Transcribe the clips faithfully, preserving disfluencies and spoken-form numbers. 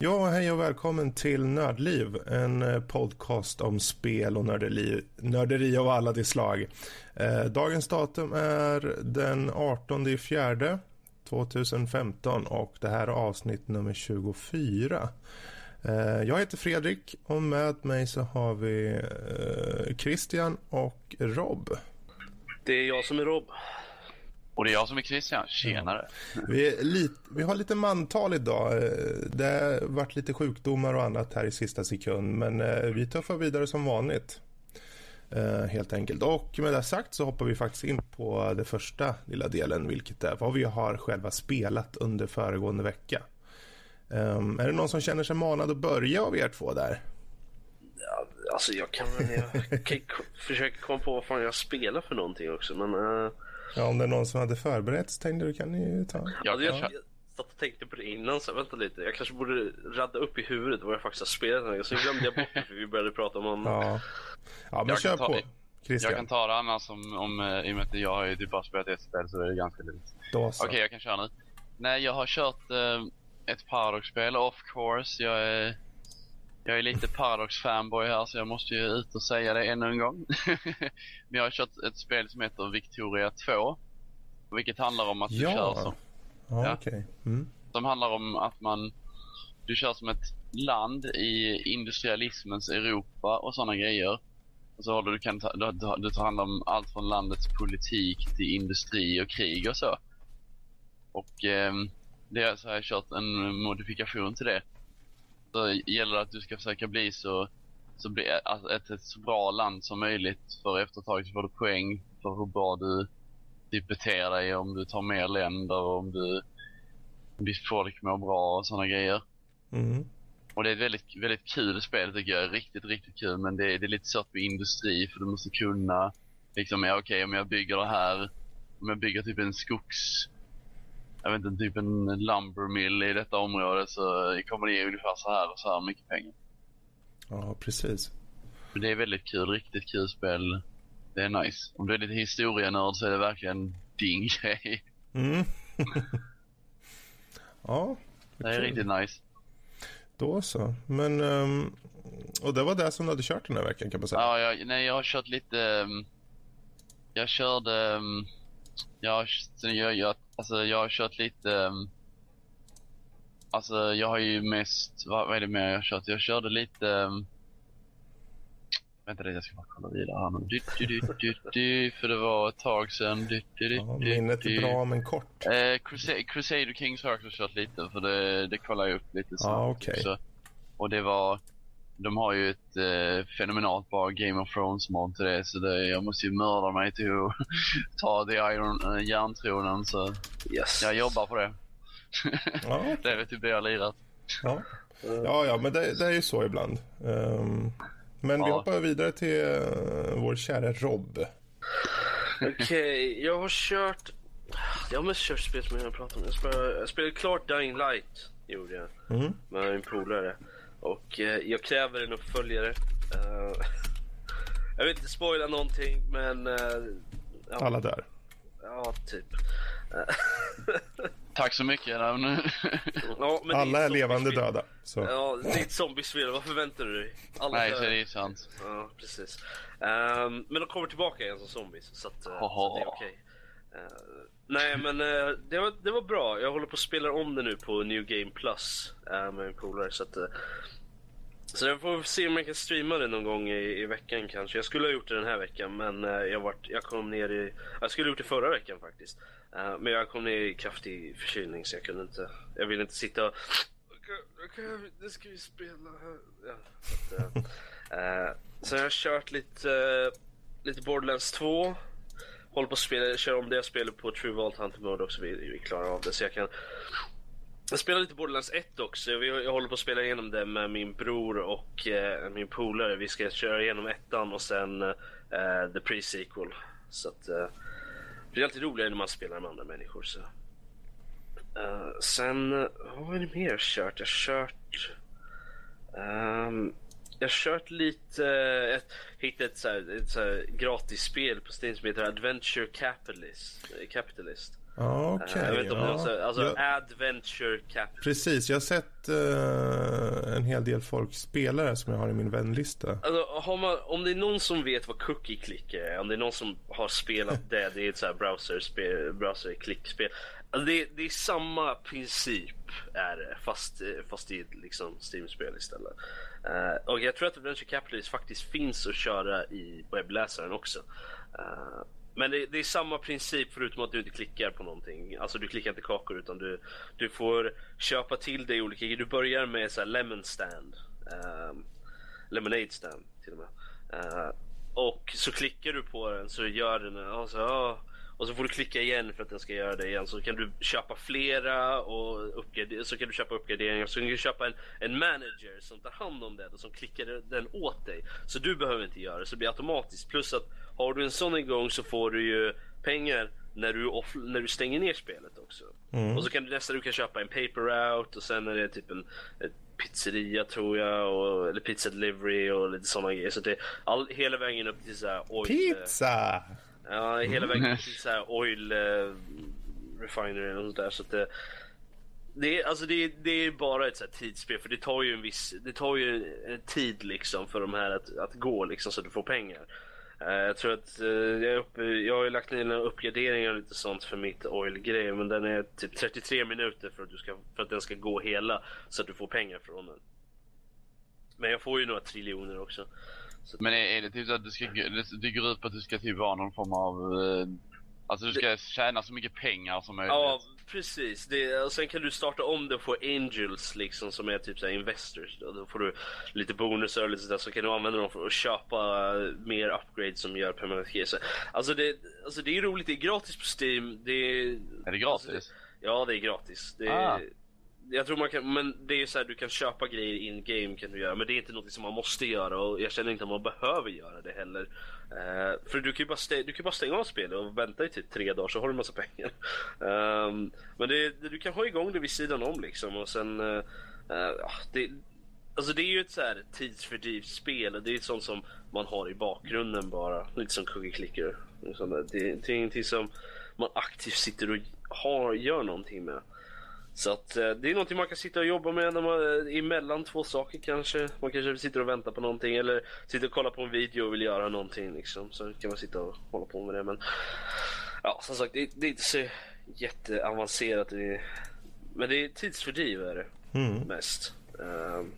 Ja, hej och välkommen till Nördliv, en podcast om spel och nörderi, nörderi av alla de slag. Eh, dagens datum är den artonde fjärde tjugohundrafemton och det här är avsnitt nummer tjugofyra. Eh, jag heter Fredrik och med mig så har vi eh, Christian och Rob. Det är jag som är Rob. Och det är jag som är Christian. Tjenare. Ja. Vi, är lite, vi har lite mantal idag. Det har varit lite sjukdomar och annat här i sista sekund. Men vi tuffar vidare som vanligt. Helt enkelt. Och med det sagt så hoppar vi faktiskt in på det första lilla delen. Vilket är vad vi har själva spelat under föregående vecka. Um, är det någon som känner sig manad att börja av er två där? Ja, alltså jag kan, jag kan försöka komma på vad fan jag spelar för någonting också. Men... Uh... Ja, om det är någon som hade förberett så tänkte du kan ni ju ta. Ja, jag, jag satt och tänkte på det innan så vänta lite. Jag kanske borde radda upp i huvudet vad jag faktiskt har spelat. Så glömde jag bort det för vi började prata om annat. Ja, ja men jag kör ta, på. Christian. Jag kan ta det annars om, om, i och med att jag har ju typ bara spelat ett spel så är det ganska lite. Då så. Okej, okay, jag kan köra nu. Nej, jag har kört eh, ett Paradox-spel, of course. Jag är, jag är lite Paradox-fanboy här så jag måste ju ut och säga det ännu en gång. Men jag har kört ett spel som heter Victoria två. Vilket handlar om att du ja. kör som... Ja, ja. Okay. Mm. Som handlar om att man... Du kör som ett land i industrialismens Europa och sådana grejer. Och så håller du, kan ta, du, du tar hand om allt från landets politik till industri och krig och så. Och eh, det är så har jag kört en modifikation till det. Så gäller det att du ska försöka bli så... så bli ett, ett så bra land som möjligt. För efter ett tag så får du poäng för hur bra du... typ beter dig, om du tar mer länder och om du om ditt folk mår bra och sådana grejer. Mm. Och det är ett väldigt, väldigt kul spel tycker jag. Riktigt, riktigt kul. Men det är, det är lite svårt på industri för du måste kunna liksom, ja okej, om jag bygger det här, om jag bygger typ en skogs jag vet inte, typ en lumbermill i detta område så kommer det ge ungefär så här och så här mycket pengar. Ja, precis. Men det är väldigt kul, riktigt kul spel. Det är nice. Om du är lite historienörd så är det verkligen din grej. Mm. Ja. Det är riktigt nice. Då så. Men, um, och det var det som du hade kört den här veckan kan man säga. Ja, jag, nej, jag har kört lite... Um, jag körde... Um, jag, jag, jag, alltså, jag har kört lite... Um, alltså, jag har ju mest... Vad, vad är det mer jag har kört? Jag körde lite... Um, Vänta lite, jag ska bara kolla vidare här nu. Du, du, du, du, du, för det var ett tag sedan. Du, du, du, ja, minnet är bra men kort. Eh, Crusade, Crusader Kings har jag också kört lite. För det, det kollar jag upp lite snabbt. Ah, okay. Så, och det var... De har ju ett eh, fenomenalt bra Game of Thrones mod till det. Så det, jag måste ju mörda mig till att ta The Iron äh, järntronen. Så yes. Jag jobbar på det. Ja, okay. Det är typ det jag lirat. Ja, ja, ja men det, det är ju så ibland. Um... Men vi ja. hoppar vidare till uh, vår kära Rob. Okej, okay, jag har kört... Jag har mest kört spel som jag har pratat om. Jag spelade, jag spelade klart Dying Light, gjorde jag. Mm. Med min polare. Och uh, jag kräver en uppföljare. Uh, jag vill inte spoila någonting, men... Uh, ja. Alla där. Ja, typ. Tack så mycket. Ja, men alla är, är levande döda. Så. Ja, det är ett zombiespel. Vad förväntar du dig? Alla Nej, så det är sant. Ja, precis. Um, men de kommer tillbaka igen som zombies. Så, att, uh, så det är okej. Okay. Uh, nej, men uh, det, var, det var bra. Jag håller på att spela om det nu på New Game Plus uh, med min polare. Så att... Uh, Så jag får se om jag kan streama det någon gång i, i veckan kanske. Jag skulle ha gjort det den här veckan, men uh, jag, vart, jag kom ner i... Jag skulle ha gjort det förra veckan faktiskt. Uh, men jag kom ner i kraftig förkylning så jag kunde inte... Jag ville inte sitta och... Nu ska vi spela här. Ja, så, att, uh, uh, så jag har kört lite, uh, lite Borderlands två. Håller på att spela, kör om det jag spelar på True Vault Hunter Mode också. Vi, vi klarar av det så jag kan... Jag spelar lite Borderlands ett också. Jag håller på att spela igenom det med min bror och eh, min polare. Vi ska köra igenom ettan och sen eh, the pre-sequel. Så att eh, det är alltid roligare när man spelar med andra människor. Så. Uh, sen, vad är det mer jag har kört? Jag har kört... Um, jag har kört lite... Uh, ett, hittade ett, så här, ett så här gratis spel på Steam som heter Adventure Capitalist. Capitalist. Ja, okej. Okay, jag vet inte om ja. det är så, alltså jag... adventure cap. Precis, jag har sett uh, en hel del folk spelare som jag har i min vänlista. Alltså, har man, om det är någon som vet vad cookie click är, om det är någon som har spelat det, det är ett så här browser browser klickspel. Alltså det, det är samma princip är det, fast, fast i liksom Steam-spel istället. Uh, och jag tror att Adventure Capitalist faktiskt finns att köra i webbläsaren också. Uh, men det, det är samma princip förutom att du inte klickar på någonting. Alltså du klickar inte kakor utan du, du får köpa till dig olika. Du börjar med så här lemon stand. Uh, lemonade stand till och med. Uh, och så klickar du på den så gör den alltså, oh, och så får du klicka igen för att den ska göra det igen. Så kan du köpa flera och uppgradera, så kan du köpa uppgraderingar. Så kan du köpa en, en manager som tar hand om det och som klickar den åt dig. Så du behöver inte göra det, så det blir automatiskt. Plus att har du en sån igång så får du ju pengar när du, off, när du stänger ner spelet också. Mm. Och så kan du nästa du kan köpa en paper route och sen är det typ en, en pizzeria tror jag och, eller pizza delivery och lite sådana grejer. Så det all, hela vägen upp till så här oil, pizza! Ja, hela vägen upp till så här oil uh, refinery och sånt där. Så att det, det, är, alltså det, det är bara ett så här tidsspel, för det tar ju en viss, det tar ju en tid liksom för de här att, att gå liksom så att du får pengar. Uh, jag tror att uh, jag, är uppe, jag har ju lagt ner några uppgraderingar och lite sånt för mitt oil-grej, men den är typ trettiotre minuter för att, du ska, för att den ska gå hela så att du får pengar från den. Men jag får ju några triljoner också. Så men är, är det typ att du ska, det går ut på att du ska typ vara någon form av uh, alltså du ska det, tjäna så mycket pengar som möjligt? Ja, precis. Det, och sen kan du starta om det och få angels liksom, som är typ så här investors. Då, då får du lite bonusar och lite sådär, så kan du använda dem för att köpa mer upgrades som gör permanent grejer. Alltså det, alltså det är roligt, det är gratis på Steam. Det är, är det gratis? Alltså, ja, det är gratis. Det ah. är, jag tror man kan, men det är så här, du kan köpa grejer in game kan du göra, men det är inte något som man måste göra, och jag känner inte att man behöver göra det heller. Uh, för du kan ju bara stäng, du kan bara stänga av spelet och vänta i typ tre dagar så har du en massa pengar. Um, men det, det, du kan ha igång det vid sidan om liksom, och sen uh, uh, det, alltså det är ju ett så här tidsfördrivsspel, och det är ett sånt som man har i bakgrunden bara, lite som cookie clicker. Det, det är ingenting som man aktivt sitter och har, gör någonting med. Så att det är någonting man kan sitta och jobba med när man är emellan två saker kanske. Man kanske sitter och väntar på någonting eller sitter och kollar på en video och vill göra någonting liksom. Så kan man sitta och hålla på med det. Men ja, som sagt, det, det är inte så jätteavancerat. Det är, men det är tidsfördriv är det mm. mest. Um,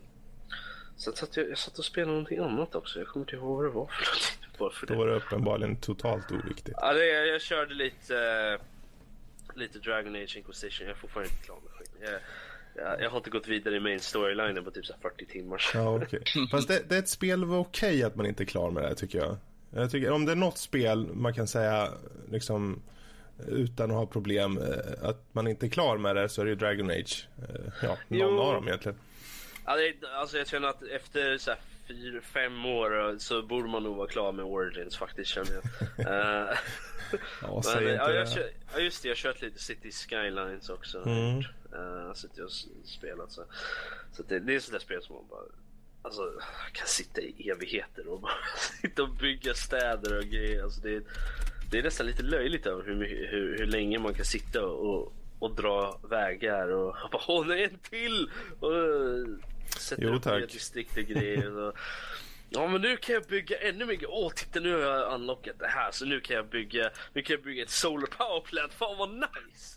så att jag, jag satt och spelade någonting annat också. Jag kommer inte ihåg vad det var för någonting. Bara för Då det. var det uppenbarligen totalt oviktigt. Ja, det, jag, jag körde lite... lite Dragon Age Inquisition. Jag får fan inte klar med skit. Jag, jag, jag har inte gått vidare i main storylinen på typ så fyrtio timmar. Ja, okej. Okay. Fast det, det är ett spel var okej okay att man inte är klar med det, tycker jag. Jag tycker om det är något spel man kan säga liksom utan att ha problem att man inte är klar med det, så är det ju Dragon Age. Ja, någon jo. av dem egentligen. Ja, det, alltså jag känner att efter så här fyra, fem år så borde man nog vara klar med Origins faktiskt, känner jag. uh, ja, men, ja, jag kör, ja, just det, jag har kört lite City Skylines också. Mm. Uh, så jag har spelat så. Så det, det är sådär spel som man bara alltså, kan sitta i evigheter och bara sitta och bygga städer och grejer. Alltså det, det är nästan lite löjligt över hur, hur, hur länge man kan sitta och, och dra vägar och bara, åh nej, en till! Och sätter jo, upp nya distrikt och grejer. Och, ja, men nu kan jag bygga ännu mycket. Åh, titta, nu har jag unlockat det här. Så nu kan jag bygga, nu kan jag bygga ett solar power plant. Fan vad nice!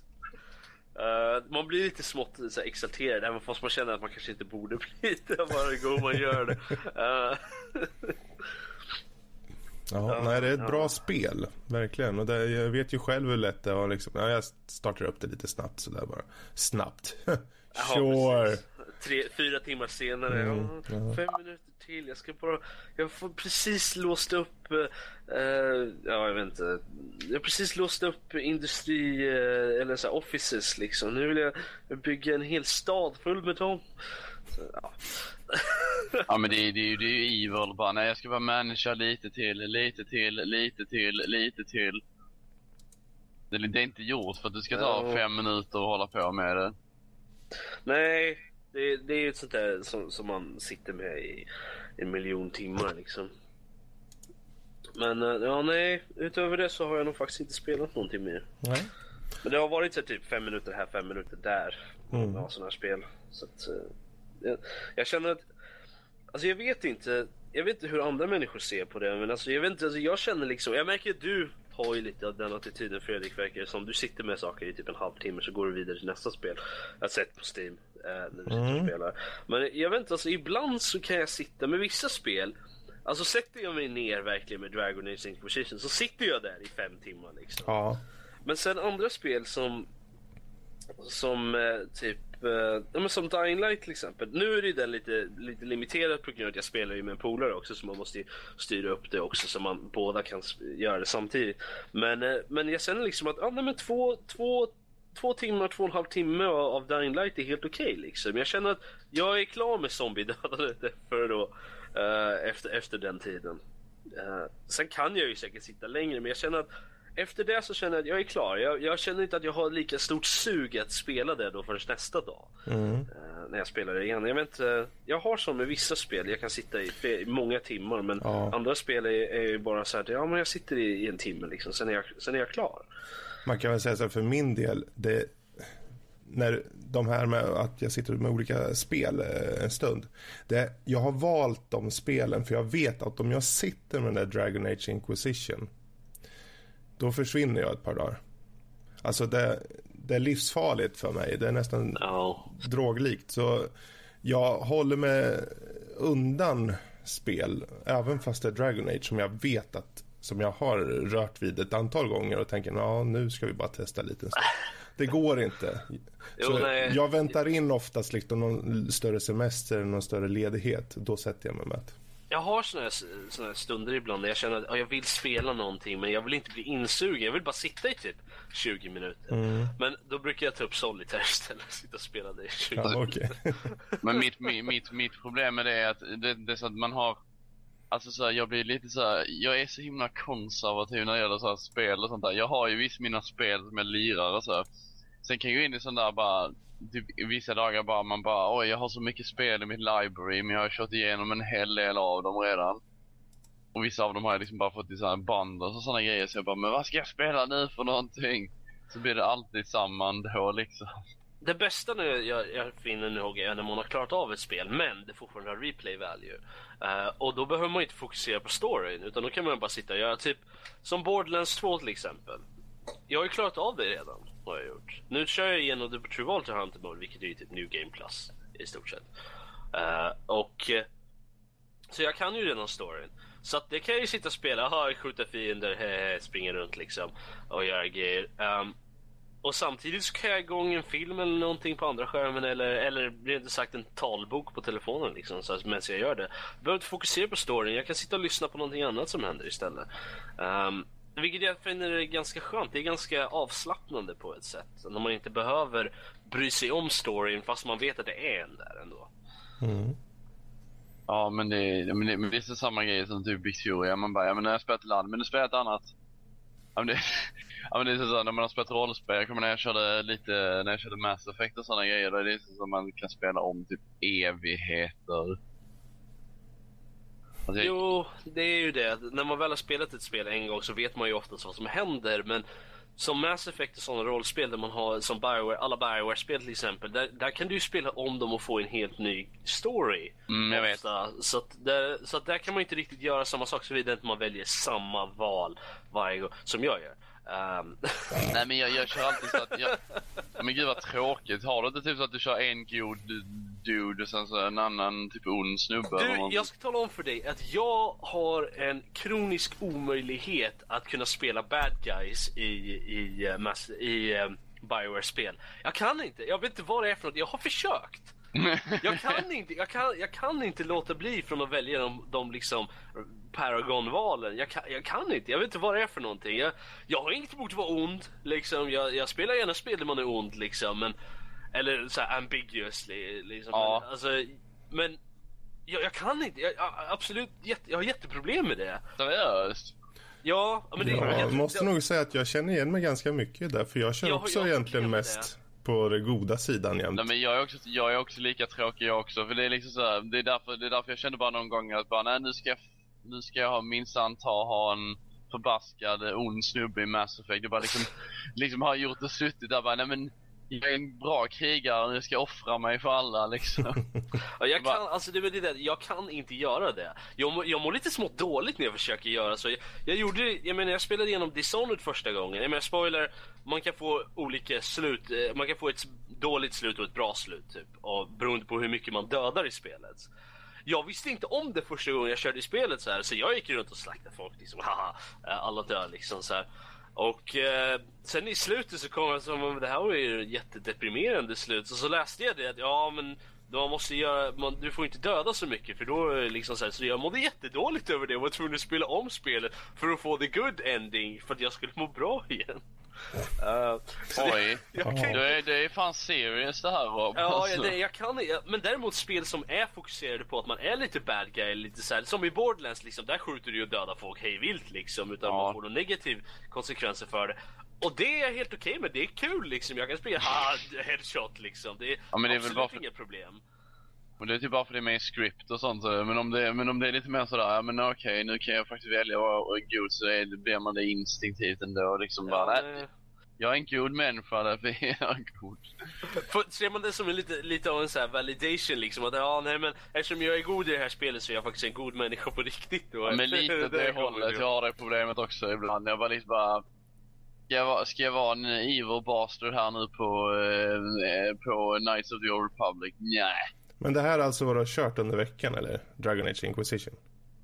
Uh, man blir lite smått så här, exalterad, även fast man känner att man kanske inte borde bli det varje gång man gör det. Uh. Ja, nej, det är ett ja. bra spel, verkligen. Och det, jag vet ju själv hur lätt det var liksom. Ja, jag startar upp det lite snabbt sådär bara. Snabbt. Sure. Ja, Tre, fyra timmar senare. Mm, ja, fem minuter till. Jag ska bara. Jag får precis låst upp. Uh, ja, jag vet inte. Jag har precis låst upp industri uh, eller så här, offices liksom. Nu vill jag bygga en hel stad full med dem. Så, ja. Ja, men det är, det är ju det är ju evil bara. Nej, jag ska bara managera lite till, lite till, lite till, lite till. Det, det är inte gjort för att du ska ta ja. fem minuter och hålla på med det. Nej, det, det är ju ett sånt där som, som man sitter med i en miljon timmar liksom. Men ja, nej, utöver det så har jag nog faktiskt inte spelat någonting mer. Nej. Men det har varit så typ fem minuter här, fem minuter där. Mm. Ja, sådana här spel. Så att, jag, jag känner att, alltså jag vet inte, jag vet inte hur andra människor ser på det, men alltså jag vet inte, alltså jag känner liksom, jag märker att du har ju lite av den attityden, Fredrik, verkar som du sitter med saker i typ en halvtimme så går du vidare till nästa spel. Jag har sett på Steam eh, när du sitter Mm. och spelar. Men jag vet inte, alltså ibland så kan jag sitta med vissa spel. Alltså sätter jag mig ner verkligen med Dragon Age Inquisition så sitter jag där i fem timmar liksom. Ja. Men sen andra spel som som eh, typ eh, ja, men som Dying Light till exempel. Nu är det den lite, lite limiterad på grund av att jag spelar ju med en polare också, så man måste ju styra upp det också så man båda kan göra det samtidigt. Men, eh, men jag känner liksom att ja, nej, men två, två, två timmar, två och en halv timme av, av Dying Light är helt okej okay, liksom. Jag känner att jag är klar med zombie-dödandet för då Uh, efter, efter den tiden. Uh, sen kan jag ju säkert sitta längre, men jag känner att efter det så känner jag att jag är klar. Jag, jag känner inte att jag har lika stort sug att spela det då förrän nästa dag. Mm. Uh, när jag spelar det igen. Jag vet inte, jag har som med vissa spel, jag kan sitta i, i många timmar, men ja. Andra spel är, är ju bara så här, ja men jag sitter i, i en timme liksom, sen är, jag, sen är jag klar. Man kan väl säga så här, för min del, det när de här med att jag sitter med olika spel en stund. Det, jag har valt de spelen för jag vet att om jag sitter med den där Dragon Age Inquisition då försvinner jag ett par dagar. Alltså det, det är livsfarligt för mig. Det är nästan no. droglikt. Så jag håller mig undan spel även fast det är Dragon Age som jag vet att som jag har rört vid ett antal gånger och tänker, ja nu ska vi bara testa lite. Det går inte. Så jo, jag väntar in oftast liksom någon större semester, någon större ledighet. Då sätter jag mig med. Jag har såna här, såna här stunder ibland där jag känner att ja, jag vill spela någonting men jag vill inte bli insugen. Jag vill bara sitta i typ tjugo minuter. Mm. Men då brukar jag ta upp Solitaire istället. Sitta och spela det i tjugo ja, minuter. Okay. Men mitt, mitt, mitt problem med det är att det, det är så att man har... Alltså så här, jag blir lite så här, jag är så himla konservativ när det gäller så här spel och sånt där. Jag har ju visst mina spel som jag lirar och så. Sen kan jag gå in i sån där bara, typ, vissa dagar bara man bara, oj jag har så mycket spel i mitt library men jag har kört igenom en hel del av dem redan. Och vissa av dem har jag liksom bara fått i sådana band och sådana grejer så jag bara, men vad ska jag spela nu för någonting? Så blir det alltid samma då liksom. Det bästa nu jag, jag finner nog är när man har klarat av ett spel men det fortfarande har replay value. Uh, och då behöver man inte fokusera på storyn utan då kan man bara sitta och göra typ som Borderlands två till exempel. Jag har ju klarat av det redan, har jag gjort. Nu kör jag igenom The True Volta Hunter Mode, vilket är ju typ New Game Plus i stort sett. Uh, och så jag kan ju redan storyn. Så att det kan jag ju sitta och spela, ha, skjuta fiender, he, he, springa runt liksom och göra grejer. Um, och samtidigt så kan jag igång en film eller någonting på andra skärmen eller, eller rent sagt en talbok på telefonen liksom, så att medan jag gör det. Jag behöver inte fokusera på storyn, jag kan sitta och lyssna på någonting annat som händer istället. Um, Vilket jag finner är ganska skönt. Det är ganska avslappnande på ett sätt. När man inte behöver bry sig om storyn fast man vet att det är en där ändå. Mm. Ja, men det, men, det, men det är så samma grej som typ Victoria. Man bara, ja men när jag spelat land, men du spelar ett annat. Ja men det, ja, men det är så när man har spelat rollspel. Jag kommer när jag körde lite, när jag körde Mass Effect och sådana grejer. Då är det så som man kan spela om typ evigheter. Alltså, jo, det är ju det. När man väl har spelat ett spel en gång så vet man ju oftast vad som händer. Men som Mass Effect och sådana rollspel där man har, som BioWare, alla BioWare-spel till exempel, där, där kan du ju spela om dem och få en helt ny story. Mm, jag vet. Så att, där, så att där kan man inte riktigt göra samma sak så vidare att man väljer samma val varje gång, som jag gör. Um. Nej men jag, jag kör alltid så att jag... Men gud vad tråkigt. Har du inte typ så att du kör en god dude och sen så en annan typ ond snubbe? Du, jag ska tala om för dig att jag har en kronisk omöjlighet att kunna spela bad guys i, i, i, i um, BioWare-spel. Jag kan inte, jag vet inte vad det är för något. Jag har försökt. Jag kan inte, jag kan, jag kan inte låta bli från att välja de, de liksom Paragon-valen. Jag kan, jag kan inte, jag vet inte vad det är för någonting. Jag, jag har inget emot att vara ond liksom. Jag, jag spelar gärna spel där man är ond liksom, men eller så här ambiguously liksom. Ja. Men, alltså, men jag, jag kan inte, jag, jag, absolut jätte, jag har jätteproblem med det. Seriöst? Ja, men det, ja, jag måste jag, nog säga att jag känner igen mig ganska mycket där, för jag kör jag, också jag egentligen mest på den goda sidan jämt. Nej, men jag är också jag är också lika tråkig jag också, för det är liksom så här, det är därför det är därför jag kände bara någon gång att bara nej, nu ska jag nu ska jag ha minsann ta ha en förbaskad ond snubbe i Mass Effect. Jag bara liksom, liksom har gjort och suttit där bara, nej men jag är en bra krigare, jag ska offra mig för alla liksom. Ja, jag kan, alltså det är det där, jag kan inte göra det. Jag mår, jag mår lite smått dåligt när jag försöker göra så. Jag, jag gjorde, jag menar jag spelade igenom Dishonored första gången. Jag menar spoiler, man kan få olika slut, man kan få ett dåligt slut och ett bra slut typ, och beroende på hur mycket man dödar i spelet. Jag visste inte om det första gången jag körde i spelet så här, så jag gick runt och slaktade folk liksom, haha, alla dör liksom så här. Och eh, sen i slutet så kom jag som om det här var ju jättedeprimerande slut. Så så läste jag det att ja men man måste göra, man, du får inte döda så mycket för då är det liksom så här, så jag mådde jättedåligt över det och var tvungen att spela om spelet för att få the good ending för att jag skulle må bra igen. Uh, Oj, det, kan... det, är, det är fan serious det här Rob. Ja, alltså. det, jag kan jag, men däremot spel som är fokuserade på att man är lite bad guy, lite så här, som i Borderlands liksom, där skjuter du ju och dödar folk hej vilt liksom, utan ja. man får någon negativ konsekvenser för det. Och det är helt okej, men det är kul liksom, jag kan spela ha, headshot liksom, det är, ja, men det är absolut väl bara för... inga problem. Och det är typ bara för det är med i script och sånt, men om det, men om det är lite mer sådär, ja men okej, okay, nu kan jag faktiskt välja att vara god, så är, det blir man det instinktivt ändå liksom, ja, bara, nej, jag är en god människa därför är jag god. För, ser man det som en lite, lite av en så här validation liksom, att ja nej men eftersom jag är god i det här spelet så är jag faktiskt en god människa på riktigt då. Ja, men lite det, det hållet, jag har det problemet också ibland, jag var lite bara, Ska jag, vara, ska jag vara en evil bastard här nu på, eh, på Knights of the Old Republic? Nej. Men det här är alltså vad du har kört under veckan, eller? Dragon Age Inquisition?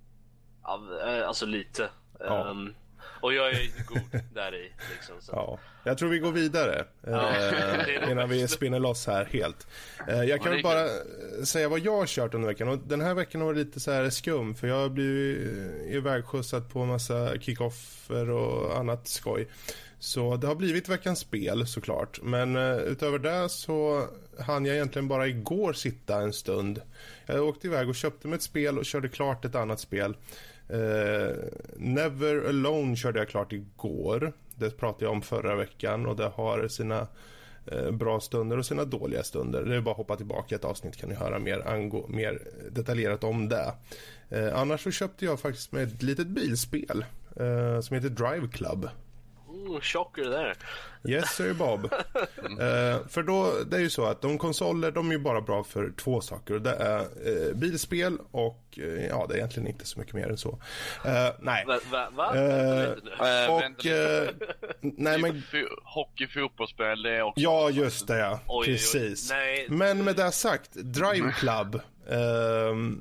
Ja, alltså lite. Ja. Um, och jag är god där i. Liksom, så. Ja. Jag tror vi går vidare ja. eh, innan vi spinner loss här helt. Eh, jag kan väl bara säga vad jag har kört under veckan. Och den här veckan var lite så här skum, för jag har blivit ivägskjutsad på en massa kickoffer och annat skoj. Så det har blivit veckans spel såklart. Men uh, utöver det så hann jag egentligen bara igår sitta en stund. Jag åkte iväg och köpte mig ett spel och körde klart ett annat spel. Uh, Never Alone körde jag klart igår. Det pratade jag om förra veckan och det har sina uh, bra stunder och sina dåliga stunder. Det är bara att hoppa tillbaka ett avsnitt, kan ni höra mer, angå, mer detaljerat om det. Uh, annars så köpte jag faktiskt med ett litet bilspel uh, som heter Drive Club. Mm, chocker där. Yes sir Bob. uh, För då, det är ju så att de konsoler, de är ju bara bra för två saker. Det är uh, bilspel och uh, ja, det är egentligen inte så mycket mer än så. uh, Nej va, va, va? Uh, Och uh, nej, men... Hockey, fotbollsspel, det är också... Ja, just det, ja. Oj, precis. Oj, oj. Men med det sagt, Drive Club uh,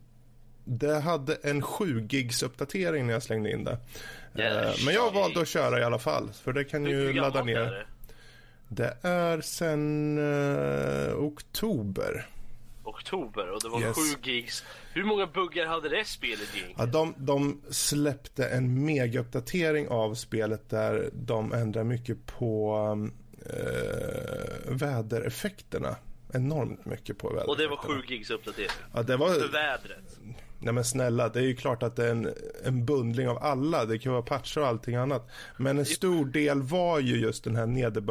det hade en sju gigs uppdatering när jag slängde in det. Yes. Men jag valde att köra i alla fall, för det kan ju ladda ner. Är det? det är sen uh, oktober. Oktober, och det var yes. sju gigs. Hur många buggar hade det spelet egentligen? Ja, de, de släppte en mega-uppdatering av spelet där de ändrar mycket på uh, vädereffekterna. Enormt mycket på vädereffekterna. Och det var sju gigs uppdatering? Ja, det var... För vädret? Nej men snälla, det är ju klart att det är en, en bundling av alla. Det kan vara patcher och allting annat. Men en stor del var ju just den här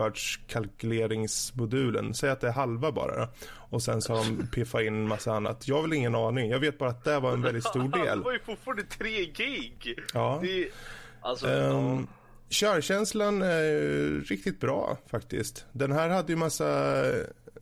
nederbördskalkyleringsmodulen. Säg att det är halva bara då. Och sen så har de piffat in en massa annat. Jag har väl ingen aning. Jag vet bara att det var en väldigt stor del. Det var ju fortfarande tre gig. Ja. Det, alltså, um, körkänslan är riktigt bra faktiskt. Den här hade ju massa uh,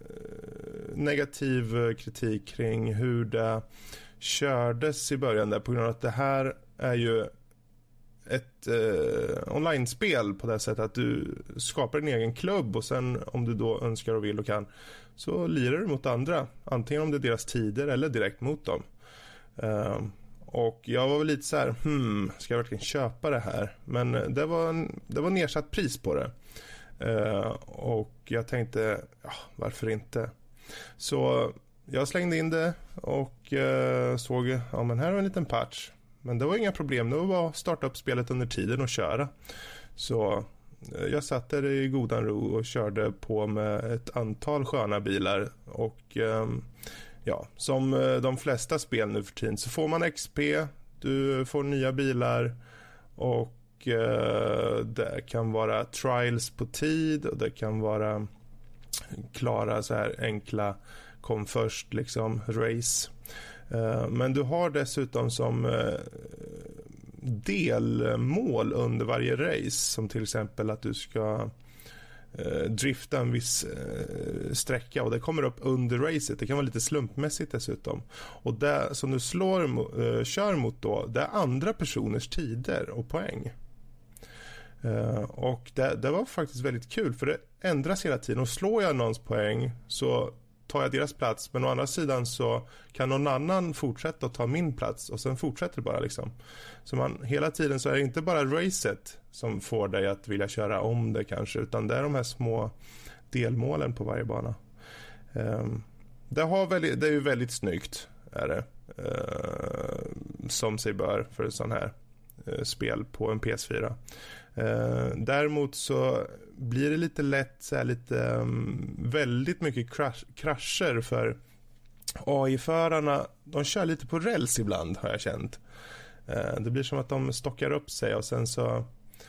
negativ kritik kring hur det kördes i början där, på grund av att det här är ju ett eh, online-spel på det sättet att du skapar en egen klubb och sen om du då önskar och vill och kan så lirar du mot andra, antingen om det är deras tider eller direkt mot dem. Uh, och jag var väl lite så här, hmm, ska jag verkligen köpa det här? Men det var en, det var nedsatt pris på det. Uh, och jag tänkte, ja, varför inte? Så jag slängde in det och uh, såg, ja men här är en liten patch. Men det var inga problem, det var bara att starta upp spelet under tiden och köra. Så uh, jag satt där i godan ro och körde på med ett antal sköna bilar. Och um, ja, som uh, de flesta spel nu för tiden så får man X P, du får nya bilar och uh, det kan vara trials på tid och det kan vara klara så här enkla kom först liksom race. Uh, men du har dessutom som uh, delmål under varje race, som till exempel att du ska eh, drifta en viss eh, sträcka, och det kommer upp under racet. Det kan vara lite slumpmässigt dessutom. Och det som du slår, eh, kör mot då, det är andra personers tider och poäng. Uh, och det, det var faktiskt väldigt kul, för det ändras hela tiden, och slår jag någons poäng så tar jag deras plats, men å andra sidan så kan någon annan fortsätta att ta min plats, och sen fortsätter det bara liksom. Så man, hela tiden så är det inte bara racet som får dig att vilja köra om det kanske, utan det är de här små delmålen på varje bana. Um, det, har väldigt, det är ju väldigt snyggt är det, uh, som sig bör för en sån här uh, spel på en P S fyra. Uh, däremot så blir det lite lätt så här, lite um, väldigt mycket crash, krascher, för A I-förarna, de kör lite på räls ibland, har jag känt. Uh, det blir som att de stockar upp sig, och sen så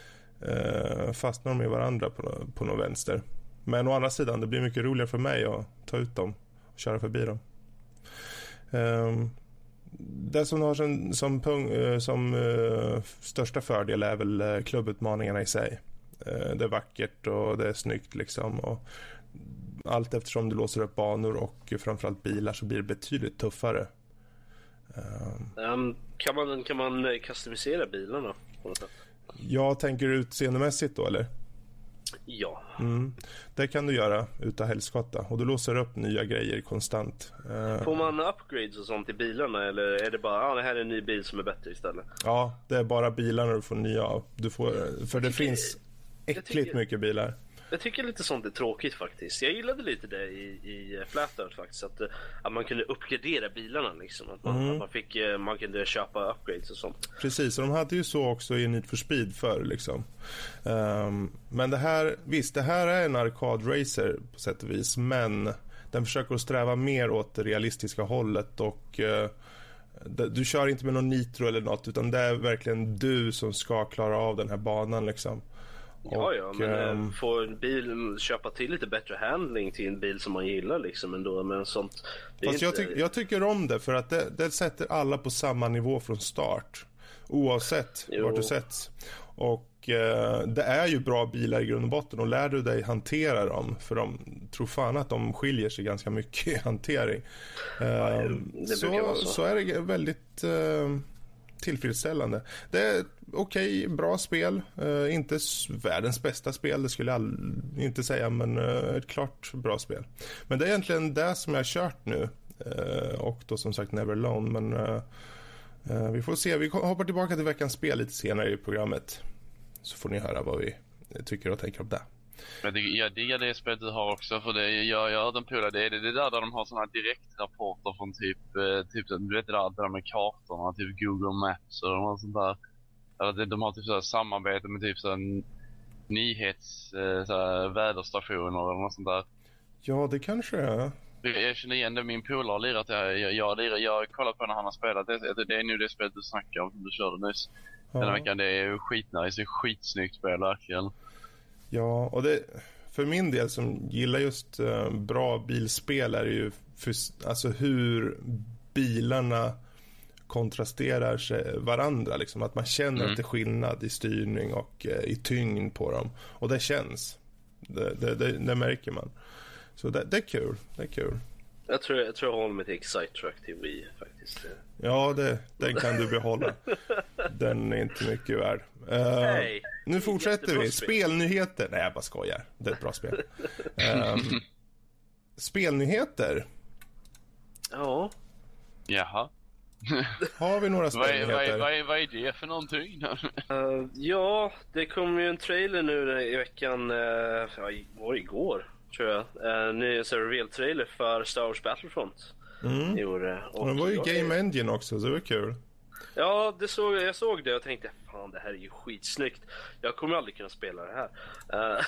uh, fastnar de i varandra på, på någon vänster. Men å andra sidan, det blir mycket roligare för mig att ta ut dem och köra förbi dem. Um, Det som har som, som, pung, som uh, största fördel är väl uh, klubbutmaningarna i sig. Uh, det är vackert och det är snyggt liksom, och allt eftersom du låser upp banor och framförallt bilar så blir det betydligt tuffare. Uh, um, kan man kan man customisera bilarna på något sätt? Jag tänker utseendemässigt då, eller? Ja. Mm. Det kan du göra utav helskotta, och du låser upp nya grejer konstant. Får man upgrades och sånt i bilarna, eller är det bara, ah, det här är en ny bil som är bättre istället? Ja, det är bara bilarna du får nya av. Du får, för det tycker, finns äckligt tycker, mycket bilar. Jag tycker lite sånt är tråkigt faktiskt. Jag gillade lite det i, i Flat Earth faktiskt, att, att man kunde uppgradera bilarna liksom, att man, mm. att man fick man kunde köpa upgrades och sånt. Precis, och de hade ju så också i Need for Speed förr liksom. Um, men det här, visst, det här är en arkadracer på sätt och vis, men den försöker att sträva mer åt det realistiska hållet, och uh, det, du kör inte med någon nitro eller något, utan det är verkligen du som ska klara av den här banan liksom. Ja, ja, men um, får en bil köpa till lite bättre handling till en bil som man gillar liksom ändå, men sånt. Fast inte... jag, tyck, jag tycker om det, för att det, det sätter alla på samma nivå från start, oavsett jo. vart du sätts. Och eh, det är ju bra bilar i grund och botten, och lär du dig hantera dem, för de tror fan att de skiljer sig ganska mycket i hantering. Eh, ja, så, så. så är det väldigt eh, tillfredsställande. Det är okej, okay, bra spel. Uh, inte världens bästa spel, det skulle jag all, inte säga, men uh, ett klart bra spel. Men det är egentligen det som jag har kört nu. Uh, och då som sagt Never Alone. Men uh, uh, vi får se. Vi hoppar tillbaka till veckans spel lite senare i programmet. Så får ni höra vad vi tycker och tänker om det. Jag diggar, jag diggar det spelet du har också, för det jag gör den pola, det är det, det där där de har såna direktrapporter från typ, typ du vet det där, det där med kartorna, typ Google Maps och de har sånt där. Eller de har typ så här samarbete med typ så här nyhets så här, väderstationer eller något sånt där. Ja, det kanske är. Jag känner igen det, min polare har lirat det. Jag, jag, jag, jag har kollat på när han har spelat det. Det är nu det spelet du snackar om, du körde nyss. Ja. Den veckan, det är skitnice, det är skitsnyggt spel verkligen. Ja, och det, för min del som gillar just uh, bra bilspel är det ju för, alltså hur bilarna kontrasterar sig varandra liksom, att man känner mm. att det är skillnad i styrning och uh, i tyngd på dem, och det känns det, det, det, det märker man, så det, det är kul, det är kul. Jag tror jag tror jag håller mig till Excite-Track till Wii faktiskt. Ja, det, den kan du behålla. Den är inte mycket värd. Uh, hey, nu fortsätter vi. Spel. Spelnyheter. Nej, jag bara skojar. Det är ett bra spel. Um, spelnyheter. Ja. Jaha. Har vi några spelnyheter? Vad är, vad är, vad är det för någonting? uh, ja, det kom ju en trailer nu i veckan. Uh, ja, igår, igår tror jag. Uh, ny reveal-trailer för Star Wars Battlefront. Mm. I år, och och det var ju jag, Game Engine också, så det var kul. Ja, det såg, jag såg det och tänkte, fan, det här är ju skitsnyggt. Jag kommer aldrig kunna spela det här. Uh,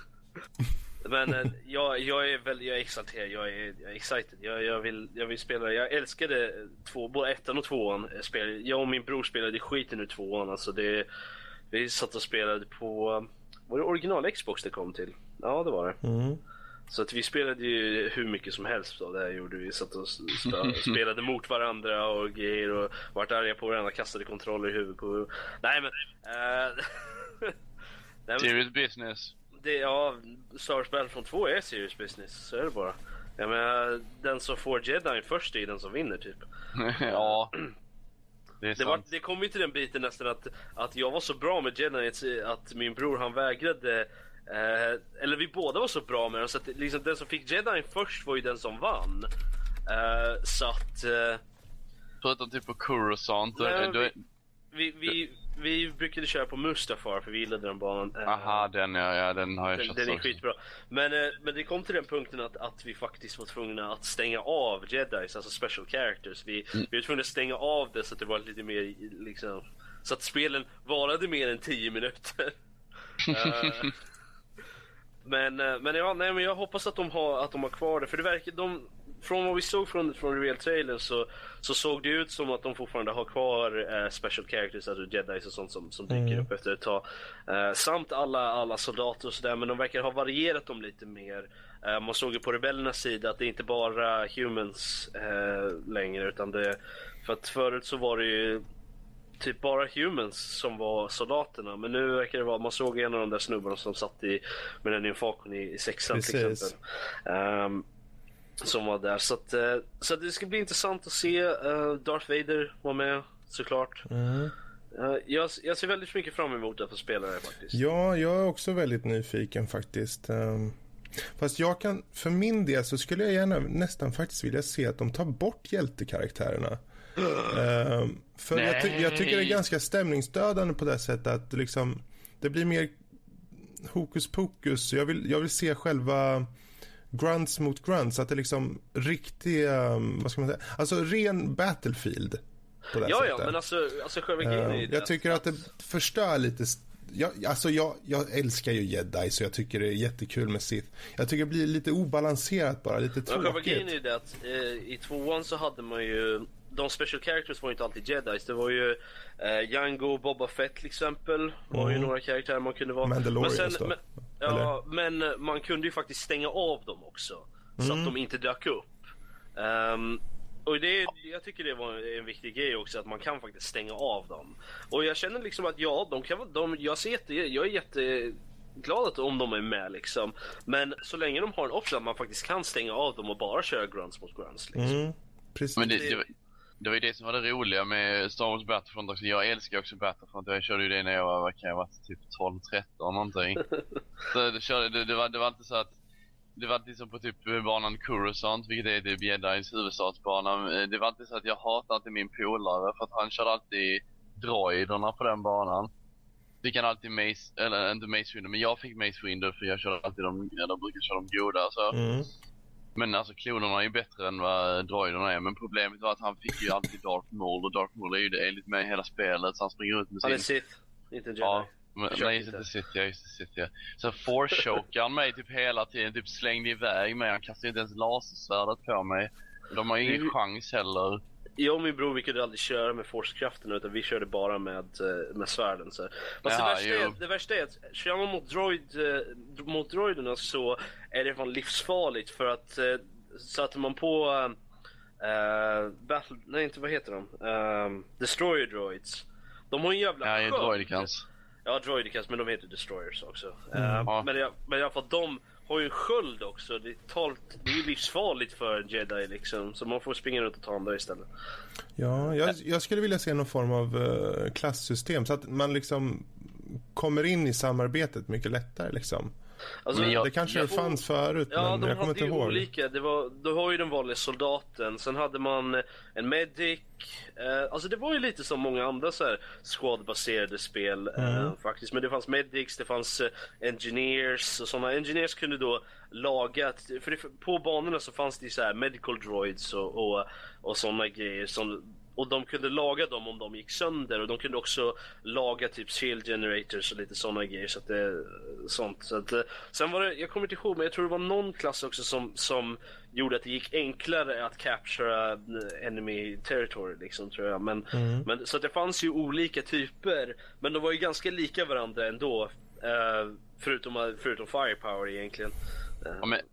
men uh, jag, jag är väl, jag är exalterad, jag är, jag är excited. Jag, jag, vill, jag vill spela, jag älskade två, både ettan och tvåan. Spel. Jag och min bror spelade skiten ur tvåan. Alltså det, vi satt och spelade på, var det original Xbox det kom till? Ja, det var det. Mm. Så att vi spelade ju hur mycket som helst då, det här gjorde vi. Satt och sp- spelade mot varandra och grejer och vart arga på varandra, kastade kontroller i huvudet på. Nej men... Uh... Nej, men serious business. Det, ja, Star Wars Battlefront två är serious business, så är det bara. Jag menar, den som får Jedi först är den som vinner typ. Ja. Det, är det, var, det kom ju till den biten nästan att, att jag var så bra med Jedi att min bror han vägrade. Eh, eller vi båda var så bra med den, så att liksom, den som fick Jedi först var ju den som vann. Eh, så att... Eh, Förutom typ på Coruscant. Nej, vi, vi, vi, vi brukade köra på Mustafar för vi gillade den banan. Eh, Aha, den, ja, ja, den har jag den, kört. Den är skitbra. Men, eh, men det kom till den punkten att, att vi faktiskt var tvungna att stänga av Jedis, alltså special characters. Vi, mm. vi var tvungna att stänga av det så att det var lite mer liksom, så att spelen varade mer än tio minuter. uh, men, men, ja, nej, men jag hoppas att de har, att de har kvar det. För det verkar, de, från vad vi såg från, från Reveal-trailern så, så såg det ut som att de fortfarande har kvar uh, special characters, alltså Jedis och sånt som, som dyker mm. upp efter ett tag. Uh, samt alla, alla soldater och sådär, men de verkar ha varierat dem lite mer. Uh, man såg ju på rebellernas sida att det inte bara humans uh, längre, utan det, för att förut så var det ju typ bara humans som var soldaterna, men nu verkar det vara, man såg en av de där snubbarna som satt i Millennium Falcon i, i sexan till exempel. Um, som var där, så att, uh, så det ska bli intressant att se uh, Darth Vader vara med, såklart. Mm. Uh, jag, jag ser väldigt mycket fram emot att få spela det faktiskt. Ja, jag är också väldigt nyfiken faktiskt. Um, fast jag kan, för min del så skulle jag gärna nästan faktiskt vilja se att de tar bort hjältekaraktärerna. Uh, för jag, ty- jag tycker det är ganska stämningsdödande på det sättet att liksom, det blir mer hokus pokus. Jag vill, jag vill se själva grunts mot grunts, att det är liksom riktiga, vad ska man säga, alltså ren Battlefield på det ja, sättet. Ja, men alltså, alltså själva grejen uh, är jag tycker att det förstör lite st- jag, alltså jag, jag älskar ju Jedi, så jag tycker det är jättekul med Sith. Jag tycker det blir lite obalanserat bara, lite tråkigt. Själva grejen är det att eh, i tvåan så hade man ju, de special characters var inte alltid Jedis. Det var ju eh, Jango, Boba Fett till exempel var mm. ju några karaktärer man kunde vara. Mandalorians men sen, då? Men, ja, men man kunde ju faktiskt stänga av dem också, mm. så att de inte dök upp. Um, och det, jag tycker det var en viktig grej också, att man kan faktiskt stänga av dem. Och jag känner liksom att ja, de kan, de, jag, ser jätte, jag är jätteglad att om de är med liksom. Men så länge de har en option att man faktiskt kan stänga av dem och bara köra grunts mot grunts liksom. Mm, precis. Men det, det, det var ju det som var det roliga med Star Wars Battlefront också. Jag älskar också Battlefront. Jag körde ju det när jag var, vad kan jag var typ tolv tretton någonting. Så det, körde, det, det, var, det var inte så att det var inte som på typ banan Coruscant, vilket är typ Jedis huvudstadsbana. Det var inte så att jag hatade alltid min polare, för att han körde alltid droiderna på den banan. Fick han alltid Mace, eller inte Mace Windu, men jag fick Mace Windu för jag körde alltid de, jag brukar köra de goda så. Mm. Men alltså klonerna är ju bättre än vad droiderna är, men problemet var att han fick ju alltid Darth Maul, och Darth Maul är ju det enligt med hela spelet, så han springer ut med sin... Han är Sith, inte Jedi. Ja. Men, nej, just det sitter jag, just det sitter jag. Så force-chokade han mig typ hela tiden, typ slängde iväg mig. Han kastade inte ens lasersvärdet på mig. De har ju ingen chans heller. Jag och min bror, vi kunde aldrig köra med force-kraften, utan vi körde bara med, med svärden så. Fast Jaha, det, värsta är, det värsta är att kör man mot, droid, mot droiderna så är det fan livsfarligt, för att satte man på äh, battle, nej inte vad heter de äh, Destroyer droids. De har en jävla ja, droidikans. Ja, droidicast, men de heter destroyers också. Mm. Uh, men, jag, men i alla fall, de har ju en sköld också. Det är, talt, det är ju livsfarligt för en Jedi liksom. Så man får springa runt och ta andra istället. Ja, jag, jag skulle vilja se någon form av uh, klasssystem, så att man liksom kommer in i samarbetet mycket lättare liksom. Alltså, jag, det kanske jag, fanns förut, ja, men de jag kommer inte ihåg. Olika. Det var, du har ju den vanliga soldaten, sen hade man en medic. Eh, alltså det var ju lite som många andra så här squad-baserade spel mm. eh, faktiskt. Men det fanns medics, det fanns eh, engineers och sådana. Engineers kunde då laga, för det, på banorna så fanns det så här medical droids och, och, och sådana grejer som... Och de kunde laga dem om de gick sönder. Och de kunde också laga typ shield generators och lite sådana grejer. Så att det, sånt. Så att, sen var det, jag kommer inte ihåg, men jag tror det var någon klass också som, som gjorde att det gick enklare att captura enemy territory liksom, tror jag. Men, mm. men, så att det fanns ju olika typer. Men de var ju ganska lika varandra ändå. Uh, förutom, förutom firepower egentligen. Uh, ja, men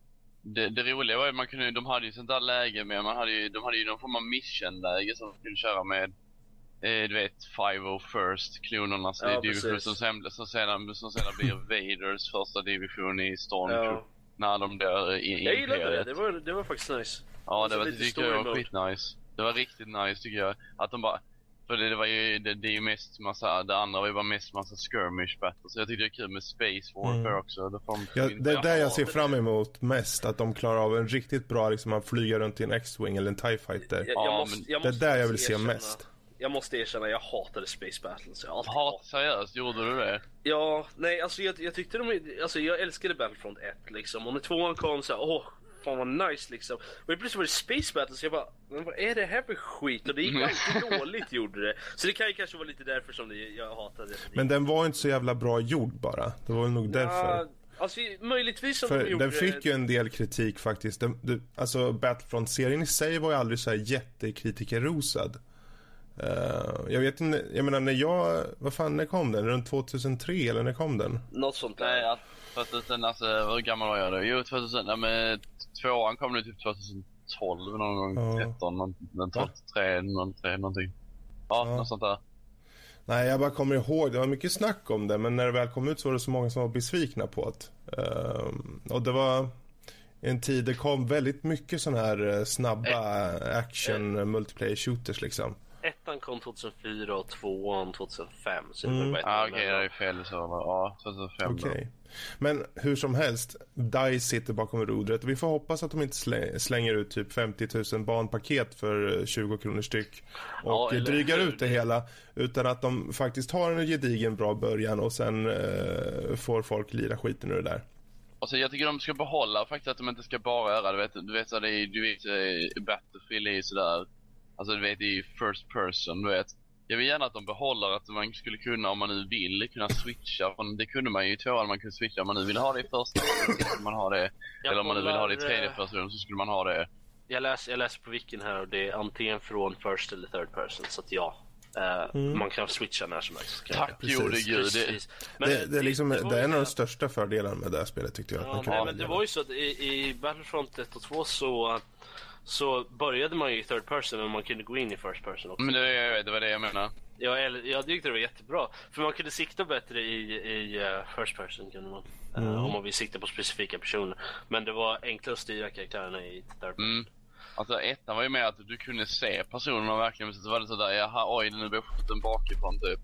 det, det roliga var ju man kunde, de hade ju sånt där läge med, man hade ju, de hade ju någon form av mission-läge som man kunde köra med, eh, du vet, five oh first klonernas ja, division som, sem, som, sedan, som sedan blir Vaders första division i Stormtroop ja. När de dör i Imperiet. Jag gillade det, det var, det var faktiskt nice. Ja, det var, tycker jag var skitnice. Det var riktigt nice tycker jag, att de bara, för det, det var ju, det, det är ju mest massa, det andra var ju bara mest massa skirmish battles. Så jag tyckte det är kul med Space Warfare mm. också. Det, ja, det är det jag ser fram emot mest, att de klarar av en riktigt bra, liksom att flyga runt i en X-Wing eller en TIE Fighter. Jag, jag ja, måste, jag det är där jag vill se erkänna, mest. Jag måste erkänna, jag hatade Space Battles. Jag Hat, seriöst, gjorde du det? Ja, nej, alltså jag, jag tyckte de, alltså jag älskade Battlefront ett liksom. Och när tvåan kom så åh, fan vad nice liksom. Och plötsligt var det Space Battles, jag bara, men vad är det här för skit? Och det gick alltid dåligt gjorde det. Så det kan ju kanske vara lite därför som det, jag hatade det. Men den var inte så jävla bra gjord bara. Det var nog därför. Ja, alltså möjligtvis som för de gjorde... den fick ju en del kritik faktiskt. Den, det, alltså Battlefront-serien i sig var ju aldrig så här jättekritikerrosad. Uh, jag vet inte, jag menar när jag, vad fan, när kom den? Runt tjugohundratre eller när kom den? Något sånt där. Nej, tvåtusen, alltså hur gammal var jag då? Jo, tvåtusen, ja, men tvåan kom nu typ tjugotolv någon gång, uh. tretton, någon, någon, tre, någon, tre, någonting. Ja, uh. något sånt där. Nej, jag bara kommer ihåg, det var mycket snack om det, men när det väl kom ut så var det så många som var besvikna på det. Uh, och det var en tid det kom väldigt mycket sån här snabba action uh. multiplayer shooters liksom. Ettan kom tjugohundrafyra och tvåan tjugohundrafem. Så mm. det var ah, okej, okay, det är fel så. Ja, tjugohundrafem Okej. Okay. Men hur som helst, DICE sitter bakom rodret. Vi får hoppas att de inte slänger ut typ femtio tusen barnpaket för tjugo kronor styck och ja, drygar ut det hela, utan att de faktiskt har en gedigen bra början och sen eh, får folk lira skiten ur det där. Alltså jag tycker de ska behålla faktiskt att de inte ska bara göra, du vet, du vet så det är, du vet Battlefield är sådär. Alltså du vet, det är ju first person, du vet. Jag vill gärna att de behåller att man skulle kunna, om man nu vill, kunna switcha. Det kunde man ju i tvåan, man kunde switcha. Om man nu vill ha det i första så skulle man ha det. Jag eller om man nu vill ha det i tredje person så skulle man ha det. Jag läser, jag läser på wikin här och det är antingen från first eller third person. Så att ja, uh, mm. man kan switcha när som helst. Tack gode gud. Det, men det, det, är liksom, det, det är en av de största fördelarna med det här spelet tyckte jag. Ja, nej, men det var ju så att i, i Battlefront ett och två så... Så började man ju i third person och man kunde gå in i first person också. Men det, det var det jag menar. Ja, jag tyckte det var jättebra. För man kunde sikta bättre i, i uh, first person kunde man. Mm. Uh, om man vill sikta på specifika personer. Men det var enklare att styra karaktärerna i third person. Mm. Alltså ettan var ju med att du kunde se personerna verkligen. Så var det sådär, jaha, oj, nu blir jag skjuten bakifrån typ.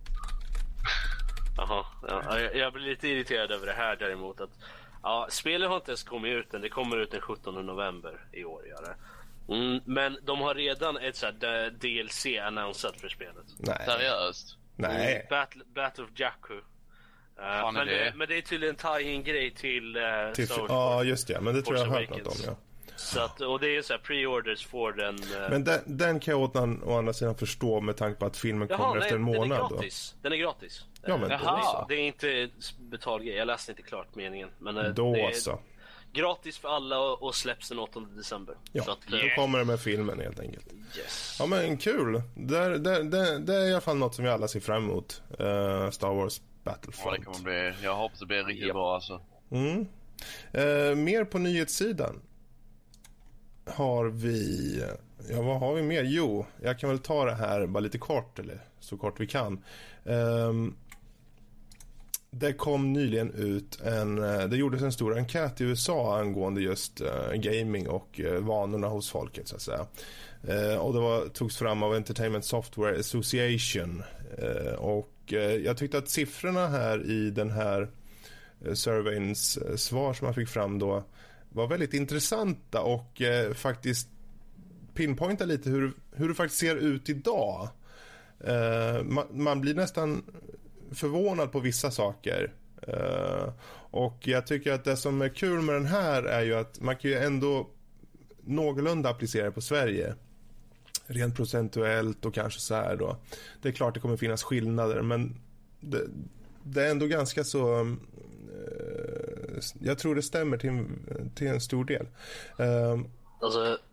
Jaha, ja, jag, jag blir lite irriterad över det här däremot. Att, ja, spelet har inte ens kommit ut än. Det kommer ut den sjuttonde november i år, gör det. Mm, men de har redan ett så här D L C annonsat för spelet. Nej. Seriöst? Nej. Battle, Battle of Jakku. Uh, men, det? Det, men det är tydligen en tie-in-grej till uh, till, Star Wars. Ja, just det. Men det tror jag har hört något om, ja. Så att, och det är så här pre-orders för den. Uh... Men den, den kan jag åt, å andra sidan förstå med tanke på att filmen Jaha, kommer nej, efter en månad. Den är gratis. Då. Den är gratis. Ja, men Jaha. Det är inte betalgrej. Jag läste inte klart meningen. Men uh, då det är... så. Gratis för alla och släpps den åttonde december. Ja, så att, yeah. Då kommer det med filmen helt enkelt. Yes. Ja, men kul. Det, det, det, det är i alla fall något som vi alla ser fram emot. Uh, Star Wars Battlefront. Ja, det kommer bli, jag hoppas det blir riktigt yep. bra alltså. Mm. Uh, mer på nyhetssidan har vi... Ja, vad har vi mer? Jo, jag kan väl ta det här bara lite kort, eller så kort vi kan. Um, Det kom nyligen ut en, det gjordes en stor enkät i U S A angående just uh, gaming och uh, vanorna hos folket så att säga. Uh, och det var, togs fram av Entertainment Software Association. Uh, och uh, jag tyckte att siffrorna här i den här uh, surveyns uh, svar som man fick fram då var väldigt intressanta och uh, faktiskt pinpointa lite hur, hur det faktiskt ser ut idag. Uh, man, man blir nästan förvånad på vissa saker. Uh, och jag tycker att det som är kul med den här är ju att man kan ju ändå någorlunda applicera på Sverige. Rent procentuellt och kanske så här då. Det är klart det kommer finnas skillnader, men det, det är ändå ganska så... Uh, jag tror det stämmer till en, till en stor del. Uh, alltså,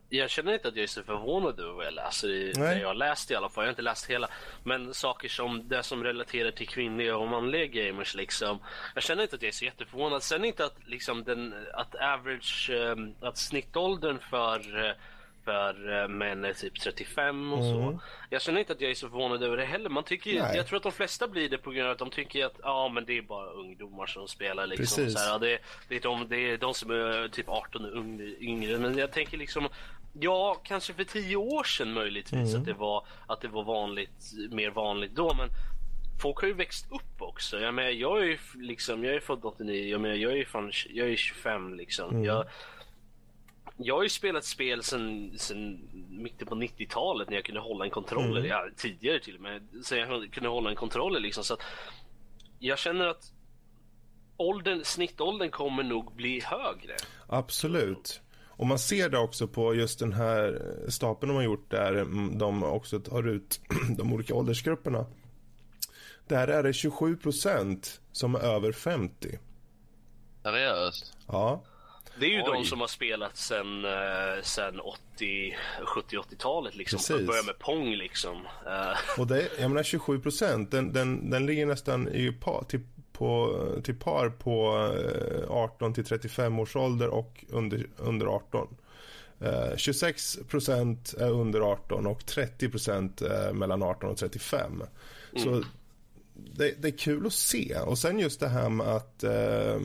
Jag känner inte att jag är så förvånad över vad jag läser i, det jag har läst i alla fall. Jag har inte läst hela. Men saker som det som relaterar till kvinnliga och manliga gamers liksom. Jag känner inte att jag är så jätteförvånad. Sen inte att liksom den, att average, um, att snittåldern för, uh, för uh, män är typ trettiofem och så. Mm. Jag känner inte att jag är så förvånad över det heller. Man tycker, jag tror att de flesta blir det på grund av att de tycker att ja, men det är bara ungdomar som spelar liksom. Så här, ja, det, det, är de, det är de som är typ arton och yngre. Men jag tänker liksom, ja, kanske för tio år sedan möjligtvis mm. att det var att det var vanligt, mer vanligt då, men folk har ju växt upp också. Jag menar, jag är ju liksom, jag är född åttionio, jag menar, jag är fan, jag är tjugofem liksom. Mm. Jag Jag har ju spelat spel sen, sen mitten på nittiotalet när jag kunde hålla en kontroller, mm. ja, tidigare till och med, så jag kunde hålla en kontroller liksom, så att jag känner att åldern, snittåldern kommer nog bli högre. Absolut. Och man ser det också på just den här stapeln de har gjort där de också tar ut de olika åldersgrupperna. Där är det tjugosju procent som är över femtio. Seriöst? Ja. Det är ju Oj. de som har spelat sen, uh, sen åttio, sjuttio, åttiotalet liksom. Precis. Börjar med Pong liksom. Uh. Och det, jag menar tjugosju procent, den, den, den ligger nästan i par, till, på, till par på arton till trettiofem års ålder och under, under arton. Uh, tjugosex procent är under arton och trettio procent är mellan arton och trettiofem. Mm. Så det, det är kul att se. Och sen just det här med att uh,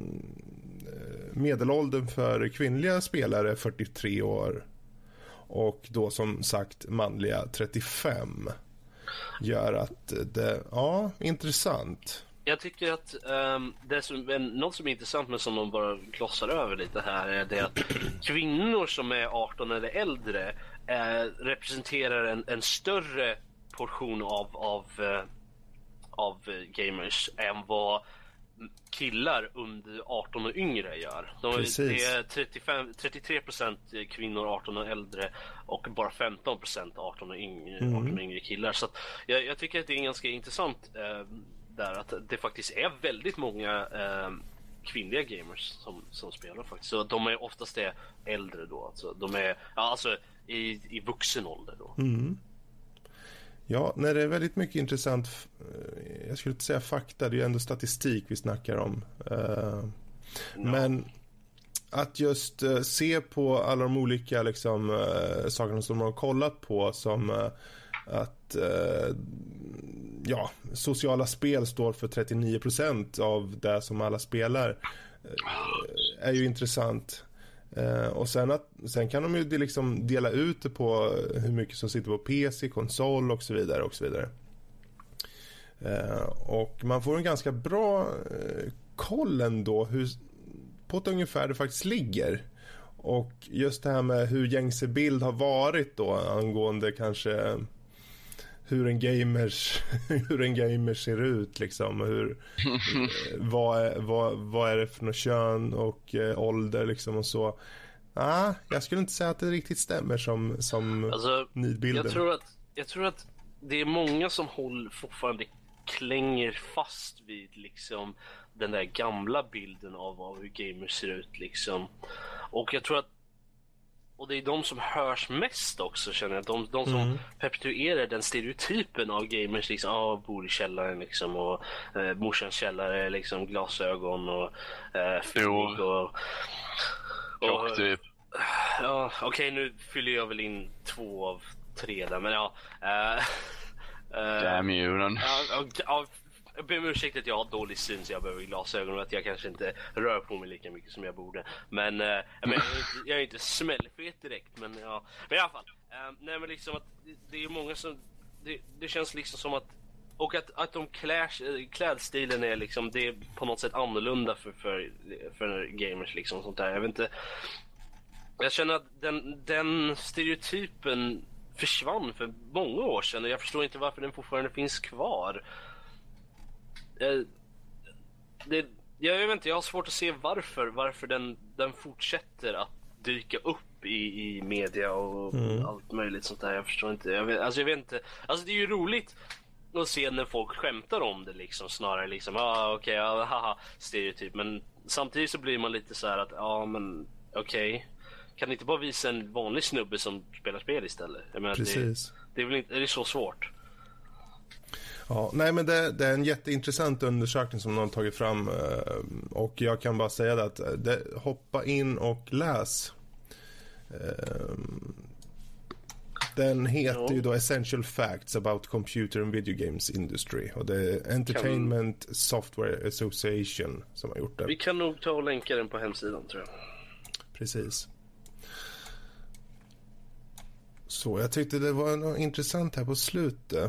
medelåldern för kvinnliga spelare är fyrtiotre år och då som sagt manliga trettiofem gör att det, ja, intressant. Jag tycker att um, det som, något som är intressant men som de bara glossar över lite här är det att kvinnor som är arton eller äldre eh, representerar en, en större portion av, av, uh, av gamers än vad killar under arton och yngre gör. De, det är trettiofem, trettiotre procent kvinnor arton och äldre och bara femton procent arton och yngre, mm. arton och yngre killar. Så att jag, jag tycker att det är ganska intressant eh, där att det faktiskt är väldigt många eh, kvinnliga gamers som, som spelar faktiskt. Så de är oftast det äldre då. Alltså, de är ja, alltså i, i vuxen ålder då. Mm. Ja, när det är väldigt mycket intressant, jag skulle inte säga fakta, det är ju ändå statistik vi snackar om. Uh, no. Men att just uh, se på alla de olika liksom, uh, sakerna som man har kollat på som uh, att uh, ja, sociala spel står för trettionio procent av det som alla spelar uh, är ju intressant. Uh, och sen, att, sen kan de ju liksom dela ut det på hur mycket som sitter på P C, konsol och så vidare och så vidare. Uh, och man får en ganska bra uh, koll ändå hur, på ett ungefär det faktiskt ligger. Och just det här med hur gängse bild har varit då angående kanske hur en gamers hur en gamer ser ut liksom, hur vad är, vad, vad är det för något kön och eh, ålder liksom och så. Ah, jag skulle inte säga att det riktigt stämmer som som alltså, nidbilden. Jag tror att jag tror att det är många som håller fortfarande klänger fast vid liksom den där gamla bilden av, av hur gamers ser ut liksom. Och jag tror att och det är de som hörs mest också, känner jag. De, de som mm. perpetuerar den stereotypen av gamers, liksom, ah, bor i källaren liksom, och eh, morsans källare, liksom, glasögon och eh, flyg och... och, och typ. Ja, okej, okay, nu fyller jag väl in två av tre där, men ja... Eh, Damn you, then. Ja, ja, jag ber om ursäkt att jag har dålig syn så jag behöver glasögon och att jag kanske inte rör på mig lika mycket som jag borde. Men, äh, jag, men jag är inte smällfet direkt, men ja. Men i alla fall, äh, nej men liksom att det, det är många som, det, det känns liksom som att, och att, att de klär, klädstilen är liksom, det är på något sätt annorlunda för, för, för gamers liksom sånt där. Jag vet inte, jag känner att den, den stereotypen försvann för många år sedan och jag förstår inte varför den fortfarande finns kvar. Det, jag vet inte, jag har svårt att se varför varför den, den fortsätter att dyka upp i, i media och mm. allt möjligt sånt där. Jag förstår inte. Jag vet, alltså jag vet inte. Alltså det är ju roligt att se när folk skämtar om det liksom, snarare liksom ah okej, okay, ah, haha, stereotyp, men samtidigt så blir man lite så här att ja ah, men okej. Okay. kan ni inte bara visa en vanlig snubbe som spelar spel istället? Jag menar, Precis. Det, det är väl inte, är det så svårt? Ja, nej men det, det är en jätteintressant undersökning som någon tagit fram och jag kan bara säga det att det, hoppa in och läs. Den heter ja. ju då Essential Facts about Computer and Video Games Industry och det är Entertainment kan... Software Association som har gjort det. Vi kan nog ta och länka den på hemsidan tror jag. Precis. Så jag tyckte det var något intressant här på slutet.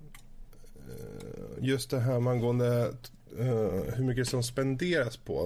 Just det här angående uh, hur mycket som spenderas på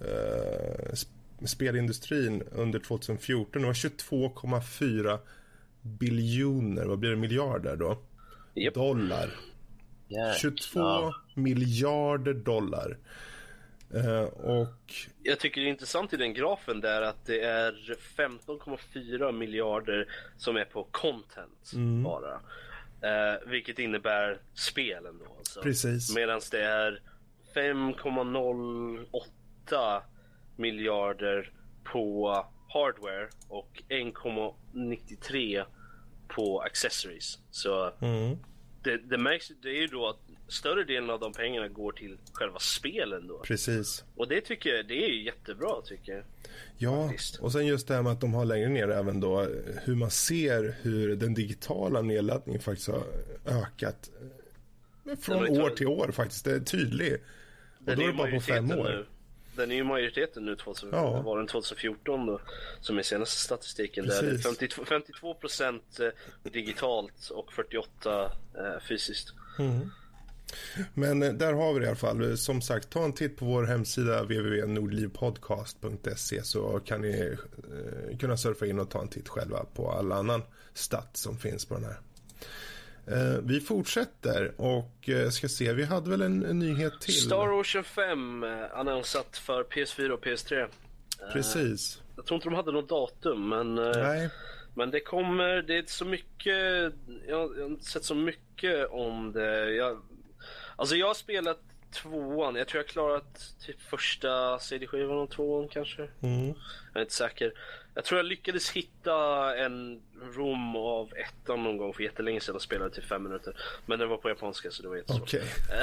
uh, spelindustrin under tjugohundrafjorton. Det var tjugotvå komma fyra biljoner, vad blir det, miljarder då? Yep. Dollar. Yeah. tjugotvå ja. miljarder dollar. Uh, och jag tycker det är intressant i den grafen där att det är femton komma fyra miljarder som är på content mm. bara. Uh, vilket innebär spelen då alltså. Precis. Medan det är fem komma noll åtta miljarder på hardware och en komma nittiotre på accessories. Så mm. det, det märks, det är ju då att större delen av de pengarna går till själva spelen då. Precis. Och det tycker jag, det är ju jättebra tycker jag. Ja, faktiskt. Och sen just det här med att de har längre ner även då hur man ser hur den digitala nedladdningen faktiskt har ökat från år till år faktiskt. Det är tydligt. Och då är det bara på fem år. Nu. Den är ju majoriteten nu tjugo, ja. var den tjugohundrafjorton då, som är senaste statistiken. Precis. Där det är femtiotvå, femtiotvå procent digitalt och fyrtioåtta eh, fysiskt. Mm. Men där har vi det i alla fall. Som sagt, ta en titt på vår hemsida w w w punkt nordlivpodcast punkt se så kan ni eh, kunna surfa in och ta en titt själva på alla annan stat som finns på den här. Eh, vi fortsätter och eh, ska se, vi hade väl en, en nyhet till. Star Ocean fem eh, annonsat för P S fyra och P S tre. Precis. Eh, jag tror inte de hade något datum, men eh, Nej. Men det kommer, det är så mycket, jag, jag har sett så mycket om det. Jag, alltså jag har spelat tvåan, jag tror jag har klarat typ första C D-skivan och tvåan kanske. Mm. Jag är inte säker. Jag tror jag lyckades hitta en rom av ettan någon gång för jättelänge sedan och spelade till fem minuter. Men den var på japanska så det var jättesvårt. Okay.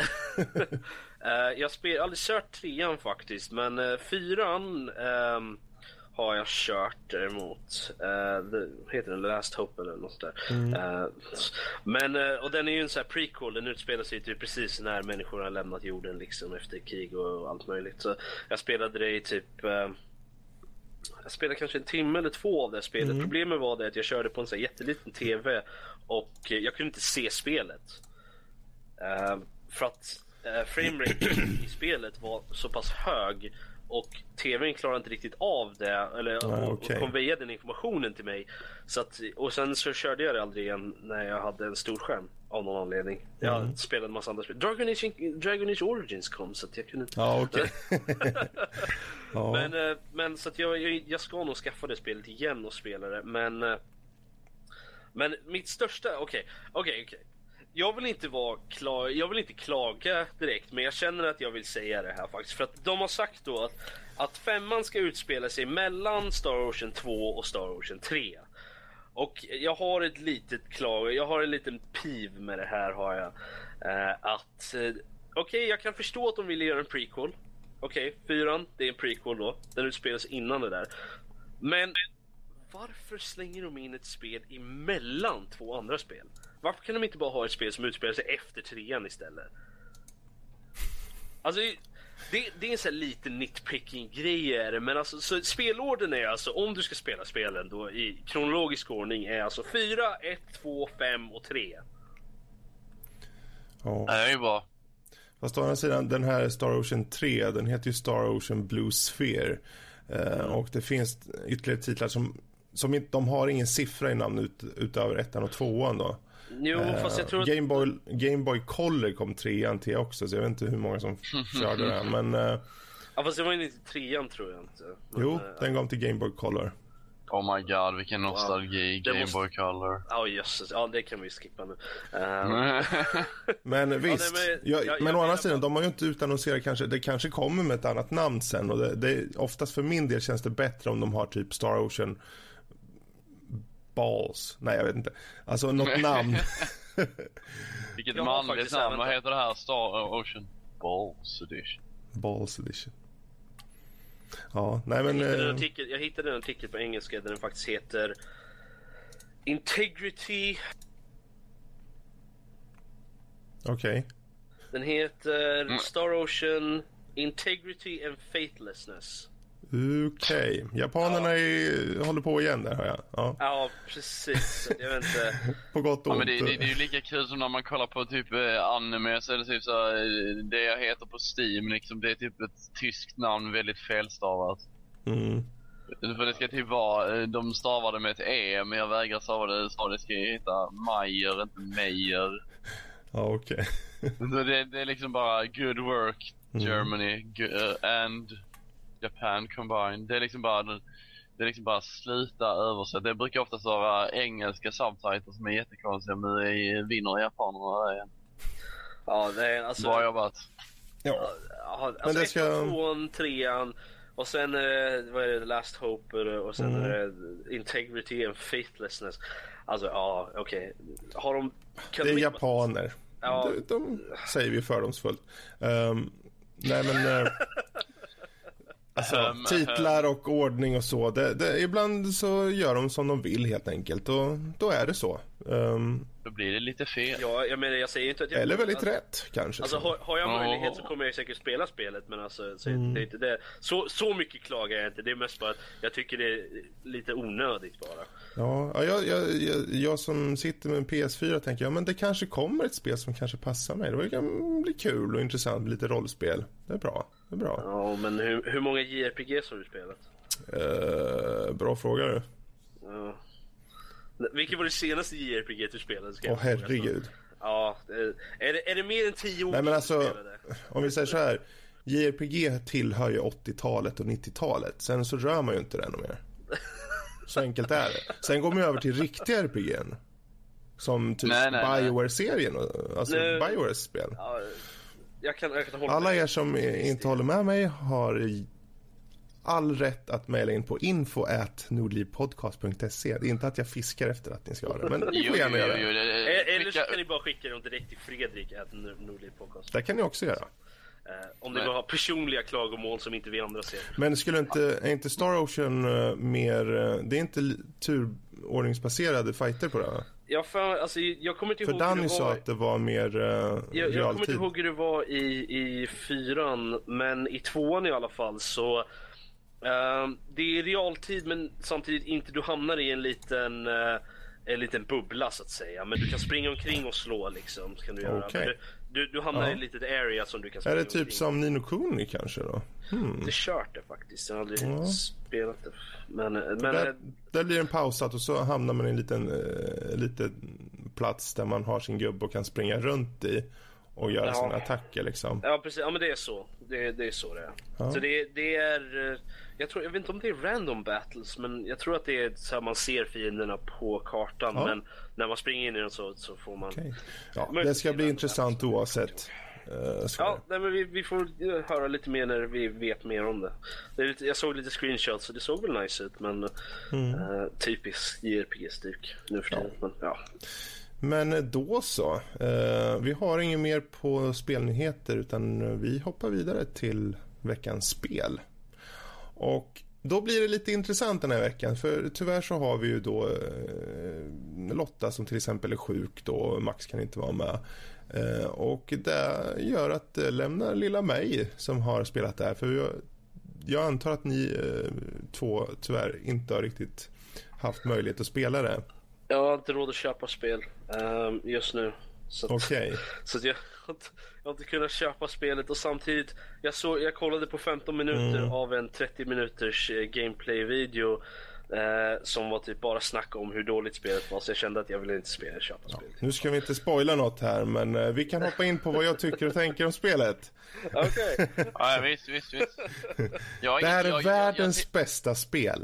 Jag spelade aldrig kört trean faktiskt, men uh, fyran um, har jag kört däremot. Uh, the, heter den Last Hope eller något där. Mm. Uh, men, uh, och den är ju en sån här prequel, den utspelar sig typ precis när människor har lämnat jorden liksom efter krig och allt möjligt. Så jag spelade det i typ... Uh, jag spelade kanske en timme eller två av det spelet. Mm. Problemet var det att jag körde på en sån här jätteliten tv och jag kunde inte se spelet. Uh, för att uh, framerate i spelet var så pass hög och tvn klarade inte riktigt av det eller ah, okay. konvejade den informationen till mig. Så att, och sen så körde jag det aldrig igen när jag hade en stor skärm av någon anledning. Jag mm. spelade en massa andra spel. Dragon Age, Dragon Age Origins kom så att jag kunde inte... Ja, okej. Okay. Ja. Men, men så att jag, jag, jag ska nog skaffa det spelet igen och spela det. Men, men mitt största... Okej, okay, okej, okay, okej. Okay. Jag vill inte vara klar, jag vill inte klaga direkt, men jag känner att jag vill säga det här faktiskt. För att de har sagt då att, att femman ska utspela sig mellan Star Ocean två och Star Ocean tre. Och jag har ett litet klag, jag har en liten piv med det här har jag. Uh, att, uh, okej okay, jag kan förstå att de vill göra en prequel. Okej, okay, fyran, det är en prequel då. Den utspelas innan det där. Men varför slänger de in ett spel emellan två andra spel? Varför kan de inte bara ha ett spel som utspelar sig efter trean istället? Alltså, det, det är en sån här liten nitpicking grejer. Men alltså, så spelorden är alltså, om du ska spela spelen då i kronologisk ordning är alltså fyra, ett, två, fem och tre. Ja, det är ju bra. Fast å andra sidan, den här Star Ocean tre, den heter ju Star Ocean Blue Sphere. Eh, och det finns ytterligare titlar som, som inte, de har ingen siffra i namn ut, utöver ettan och tvåan då. Jo, eh, fast jag tror att... Game Boy, Game Boy Color kom trean till också, så jag vet inte hur många som körde den, men... Eh, ja, fast det var ju inte trean tror jag inte. Men, jo, äh, den kom till Game Boy Color. Oh my god, vilken nostalgi. Wow. Game måste... Boy Color. Ja, oh, jösses. Ja, det kan vi skippa nu. Uh... men visst. Ja, nej, men jag, jag, men jag, å andra sidan, de har ju inte utannonserat kanske. Det kanske kommer med ett annat namn sen. Och det, det, oftast för min del känns det bättre om de har typ Star Ocean Balls. Nej, jag vet inte. Alltså något namn. Vilket manligt namn. Vad heter det här? Star Ocean Balls Edition. Balls Edition. Ja, nej men... Jag hittade, en artikel, jag hittade en artikel på engelska där den faktiskt heter Integrity. Okej. Okay. Den heter mm. Star Ocean Integrity and Faithlessness. Okej. Okay. Japanerna ja. är, håller på igen där, hör jag. Ja, ja precis. Jag vet inte. På gott och ont. Ja, men det, det, det är ju lika kul som när man kollar på typ anime, så är det typ så det jag heter på Steam liksom, det är typ ett tyskt namn väldigt felstavat. Mm. För det ska typ vara, de stavade med ett E, men jag vägrar stava det, så det ska ju heta Meyer, inte Meyer. Ja, okej. Okay. det, det är liksom bara good work Germany mm. uh, and Japan combined. Det är liksom bara det är liksom bara sluta översätta. Det brukar ofta vara engelska subtitles som är jättekonstiga, men det vinner japanerna igen. Ja, det är alltså bra jobbat. Ja. Alltså men det ska tvåan, trean och sen eh, vad är det, Last Hope och sen mm. är det Integrity and Faithlessness. Alltså ja, okej. Okay. Har de det är japaner. Ja. De, de säger vi fördomsfullt. Um, nej men uh, alltså, um, titlar och ordning och så det, det, ibland så gör de som de vill helt enkelt, och då är det så. Um, då blir det lite fel. Ja, jag menar, jag säger inte att jag eller väldigt alltså, rätt kanske. Alltså har, har jag möjlighet oh. så kommer jag säkert spela spelet, men alltså så, mm. det är inte det. Så, så mycket klagar jag inte. Det är mest bara att jag tycker det är lite onödigt bara. Ja, jag, jag, jag, jag som sitter med en P S fyra tänker, ja men det kanske kommer ett spel som kanske passar mig. Det kan bli kul och intressant, lite rollspel. Det är bra, det är bra. Ja, men hur, hur många J R P Gs har du spelat? Uh, bra fråga du. Ja. Vilket var det senaste J R P G du spelade? Åh oh, herregud. Ja, är det, är det mer än tio år? Nej men alltså, om vi säger så här, J R P G tillhör ju åttiotalet och nittiotalet. Sen så rör man ju inte det ännu mer. Så enkelt är det. Sen går man över till riktiga R P G:n. Som typ nej, nej, BioWare-serien. Alltså nej. BioWares spel. Ja, jag kan, jag kan hålla alla er som inte håller med mig har all rätt att mejla in på info at nordlivpodcast punkt se. Det är inte att jag fiskar efter att ni ska ha det, men ni får gärna göra det. Eller så kan ni bara skicka dem direkt till Fredrik at nordlivpodcast. Det kan ni också göra. Uh, om det bara har personliga klagomål som inte vi andra ser. Men skulle inte, är inte Star Ocean uh, mer, uh, det är inte turordningsbaserade fighter på det här? Ja, för, alltså, jag kommer inte för ihåg Danny hur det var. Sa att det var mer uh, jag, jag kommer inte ihåg hur det var i, i fyran, men i tvåan i alla fall så uh, det är realtid, men samtidigt inte, du hamnar i en liten uh, en liten bubbla så att säga, men du kan springa omkring och slå liksom, kan du göra. Okay. Du, du, du hamnar ja. i ett litet area som du kan springa omkring. Är det typ omkring. som Ni no Kuni kanske då? Hmm. Det kört det faktiskt, jag har aldrig ja. spelat det. Men, men där, där blir en pausat och så hamnar man i en liten, uh, liten plats där man har sin gubbe och kan springa runt i och göra ja. sina attacker liksom. Ja precis, ja men det är så. Det, det är så det är. Ja. Så det, det är, jag tror, jag vet inte om det är random battles, men jag tror att det är så här man ser fienderna på kartan, ja. men när man springer in i den så, så får man. Okay. Ja, det ska bli intressant battles, oavsett. Uh, ja, nej, men vi, vi får höra lite mer när vi vet mer om det. det är lite, jag såg lite screenshots så det såg väl nice ut, men mm. uh, typisk J R P G-stuk nu för tiden. Ja. Men, ja. Men då så, eh, vi har inget mer på spelnyheter utan vi hoppar vidare till veckans spel. Och då blir det lite intressant den här veckan, för tyvärr så har vi ju då eh, Lotta som till exempel är sjuk då, Max kan inte vara med. Eh, och det gör att det lämnar lilla mig som har spelat där, för jag, jag antar att ni eh, två tyvärr inte har riktigt haft möjlighet att spela det. Jag har inte råd att köpa spel um, just nu. Så, att, okay. så att jag, har inte, jag har inte kunnat köpa spelet. Och samtidigt, jag, såg, jag kollade på femton minuter mm. av en trettio minuters uh, gameplay-video uh, som var typ bara snack om hur dåligt spelet var. Så jag kände att jag ville inte spela, köpa ja. spelet. Nu ska vi inte spoila något här, men uh, vi kan hoppa in på vad jag tycker och tänker om spelet. Okej. Okay. Ja, visst, visst, visst. Jag, det här är jag, världens jag, jag, bästa spel.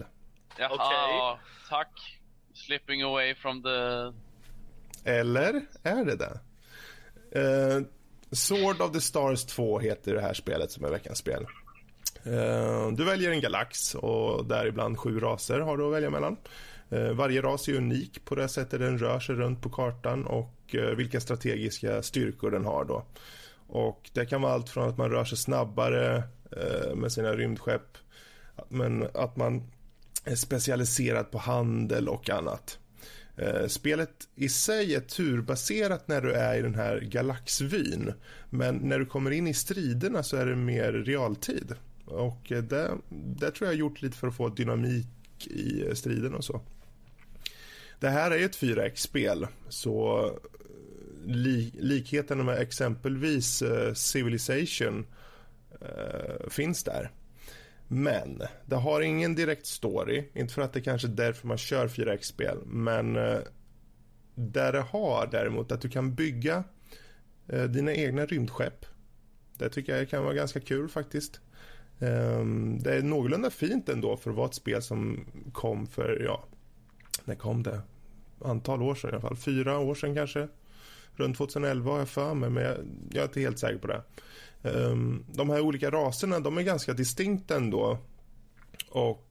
Jaha, okay. Tack. Slipping away from the... Eller är det det? Uh, Sword of the Stars två heter det här spelet som är veckans spel. Uh, du väljer en galax och däribland sju raser har du att välja mellan. Uh, varje ras är unik på det sättet den rör sig runt på kartan och uh, vilka strategiska styrkor den har då. Och det kan vara allt från att man rör sig snabbare uh, med sina rymdskepp, men att man är specialiserad på handel och annat. Uh, spelet i sig är turbaserat när du är i den här galaxvyn, men när du kommer in i striderna så är det mer realtid. Och det, det tror jag har gjort lite för att få dynamik i striden och så. Det här är ett fyra X-spel, så li, likheterna med exempelvis uh, Civilization uh, finns där. Men det har ingen direkt story, inte för att det kanske är därför man kör fyra X-spel, men uh, där det har däremot att du kan bygga uh, dina egna rymdskepp. Det tycker jag kan vara ganska kul faktiskt. Um, det är någorlunda fint ändå för att vara ett spel som kom för, ja, när kom det? Antal år sedan i alla fall, fyra år sedan kanske. Runt tjugoelva har jag för mig, men jag, jag är inte helt säker på det. Um, de här olika raserna, de är ganska distinkta ändå. Och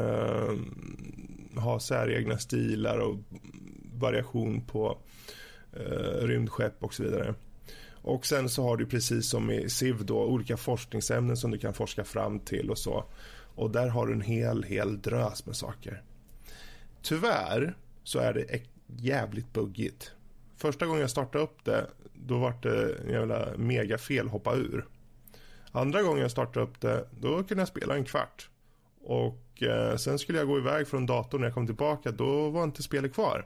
um, har säregna stilar och variation på uh, rymdskepp och så vidare. Och sen så har du precis som i Civ då olika forskningsämnen som du kan forska fram till och så. Och där har du en hel, hel drös med saker. Tyvärr så är det jävligt buggigt. Första gången jag startade upp det, då var det en jävla mega fel hoppa ur. Andra gången jag startade upp det, då kunde jag spela en kvart. Och eh, sen skulle jag gå iväg från datorn när jag kom tillbaka, då var inte spelet kvar.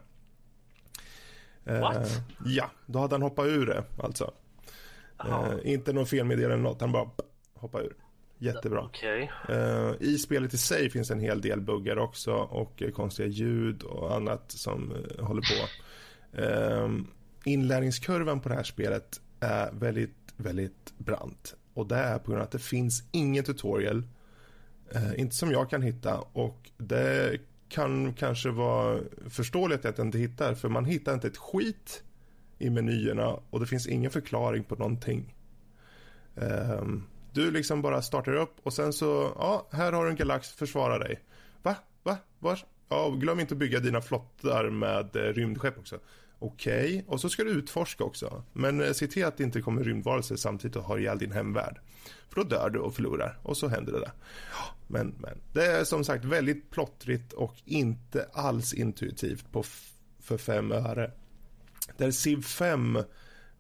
What? Eh, ja, då hade han hoppat ur det alltså. Eh, inte någon felmeddelande eller något, han bara hoppade ur. Jättebra. Okay. Eh, I spelet i sig finns en hel del buggar också och eh, konstiga ljud och annat som eh, håller på. Eh, inlärningskurvan på det här spelet är väldigt, väldigt brant. Och det är på grund av att det finns ingen tutorial. Eh, inte som jag kan hitta. Och det kan kanske vara förståeligt att jag inte hittar. För man hittar inte ett skit i menyerna. Och det finns ingen förklaring på någonting. Eh, du liksom bara startar upp. Och sen så, ja, här har du en galax, försvara dig. Va? Va? Var? Ja, glöm inte att bygga dina flottar med eh, rymdskepp också. Okej, okay. Och så ska du utforska också. Men eh, se till att det inte kommer rymdvarelser samtidigt och har ihjäl din hemvärld. För då dör du och förlorar. Och så händer det där. Men, men det är som sagt väldigt plottrigt och inte alls intuitivt på f- för fem öre. Där Civ fem eh,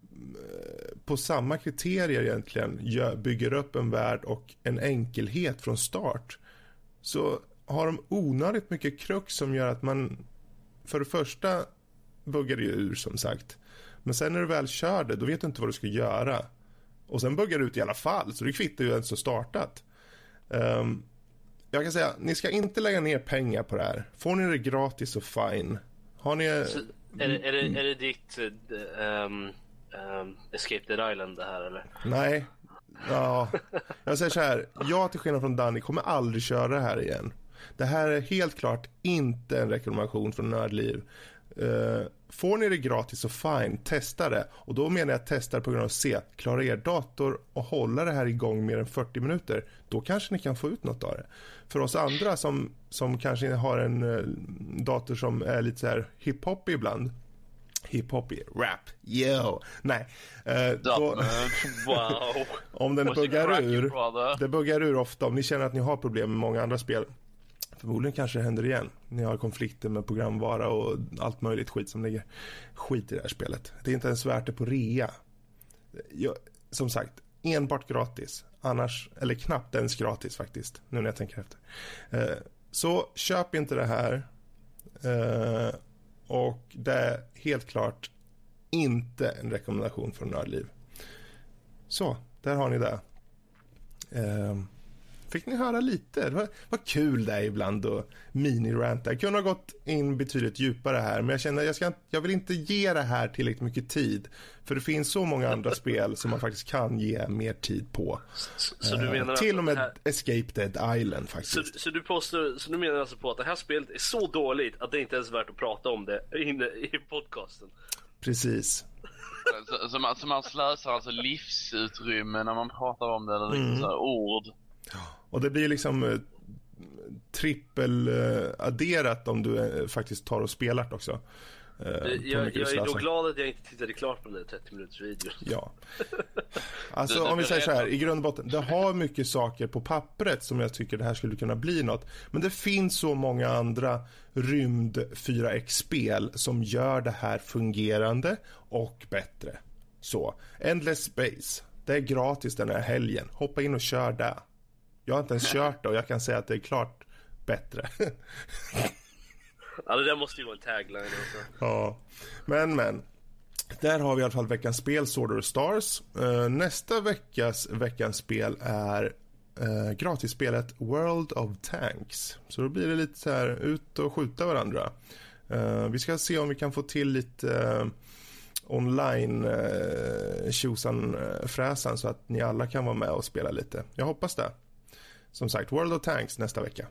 på samma kriterier egentligen gör, bygger upp en värld och en enkelhet från start. Så har de onödigt mycket krux som gör att man för det första buggar det ur som sagt. Men sen när du väl kör det, då vet du inte vad du ska göra. Och sen buggar du ut i alla fall, så det kvittar ju ens så startat. Um, jag kan säga, ni ska inte lägga ner pengar på det här. Får ni det gratis så fine. Har ni... Så, är, det, är, det, är det ditt um, um, Escape the Island det här eller? Nej. Ja. Jag säger så här, jag till skillnad från Danny kommer aldrig köra det här igen. Det här är helt klart inte en rekommendation från Nördliv. Uh, får ni det gratis så fine, testa det. Och då menar jag testa på grund av att se, klarar er dator och hålla det här igång mer än fyrtio minuter, då kanske ni kan få ut något av det. För oss andra som, som kanske har en uh, dator som är lite så här hiphop ibland, hiphop rap, yo, nej uh, då, wow. Om den buggar ur, det buggar ur ofta. Om ni känner att ni har problem med många andra spel, förmodligen kanske det händer igen. Ni har konflikter med programvara och allt möjligt skit som ligger skit i det här spelet. Det är inte ens värt det på rea. Jag, som sagt, enbart gratis. Annars, eller knappt ens gratis faktiskt, nu när jag tänker efter. Eh, så köp inte det här. Eh, och det är helt klart inte en rekommendation från Nördliv. Så, där har ni det. Eh, fick ni höra lite. Det var, var kul där ibland och mini-ranta. Jag kunde ha gått in betydligt djupare här, men jag känner jag, ska, jag vill inte ge det här tillräckligt mycket tid. För det finns så många andra spel som man faktiskt kan ge mer tid på. Så, så du menar uh, till och med här... Escape Dead Island faktiskt. Så, så, du påstår, så du menar alltså på att det här spelet är så dåligt att det inte ens är värt att prata om det inne i podcasten? Precis. Så, så, man, så man slösar alltså livsutrymme när man pratar om det, eller mm. så här ord. Och det blir liksom eh, trippel eh, adderat om du eh, faktiskt tar och spelar också. Eh, jag jag, jag är då glad att jag inte tittade klart på den där trettio minuters videon. Ja. Alltså om vi säger så här, i grund och botten, det har mycket saker på pappret som jag tycker det här skulle kunna bli något. Men det finns så många andra rymd fyra X-spel som gör det här fungerande och bättre. Så, Endless Space, det är gratis den här helgen. Hoppa in och kör det. Jag har inte ens kört det och jag kan säga att det är klart bättre. Ja, det där måste ju vara en tagline också. Ja, men men där har vi i alla fall veckans spel, Sword of the Stars. uh, Nästa veckas veckans spel är uh, gratisspelet World of Tanks. Så då blir det lite så här ut och skjuta varandra. uh, Vi ska se om vi kan få till lite uh, online uh, tjosan uh, fräsan så att ni alla kan vara med och spela lite. Jag hoppas det. Som sagt, World of Tanks nästa vecka.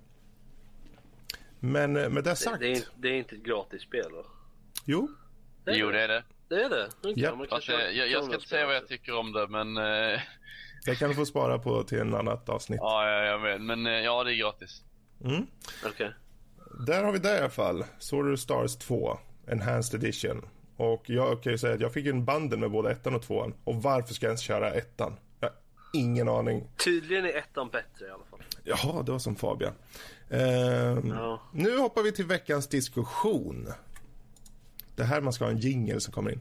Men med det sagt... Det, det, är, det är inte ett gratisspel va? Jo. Det jo, det är det. Det är det? Okay, ja. man alltså, jag, jag ska inte säga vad jag tycker om det, men... Uh... Det kan du få spara på till en annat avsnitt. Ja, ja, jag vet. Men uh, ja, det är gratis. Mm. Okej. Okay. Där har vi det i alla fall. Sword of the Stars två. Enhanced Edition. Och jag kan ju säga att jag fick en bundle med både ettan och tvåan. Och varför ska jag ens köra ettan? Jag har ingen aning. Tydligen är ettan bättre i alla fall. Jaha, det var som Fabian. Ehm, ja. Nu hoppar vi till veckans diskussion. Det här man ska ha en jingle som kommer in.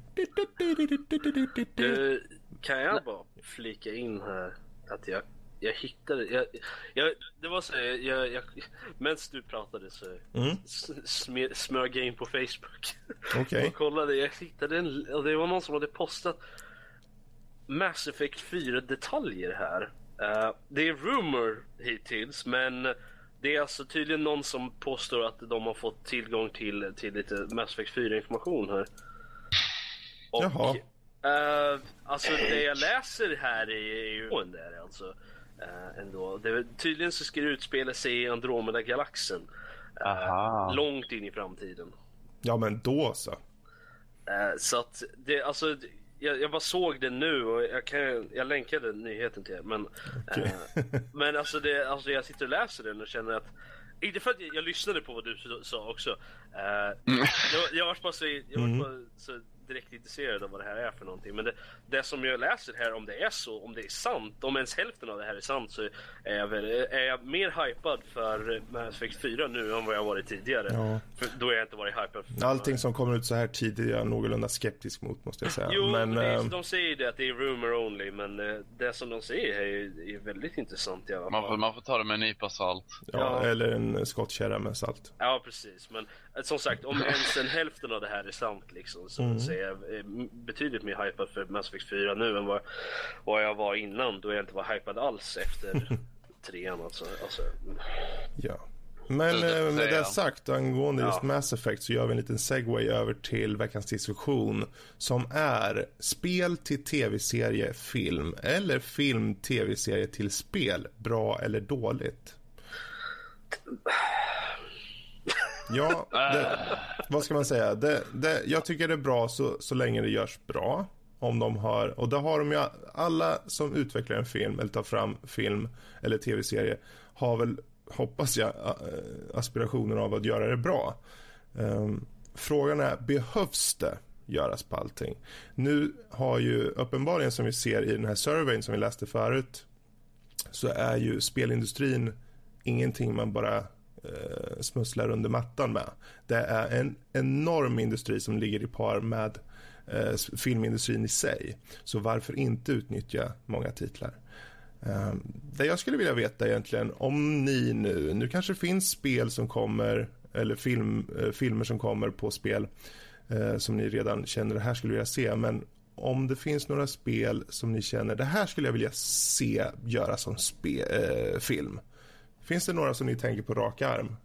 Du, kan jag bara flika in här att jag, jag hittade... Jag, jag, det var så här, jag, jag, medan du pratade så mm. sm, smög jag in på Facebook. Okay. Och kollade, jag hittade en... Och det var någon som hade postat Mass Effect fyra detaljer här. Uh, det är rumor hittills, men det är alltså tydligen någon som påstår att de har fått tillgång till, till lite Mass Effect fyra information här. Och, Jaha. Uh, alltså det jag läser här är ju där alltså. Uh, ändå. Det, tydligen så ska det utspela sig i Andromeda-galaxen. Uh, långt in i framtiden. Ja, men då så. Uh, så att det, alltså... Jag, jag bara såg det nu och jag, kan, jag länkade nyheten till er, men, okay. äh, men alltså, det, alltså jag sitter och läser den och känner att, inte för att jag, jag lyssnade på vad du sa också, äh, mm. jag, jag var bara, så, jag var bara mm. så direkt intresserad av vad det här är för någonting, men det, det som jag läser här, om det är så, om det är sant, om ens hälften av det här är sant, så är jag, väl, är jag mer hypad för Mass Effect fyra nu än vad jag varit tidigare. Ja. För då har jag inte varit hypad för allting som kommer ut så här tidigt är jag någorlunda skeptisk mot, måste jag säga. Jo, men, men det är, äh... de säger det att det är rumor only, men det som de säger är, är väldigt intressant i alla fall. Man får, man får ta det med en nypa salt. Ja, ja. Eller en skottkärra med salt. Ja, precis. Men som sagt, om ens en hälften av det här är sant liksom, så, mm. så är jag betydligt mer hypad för Mass Effect fyra nu än vad, vad jag var innan, då jag inte var hypad alls efter trean alltså. alltså. Ja. Men med det sagt, angående just ja. Mass Effect, så gör vi en liten segway över till veckans diskussion, som är spel till tv-serie, film, eller film, tv-serie till spel, bra eller dåligt? Ja, det, vad ska man säga? Det, det, jag tycker det är bra så, så länge det görs bra. Om de har, och det har de ju, alla som utvecklar en film eller tar fram film eller tv-serie har väl, hoppas jag, aspirationer av att göra det bra. Um, frågan är, behövs det göras på allting? Nu har ju uppenbarligen, som vi ser i den här surveyn som vi läste förut, så är ju spelindustrin ingenting man bara eh, smusslar under mattan med. Det är en enorm industri som ligger i par med eh, filmindustrin i sig. Så varför inte utnyttja många titlar? Um, det jag skulle vilja veta egentligen, om ni nu, nu kanske finns spel som kommer, eller film, uh, filmer som kommer på spel uh, som ni redan känner det här skulle vilja se, men om det finns några spel som ni känner, det här skulle jag vilja se göra som spe, äh, film. Finns det några som ni tänker på rak arm?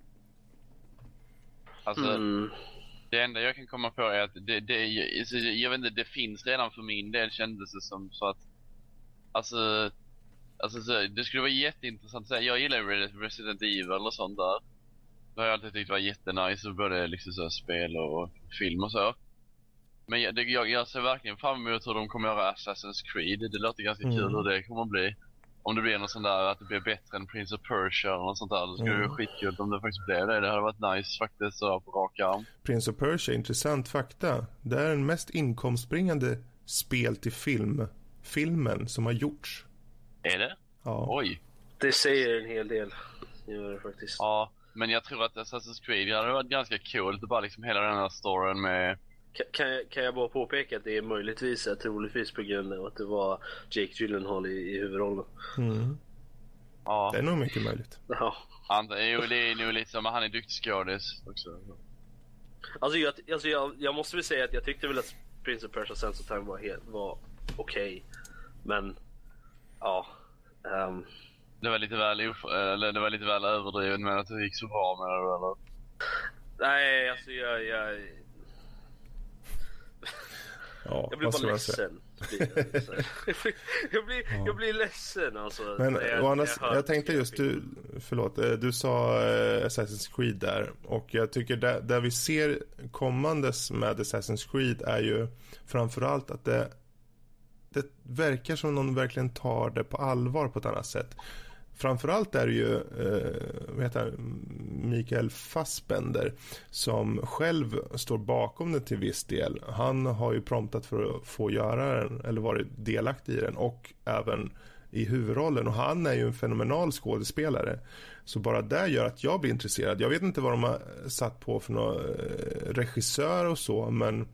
Alltså, mm. det enda jag kan komma på är att det, det, jag vet inte, det finns redan för min del, kändes det som så att alltså, alltså så, det skulle vara jätteintressant att säga. Jag gillar Resident Evil och sånt där. Det har jag alltid tyckt var jättenice, både liksom så spel och film och så. Men jag, det, jag, jag ser verkligen fram emot hur de kommer göra Assassin's Creed. Det låter ganska mm. kul hur det kommer att bli. Om det blir något sånt där, att det blir bättre än Prince of Persia eller något sånt där, då skulle mm. det vara skitkul om det faktiskt blev det. Det hade varit nice faktiskt, så på rak arm. Prince of Persia, intressant fakta. Det är den mest inkomstbringande spel till film, filmen som har gjorts. Är det? Ja. Oj. Det säger en hel del. Gör det faktiskt. Ja, men jag tror att Assassin's Creed hade varit ganska coolt. Det bara liksom hela den här storyn med... Kan jag, kan jag bara påpeka att det är möjligtvis, troligtvis på grund av att det var Jake Gyllenhaal i, i huvudrollen. Mm. Ja. Det är nog mycket möjligt. Ja. Han, jo, det är nog lite som, han är duktig skådis också. Alltså, jag, alltså jag, jag måste väl säga att jag tyckte väl att Prince of Persia Sands of Time var, helt, var okej. Okay. Men, ja... Um... Det var lite väl eller det var lite väl överdrivet, men att det gick så bra med det, eller? Nej, alltså jag... jag... Ja, jag blir bara ledsen. jag, blir, ja. jag blir ledsen alltså. Men jag, annars, jag, jag tänkte just du, förlåt, du sa uh, Assassin's Creed där, och jag tycker där, där vi ser kommandes med Assassin's Creed är ju framförallt att det, det verkar som någon verkligen tar det på allvar på ett annat sätt. Framförallt är det ju eh, vad heter han? Mikael Fassbender som själv står bakom det till viss del. Han har ju promptat för att få göra den, eller varit delaktig i den, och även i huvudrollen. Och han är ju en fenomenal skådespelare. Så bara det gör att jag blir intresserad. Jag vet inte vad de har satt på för någon regissör och så, men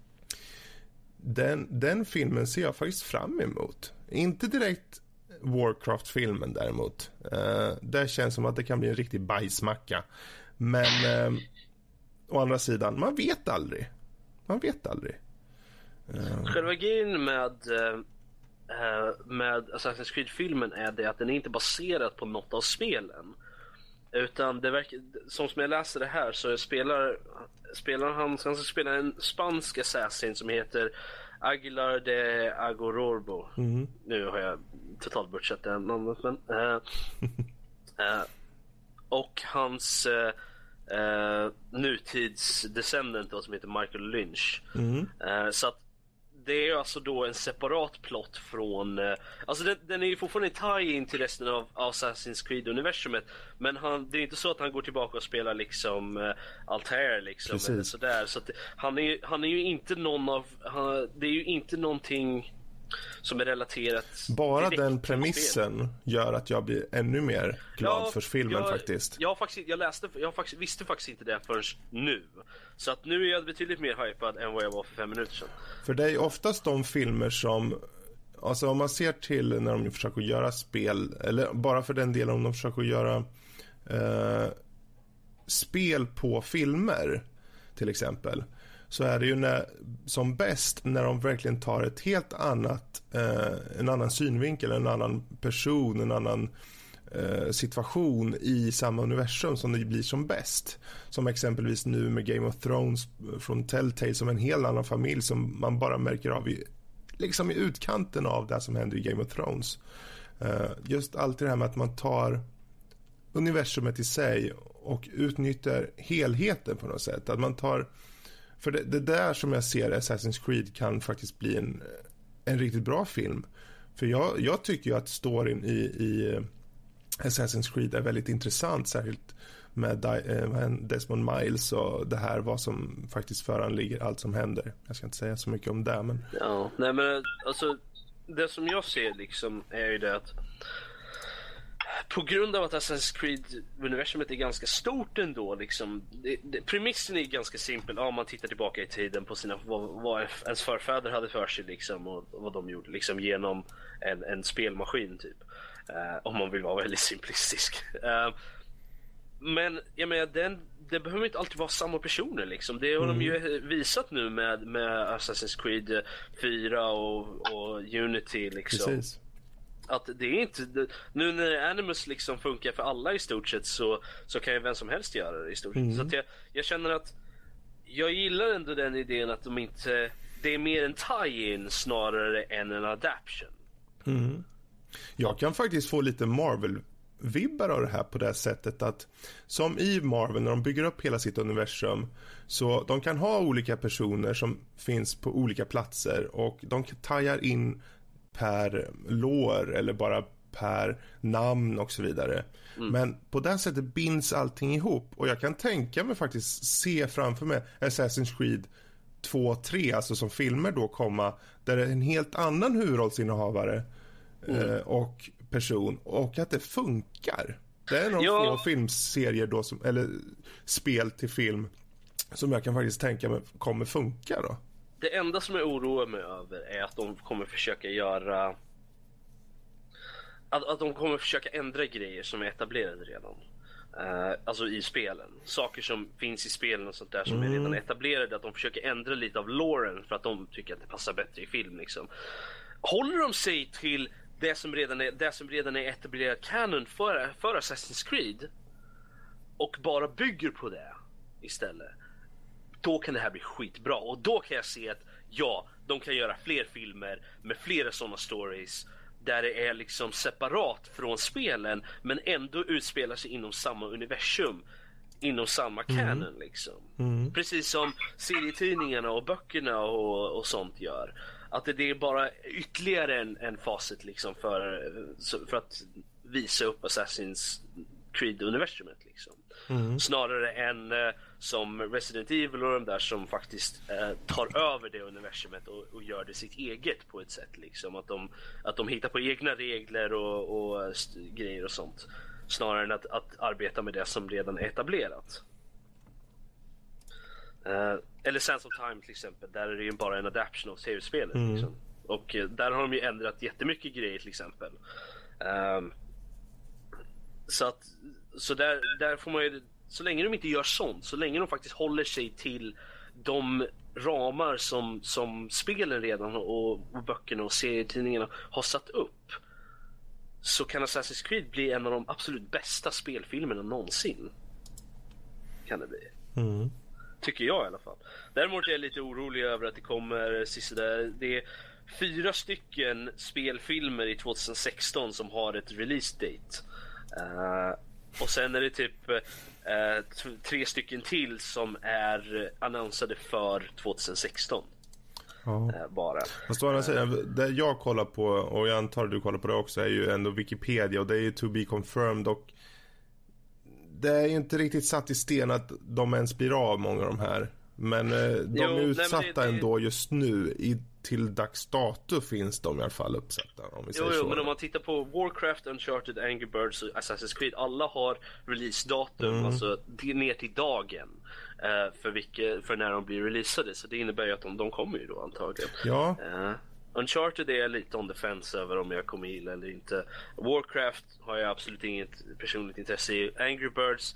den, den filmen ser jag faktiskt fram emot. Inte direkt Warcraft-filmen däremot. Uh, det känns som att det kan bli en riktig bajsmacka. Men uh, å andra sidan, man vet aldrig. Man vet aldrig. Uh. Själva grejen med uh, med Assassin's Creed-filmen är det att den är inte baserad på något av spelen. Utan det verkar, som jag läser det här, så spelar, spelar han, han spela en spansk assassin som heter Aguilar de Agororbo. Mm. Nu har jag totalt butchat det namnet, men uh, uh, och hans uh, uh, nutidsdescendent då, som heter Michael Lynch. Mm. Uh, så att det är alltså då en separat plott från... Uh, alltså den, den är ju fortfarande tie-in till resten av, av Assassin's Creed-universumet. Men han, det är inte så att han går tillbaka och spelar liksom uh, Altair liksom. Eller sådär. Så att han, är, han är ju inte någon av... Han, det är ju inte någonting som är relaterat... Bara den premissen gör att jag blir ännu mer glad ja, för filmen jag, faktiskt. Jag, faktiskt, jag, läste, jag faktiskt, visste faktiskt inte det förrän nu. Så att nu är jag betydligt mer hypad än vad jag var för fem minuter sedan. För det är oftast de filmer som... Alltså om man ser till när de försöker göra spel, eller bara för den delen om de försöker göra eh, spel på filmer till exempel, så är det ju när, som bäst när de verkligen tar ett helt annat eh, en annan synvinkel, en annan person, en annan eh, situation i samma universum som det blir som bäst. Som exempelvis nu med Game of Thrones från Telltale, som en helt annan familj som man bara märker av i, liksom i utkanten av det som händer i Game of Thrones. Eh, just allt det här med att man tar universumet i sig och utnyttjar helheten på något sätt. Att man tar... För det, det där som jag ser Assassin's Creed kan faktiskt bli en, en riktigt bra film. För jag, jag tycker ju att storyn i, i Assassin's Creed är väldigt intressant. Särskilt med eh, Desmond Miles och det här, vad som faktiskt föranligger allt som händer. Jag ska inte säga så mycket om det, men... Ja, nej men alltså det som jag ser liksom är ju det att på grund av att Assassin's Creed-universumet är ganska stort ändå liksom, det, det, premissen är ganska simpel. Ja, man tittar tillbaka i tiden på sina, vad, vad ens förfäder hade för sig liksom, och, och vad de gjorde liksom, genom en, en spelmaskin typ, uh, om man vill vara väldigt simplistisk. Uh, Men jag menar, den, det behöver inte alltid vara samma personer liksom. Det har mm. de ju visat nu med, med Assassin's Creed fyra och, och Unity liksom. Precis. Att det är inte det, nu när Animus liksom funkar för alla i stort sett, så, så kan ju vem som helst göra det i stort sett. Mm. Så att jag, jag känner att jag gillar ändå den idén att de inte, det är mer en tie-in snarare än en adaption. Mm. Jag kan faktiskt få lite Marvel-vibbar av det här på det sättet att som i Marvel när de bygger upp hela sitt universum, så de kan ha olika personer som finns på olika platser och de tajar in per lår eller bara per namn och så vidare. Mm. Men på det sättet binds allting ihop och jag kan tänka mig faktiskt se framför mig Assassin's Creed två tre, alltså som filmer då komma, där det är en helt annan huvudrollsinnehavare mm. eh, och person, och att det funkar. Det är någon ja. få filmserier då som, eller spel till film som jag kan faktiskt tänka mig kommer funka då. Det enda som jag oroar mig över är att de kommer försöka göra att, att de kommer försöka ändra grejer som är etablerade redan. Uh, alltså i spelen. Saker som finns i spelen och sånt där som mm. är redan etablerade, att de försöker ändra lite av loren för att de tycker att det passar bättre i film liksom. Håller de sig till det som redan är, det som redan är etablerat canon för, för Assassin's Creed och bara bygger på det istället, då kan det här bli skitbra. Och då kan jag se att ja, de kan göra fler filmer med flera sådana stories där det är liksom separat från spelen men ändå utspelar sig inom samma universum, inom samma canon mm. liksom. Mm. Precis som serietidningarna och böckerna och, och sånt gör. Att det, det är bara ytterligare en, en facet liksom för, för att visa upp Assassin's Creed-universumet liksom. Mm. Snarare än eh, som Resident Evil och de där som faktiskt eh, tar över det universumet och, och gör det sitt eget på ett sätt liksom. Att de, att de hittar på egna regler och, och st- grejer och sånt. Snarare än att, att arbeta med det som redan är etablerat. Eh, eller Sense of Time till exempel. Där är det ju bara en adaption av tv-spelet mm. liksom. Och eh, där har de ju ändrat jättemycket grejer till exempel. Eh, så att Så där, där får man ju, så länge de inte gör sånt, så länge de faktiskt håller sig till de ramar som, som spelen redan och, och böckerna och serietidningarna har satt upp, så kan Assassin's Creed bli en av de absolut bästa spelfilmerna någonsin. Kan det bli. Mm. Tycker jag i alla fall. Däremot är jag lite orolig över att det kommer sista där. Det är fyra stycken spelfilmer i tjugohundrasexton som har ett release date. Uh, och sen är det typ uh, t- tre stycken till som är annonsade för tjugohundrasexton. Ja. Uh, bara. Fast å andra sidan, det jag kollar på, och jag antar att du kollar på det också, är ju ändå Wikipedia, och det är ju to be confirmed, och det är ju inte riktigt satt i sten att de ens blir av, många av de här. Men eh, de jo, är utsatta nej, det, det... ändå just nu. I, till dags dato finns de i alla fall uppsatta. Om vi säger jo, jo, så. men om man tittar på Warcraft, Uncharted, Angry Birds och Assassin's Creed, alla har releasedatum, mm. alltså ner till dagen eh, för, vilka, för när de blir releasade. Så det innebär ju att de, de kommer ju då antagligen. Ja. Eh, Uncharted är jag lite on the fence över om jag kommer gilla eller inte. Warcraft har jag absolut inget personligt intresse i. Angry Birds,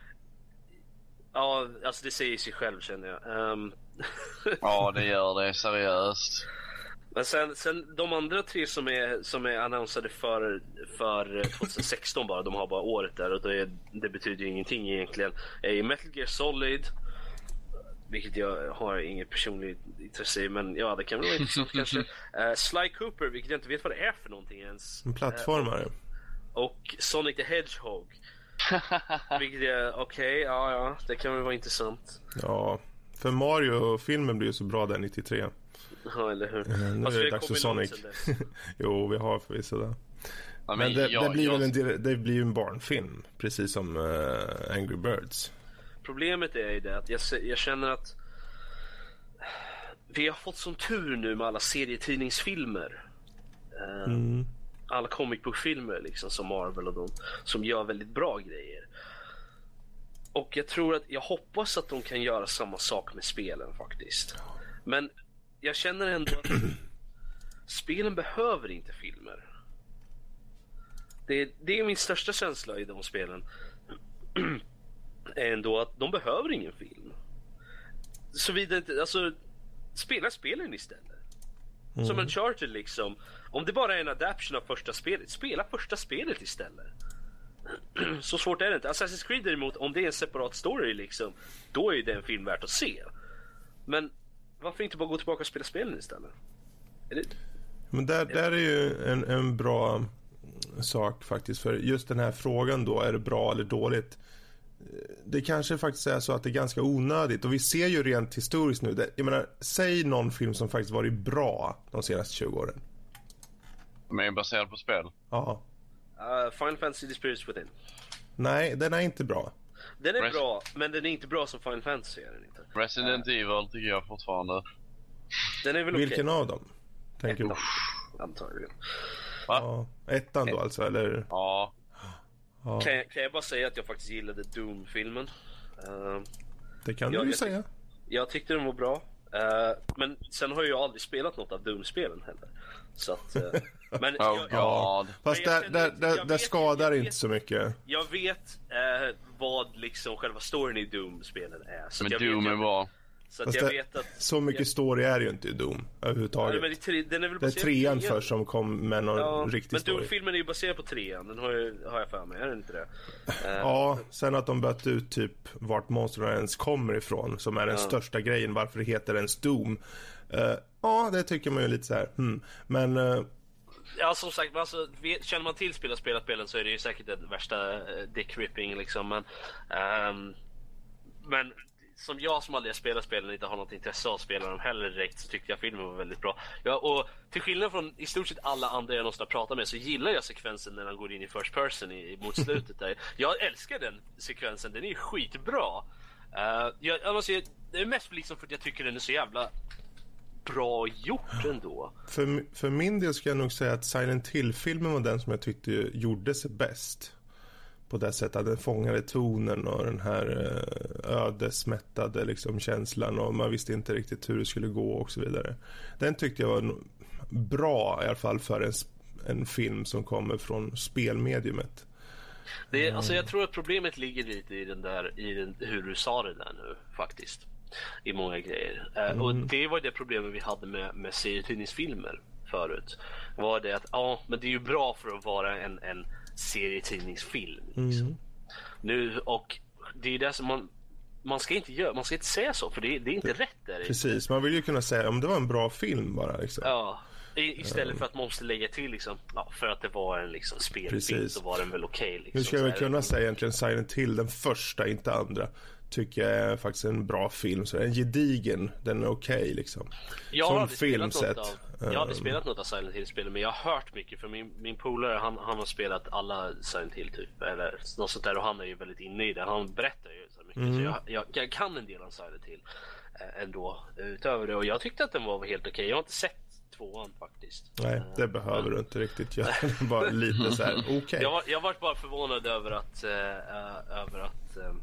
ja, alltså det säger sig själv, känner jag. Um... ja, det gör det, seriöst. Men sen, sen de andra tre som är, som är annonsade för, för tjugohundrasexton bara, de har bara året där, och det, är, det betyder ju ingenting egentligen. Är Metal Gear Solid, vilket jag har inget personligt intresse i, men ja, det kan väl vara intressant kanske. Uh, Sly Cooper, vilket jag inte vet vad det är för någonting ens. En plattformare. Uh, och Sonic the Hedgehog. Vilket är okej, okay, ja ja, det kan väl vara intressant. Ja, för Mario-filmen blir ju så bra där nittiotre. Ja, eller hur? Uh, nu alltså, är det dags för Sonic. Jo, vi har förvisso det. Ja, men men det, jag, det, blir jag... väl en, det blir ju en barnfilm, precis som uh, Angry Birds. Problemet är ju det att jag, jag känner att vi har fått sån tur nu med alla serietidningsfilmer. Uh, mm. Alla comic book-filmer liksom, som Marvel och de som gör väldigt bra grejer. Och jag tror att, jag hoppas att de kan göra samma sak med spelen faktiskt. Men jag känner ändå att spelen behöver inte filmer. Det, det är min största känsla i de spelen. är ändå att de behöver ingen film. Såvida inte, alltså spela spelen istället. Mm. Som Uncharted liksom. Om det bara är en adaption av första spelet, spela första spelet istället. Så svårt är det inte. Assassin's Creed däremot, om det är en separat story liksom, då är det en film värt att se. Men varför inte bara gå tillbaka och spela spelen istället? Är det... Men där, där är ju en, en bra sak faktiskt. För just den här frågan då, är det bra eller dåligt? Det kanske faktiskt är så att det är ganska onödigt. Och vi ser ju rent historiskt nu det, jag menar, säg någon film som faktiskt varit bra de senaste tjugo åren. De är baserad på spel. Ja. uh, Final Fantasy The Spirits Within. Nej, den är inte bra. Den är Res- bra, men den är inte bra som Final Fantasy är den inte. Resident uh, Evil tycker jag fortfarande. Den är väl Vilken okay. av dem? Tänker du? Antagligen. Va? Ja, ettan då alltså, eller? Ja. Ja. Kan, jag, kan jag bara säga att jag faktiskt gillade Doom-filmen. Uh, Det kan jag, du ju jag, säga. Jag tyckte den var bra. Uh, men sen har jag ju aldrig spelat något av Doom-spelen heller. Så att... Uh, men oh jag, God. Ja, fast men jag där, känner där, inte- där, jag där vet- skadar jag inte vet- så mycket. Jag vet uh, vad liksom själva storyn i Doom-spelen är. Så Men jag Doom vet, är bra. Så att Fast jag det- vet att... Så mycket jag, story är ju inte i Doom ja, överhuvudtaget. men det, är tre, den är väl Det är baserad på trean trean. först som kom med någon Ja, riktig men story. Doom-filmen är ju baserad på trean. Den har, ju, har jag för mig, är det inte det? Uh, Ja, sen att de bött ut typ vart monstren ens kommer ifrån, som är den Ja. största grejen, varför det heter ens Doom. Uh, ja, det tycker man ju lite så här. Hmm. Men uh, Ja, som sagt, alltså, vet, känner man till spel och spelat spelen så är det ju säkert den värsta uh, dick ripping liksom, men um, men som jag som aldrig har spelat spelen inte har något intresse av att spela dem heller direkt, så tyckte jag filmen var väldigt bra. Ja, och till skillnad från i stort sett alla andra jag någonsin har pratat med så gillar jag sekvensen när han går in i first person i, mot slutet där. Jag älskar den sekvensen, den är skitbra. Uh, jag, jag måste säga, det är mest liksom för att jag tycker den är så jävla bra gjort ändå. för, för min del ska jag nog säga att Silent Hill-filmen var den som jag tyckte gjorde sig bäst. På det sättet att den fångade tonen och den här ödesmättade liksom känslan, och man visste inte riktigt hur det skulle gå och så vidare. Den tyckte jag var bra i alla fall för en, en film som kommer från spelmediumet. Det är, alltså jag tror att problemet ligger lite i den där, i den, hur du sa det där nu faktiskt, i många grejer. Mm. Uh, och det var det problemet vi hade med, med serietidningsfilmer förut. Var det att, ja, men det är ju bra för att vara en, en serietidningsfilm liksom. Mm. Nu, och det är det som man man ska inte göra, man ska inte säga så, för det, det är inte det, rätt där. Precis, man vill ju kunna säga om det var en bra film bara liksom. Ja. Istället för att man måste lägga till liksom, ja, för att det var en liksom spelfilm så var den väl okej okay, liksom. Nu ska jag väl kunna säga egentligen Silent Hill, den första, inte andra, tycker jag är faktiskt en bra film. Så en gedigen, den är okej okay, liksom. Jag har aldrig film spelat något av, jag har aldrig spelat något av Silent Hill-spelen, men jag har hört mycket för min, min polare, han, han har spelat alla Silent Hill typ, eller något sånt där, och han är ju väldigt inne i det. Han berättar ju så mycket, mm. så jag, jag, jag kan en del av Silent Hill eh, ändå utöver det, och jag tyckte att den var helt okej. Okay. Jag har inte sett tvåan faktiskt. Nej, det uh, behöver men... du inte riktigt göra. Bara lite så här, okej. Okay. Jag var, jag var bara förvånad över att uh, uh, över att uh,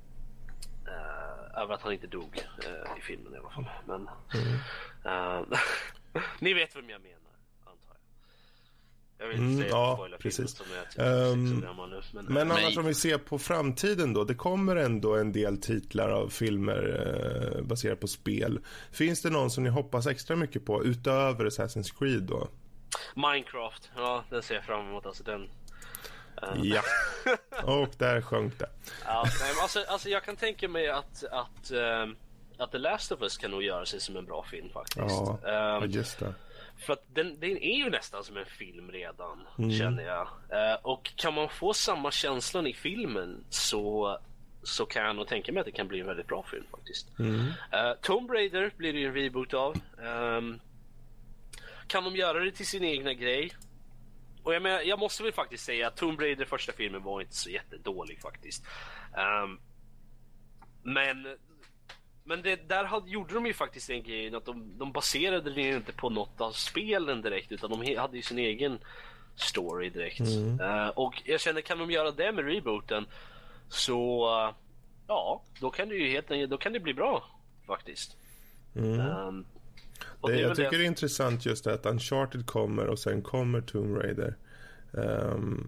uh, över att han inte dog uh, i filmen i alla fall. Men mm. uh, ni vet vem jag menar, antar jag. Jag vill inte mm, säga ja, spoila precis. Som jag typ um, nu, men men annars om vi ser på framtiden då, det kommer ändå en del titlar av filmer eh, baserat på spel. Finns det någon som ni hoppas extra mycket på utöver Assassin's Creed då? Minecraft, ja, den ser jag fram emot, alltså den. Uh. Ja, och där sjönk det. Ja, nej, men alltså, alltså jag kan tänka mig att att, uh, att The Last of Us kan nog göra sig som en bra film faktiskt. Ja, um, just det. För att den, den är ju nästan som en film redan, mm. känner jag. Uh, och kan man få samma känslan i filmen så, så kan jag nog tänka mig att det kan bli en väldigt bra film faktiskt. Mm. Uh, Tomb Raider blir det ju en reboot av. Um, kan de göra det till sin egna grej? Och jag, menar, jag måste väl faktiskt säga att Tomb Raider första filmen var inte så jättedålig faktiskt. Um, men... Men det, där hade, gjorde de ju faktiskt en grej att de, de baserade det inte på något av spelen direkt, utan de hade ju sin egen story direkt. Mm. Uh, och jag känner, kan de göra det med rebooten så uh, ja, då kan det ju helt då kan det bli bra faktiskt. Mm. Um, det, det jag tycker det... det är intressant just det att Uncharted kommer och sen kommer Tomb Raider. Um,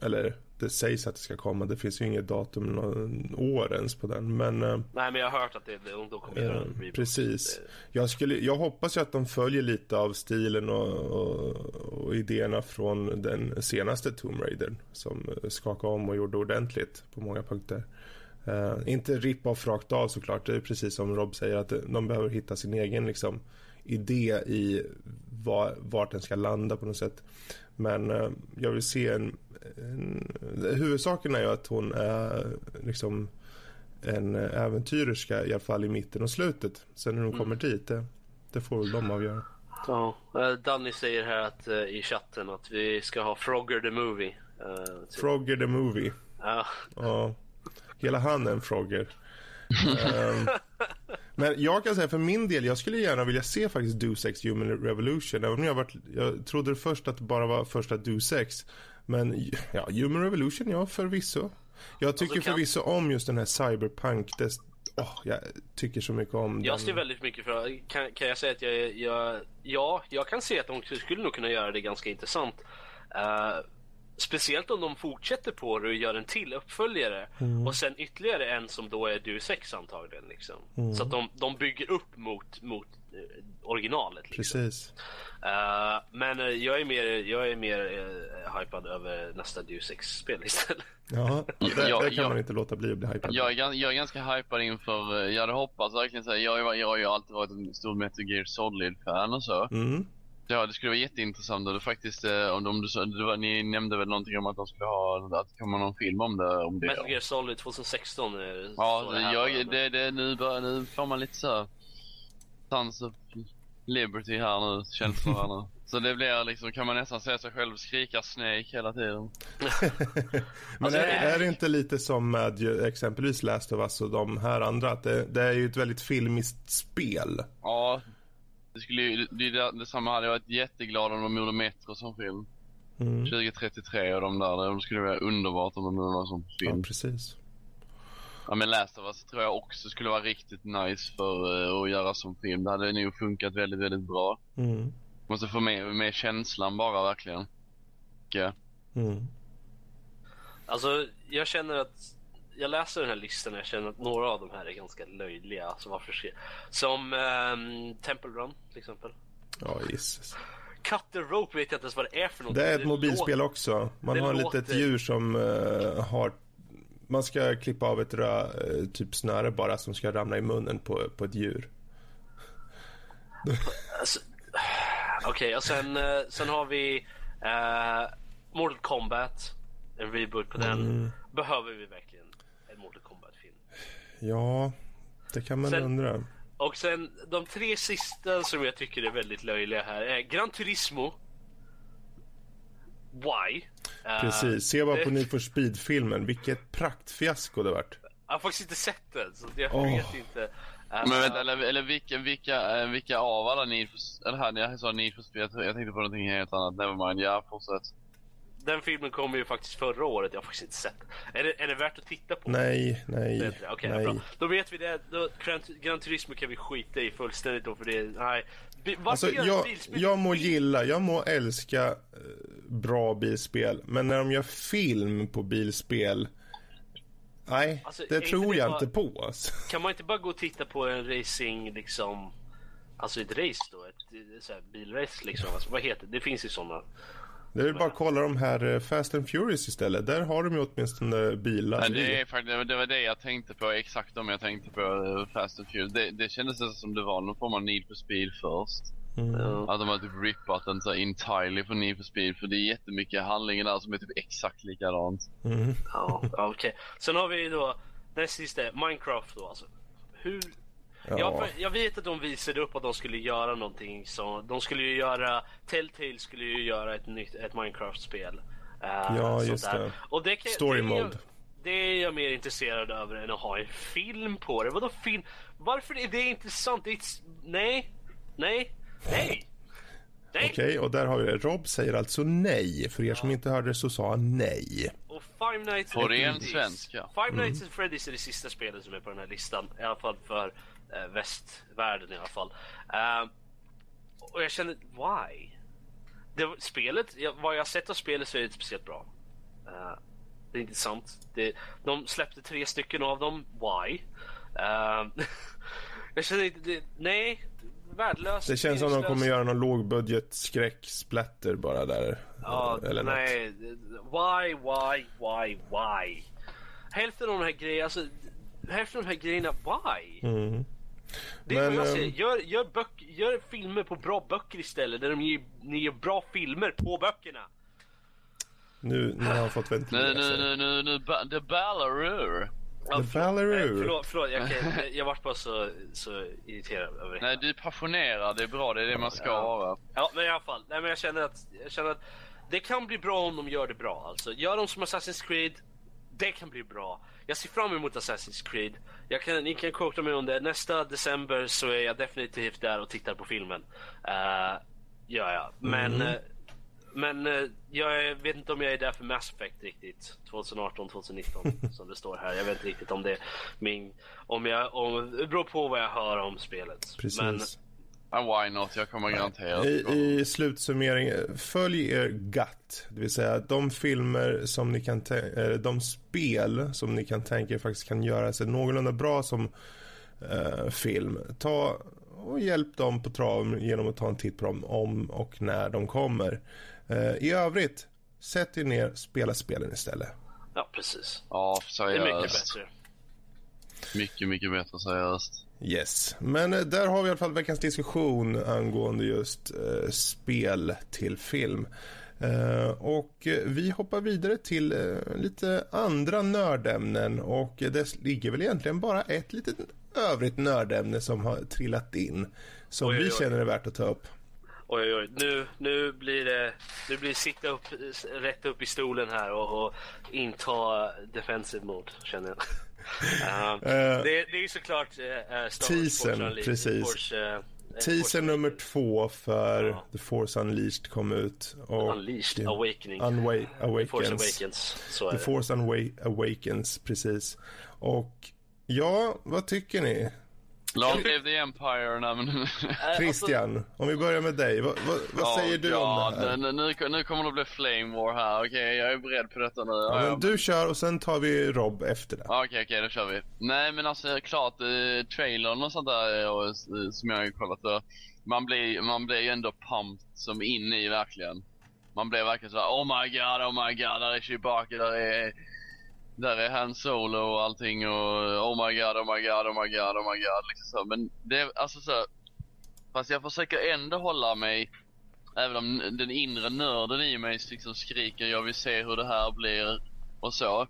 eller det sägs att det ska komma. Det finns ju inget datum någon år ens på den. Men, Nej, men jag har hört att det, de kommer göra en reboot. Precis. Jag, skulle, jag hoppas ju att de följer lite av stilen och, och, och idéerna från den senaste Tomb Raider som skakade om och gjorde ordentligt på många punkter. Uh, inte rip-off rakt av såklart. Det är precis som Rob säger att de behöver hitta sin egen liksom, idé i var, vart den ska landa på något sätt. Men uh, jag vill se en, en huvudsaken är ju att hon är liksom en äventyrerska i alla fall i mitten och slutet. Sen när hon mm. kommer dit det, det får väl de avgöra. Ja, uh, Danny säger här att, uh, i chatten att vi ska ha Frogger the Movie. Uh, typ. Frogger the Movie. Ja. Ja. Hela han är en Frogger. um, men jag kan säga för min del, jag skulle gärna vilja se faktiskt Deus Ex Human Revolution. Även om jag, varit, jag trodde först att det bara var första Deus Ex. Men ja, Human Revolution, ja förvisso. Jag tycker alltså, kan... förvisso om just den här cyberpunk. Det, oh, jag tycker så mycket om den. Jag ser väldigt mycket för, kan, kan jag säga att jag, jag, ja, jag kan se att de skulle nog kunna göra det ganska intressant. Uh, Speciellt om de fortsätter på det och gör en till uppföljare mm. och sen ytterligare en som då är Deus Ex antagligen liksom. Mm. Så att de, de bygger upp mot, mot uh, originalet liksom. Precis. Uh, men uh, jag är mer, jag är mer uh, hypad över nästa Deus Ex-spel istället. Ja, det, jag, det kan jag, man inte låta bli att bli hypad. Jag är, jag är ganska hypad inför, jag hade hoppats verkligen säga, jag, jag, jag har ju alltid varit en stor Metal Gear Solid-fan och så. Mm. Ja, det skulle vara jätteintressant och det faktiskt eh, om de, det var, ni nämnde väl någonting om att de skulle ha att det kommer någon film om det om det. Metal Gear Solid tjugohundrasexton är ja, det, jag, det, det nu bör, nu får man lite så Sons of Liberty här nu känns det här nu. Så det blir liksom, kan man nästan se sig själv skrika Snake hela tiden. Men alltså, är, är det inte lite som med exempelvis Last of Us och de här andra att det, det är ju ett väldigt filmiskt spel. Ja. Det skulle ju, det, det, det samma hade jag varit jätteglad om de gjorde Metro som film. Mm. tjugo trettiotre och de där, de skulle vara underbart om de gjorde något som film. Ja, precis. Ja, men Last of Us tror jag också skulle vara riktigt nice för uh, att göra som film. Det hade nog funkat väldigt, väldigt bra. Mm. Måste få med, med känslan bara, verkligen. Okay. Mm. Alltså, jag känner att jag läser den här listan och jag känner att några av de här är ganska löjliga. Alltså, varför ska... Som um, Temple Run till exempel. Ja, oh, Jesus. Cut the Rope vet jag inte ens vad det är för något. Det är ett det mobilspel låter... också. Man det har låter... litet djur som uh, har... Man ska klippa av ett rö, uh, typ snöre bara som ska ramla i munnen på, på ett djur. Alltså, Okej, okay, och sen, uh, sen har vi uh, Mortal Kombat. En reboot på den. Mm. Behöver vi verkligen en Mortal Kombat-film? Ja, det kan man sen, undra. Och sen de tre sista som jag tycker är väldigt löjliga här är Gran Turismo. Why? Precis, se bara uh, på Need for Speed-filmen. Vilket praktfiasko det vart. Jag har faktiskt inte sett den, så jag oh. vet inte. Uh, Men vänta, eller, eller vilka, vilka, vilka av alla Need for... Eller här, jag sa Need for Speed, jag tänkte på någonting helt annat. Nevermind, ja, fortsätt. Den filmen kom ju faktiskt förra året. Jag har faktiskt inte sett den. Är det, är det värt att titta på? Nej, nej. Okej, okay, bra. Då vet vi det. Då, Gran Turismo kan vi skita i fullständigt då, för det nej. Alltså, jag, jag må gilla, jag må älska eh, bra bilspel. Men när de gör film på bilspel, nej, alltså, det tror jag bara, inte på. Alltså. Kan man inte bara gå och titta på en racing liksom, alltså ett race då, ett, ett så här bilrace liksom, alltså, vad heter det? Det finns ju sådana. Det är bara att kolla de här Fast and Furious istället. Där har de ju åtminstone bilar. Men det, är, det var det jag tänkte på. Exakt om jag tänkte på Fast and Furious. Det, det kändes som det var någon form av Need for Speed först. Mm. Att de har typ rippat den så entirely för Need for Speed. För det är jättemycket handlingar där som är typ exakt likadant. Mm. Ja, okej. Okay. Sen har vi då näst sista, Minecraft då alltså. Hur... Ja. Jag, jag vet att de visade upp att de skulle göra någonting så de skulle ju göra Telltale skulle ju göra ett nytt ett Minecraft-spel. Uh, ja, just där. det. Och det kan, Story det mode. Är, det är jag mer intresserad över än att ha en film på det. Vadå film? Varför är det intressant? Det är ett... Nej. Nej. Nej. Okej, okay, och där har vi det. Rob säger alltså nej. För er ja. som inte hörde det så sa han nej. Och Five Nights at Freddy's. Svenska. Five Nights at Freddy's är det sista spelet som är på den här listan. I alla fall för eh, västvärlden i alla fall. Uh, och jag känner, why? Det, spelet, jag, vad jag har sett av spelet så är det inte speciellt bra. Uh, det är inte sant. Det, de släppte tre stycken av dem. Why? Uh, jag känner inte... Det, nej, värdelöst. Det känns som de kommer göra någon lågbudget skräcksplatter bara där. Ja, eller nej. Något. Why, why, why, why? Hälften av de här grejerna, alltså... Hälften av de här grejerna, why? Mm. Det är Men, vad jag säger. um, Gör, gör, böck, gör filmer på bra böcker istället. Där de ger, ni gör bra filmer på böckerna. Nu, nu har jag fått ventilera Nu, nu, nu, nu, nu, ba- The Ballarur. Ja, The Ballarur. Förlåt, förlåt. Jag, kan, jag vart bara så, så irriterad över det. Nej, du är passionerad, det är bra, det är det man ska Ja. vara. Ja, men i alla fall. Nej, men jag känner att, jag känner att det kan bli bra om de gör det bra. Alltså, gör de som Assassin's Creed, det kan bli bra. Jag ser fram emot Assassin's Creed. Jag kan, ni kan quota mig om det. Nästa december så är jag definitivt där och tittar på filmen. Uh, ja, ja. Men, Mm. uh, men uh, jag vet inte om jag är där för Mass Effect riktigt. tjugo arton tjugo nitton som det står här. Jag vet inte riktigt om det min, om jag, om, det beror på vad jag hör om spelet. Precis. Men, Ah, why not? Jag kommer garanterat. I, I slutsummering, följ er gut. Det vill säga de filmer som ni kan tä- de spel som ni kan tänka er faktiskt kan göra sig någorlunda bra som uh, film. Ta och hjälp dem på trav genom att ta en titt på dem om och när de kommer. Uh, I övrigt, sätt er ner, spela spelen istället. ja, precis. Ja, Det är mycket seriöst. bättre. Mycket, mycket bättre, seriöst. Yes, men eh, där har vi i alla fall veckans diskussion angående just eh, spel till film. Eh, och eh, vi hoppar vidare till eh, lite andra nördämnen och eh, det ligger väl egentligen bara ett litet övrigt nördämne som har trillat in som Oj, oj, vi oj. känner är värt att ta upp. Oj, oj, oj. Nu, nu blir det nu blir det sitta upp, rätt upp i stolen här och, och inta defensive mode, känner jag. Uh, det, det är ju såklart uh, Teasern, precis. Force, uh, Teaser Force nummer två för Ja. The Force Unleashed kom ut. Och Unleashed, Awakening. Unwa- Awakens. Force Awakens, så är The det. Force Unwa- Awakens, precis. Och ja, vad tycker ni? Long live the Empire. Nej, men... Uh, Christian, alltså, om vi börjar med dig. Vad, vad, vad Ja, säger du ja, om det här? Nu, nu, nu kommer det bli flame war här. Okej, okay, jag är beredd på detta nu. Ja, Ja, men du kör och sen tar vi Rob efter det. Okej, okej, då kör vi. Nej, men alltså klart, eh, trailern och sånt där och, eh, som jag har kollat då, man blir, man blir ju ändå pumped som in i verkligen. Man blir verkligen så här: oh my god, oh my god, där är Chewbacca, där är, där är Han Solo och allting och oh my god, oh my god, oh my god, oh my god, liksom så. Men det är alltså så, fast jag försöker ändå hålla mig, även om den inre nörden i mig liksom skriker jag vill se hur det här blir och så.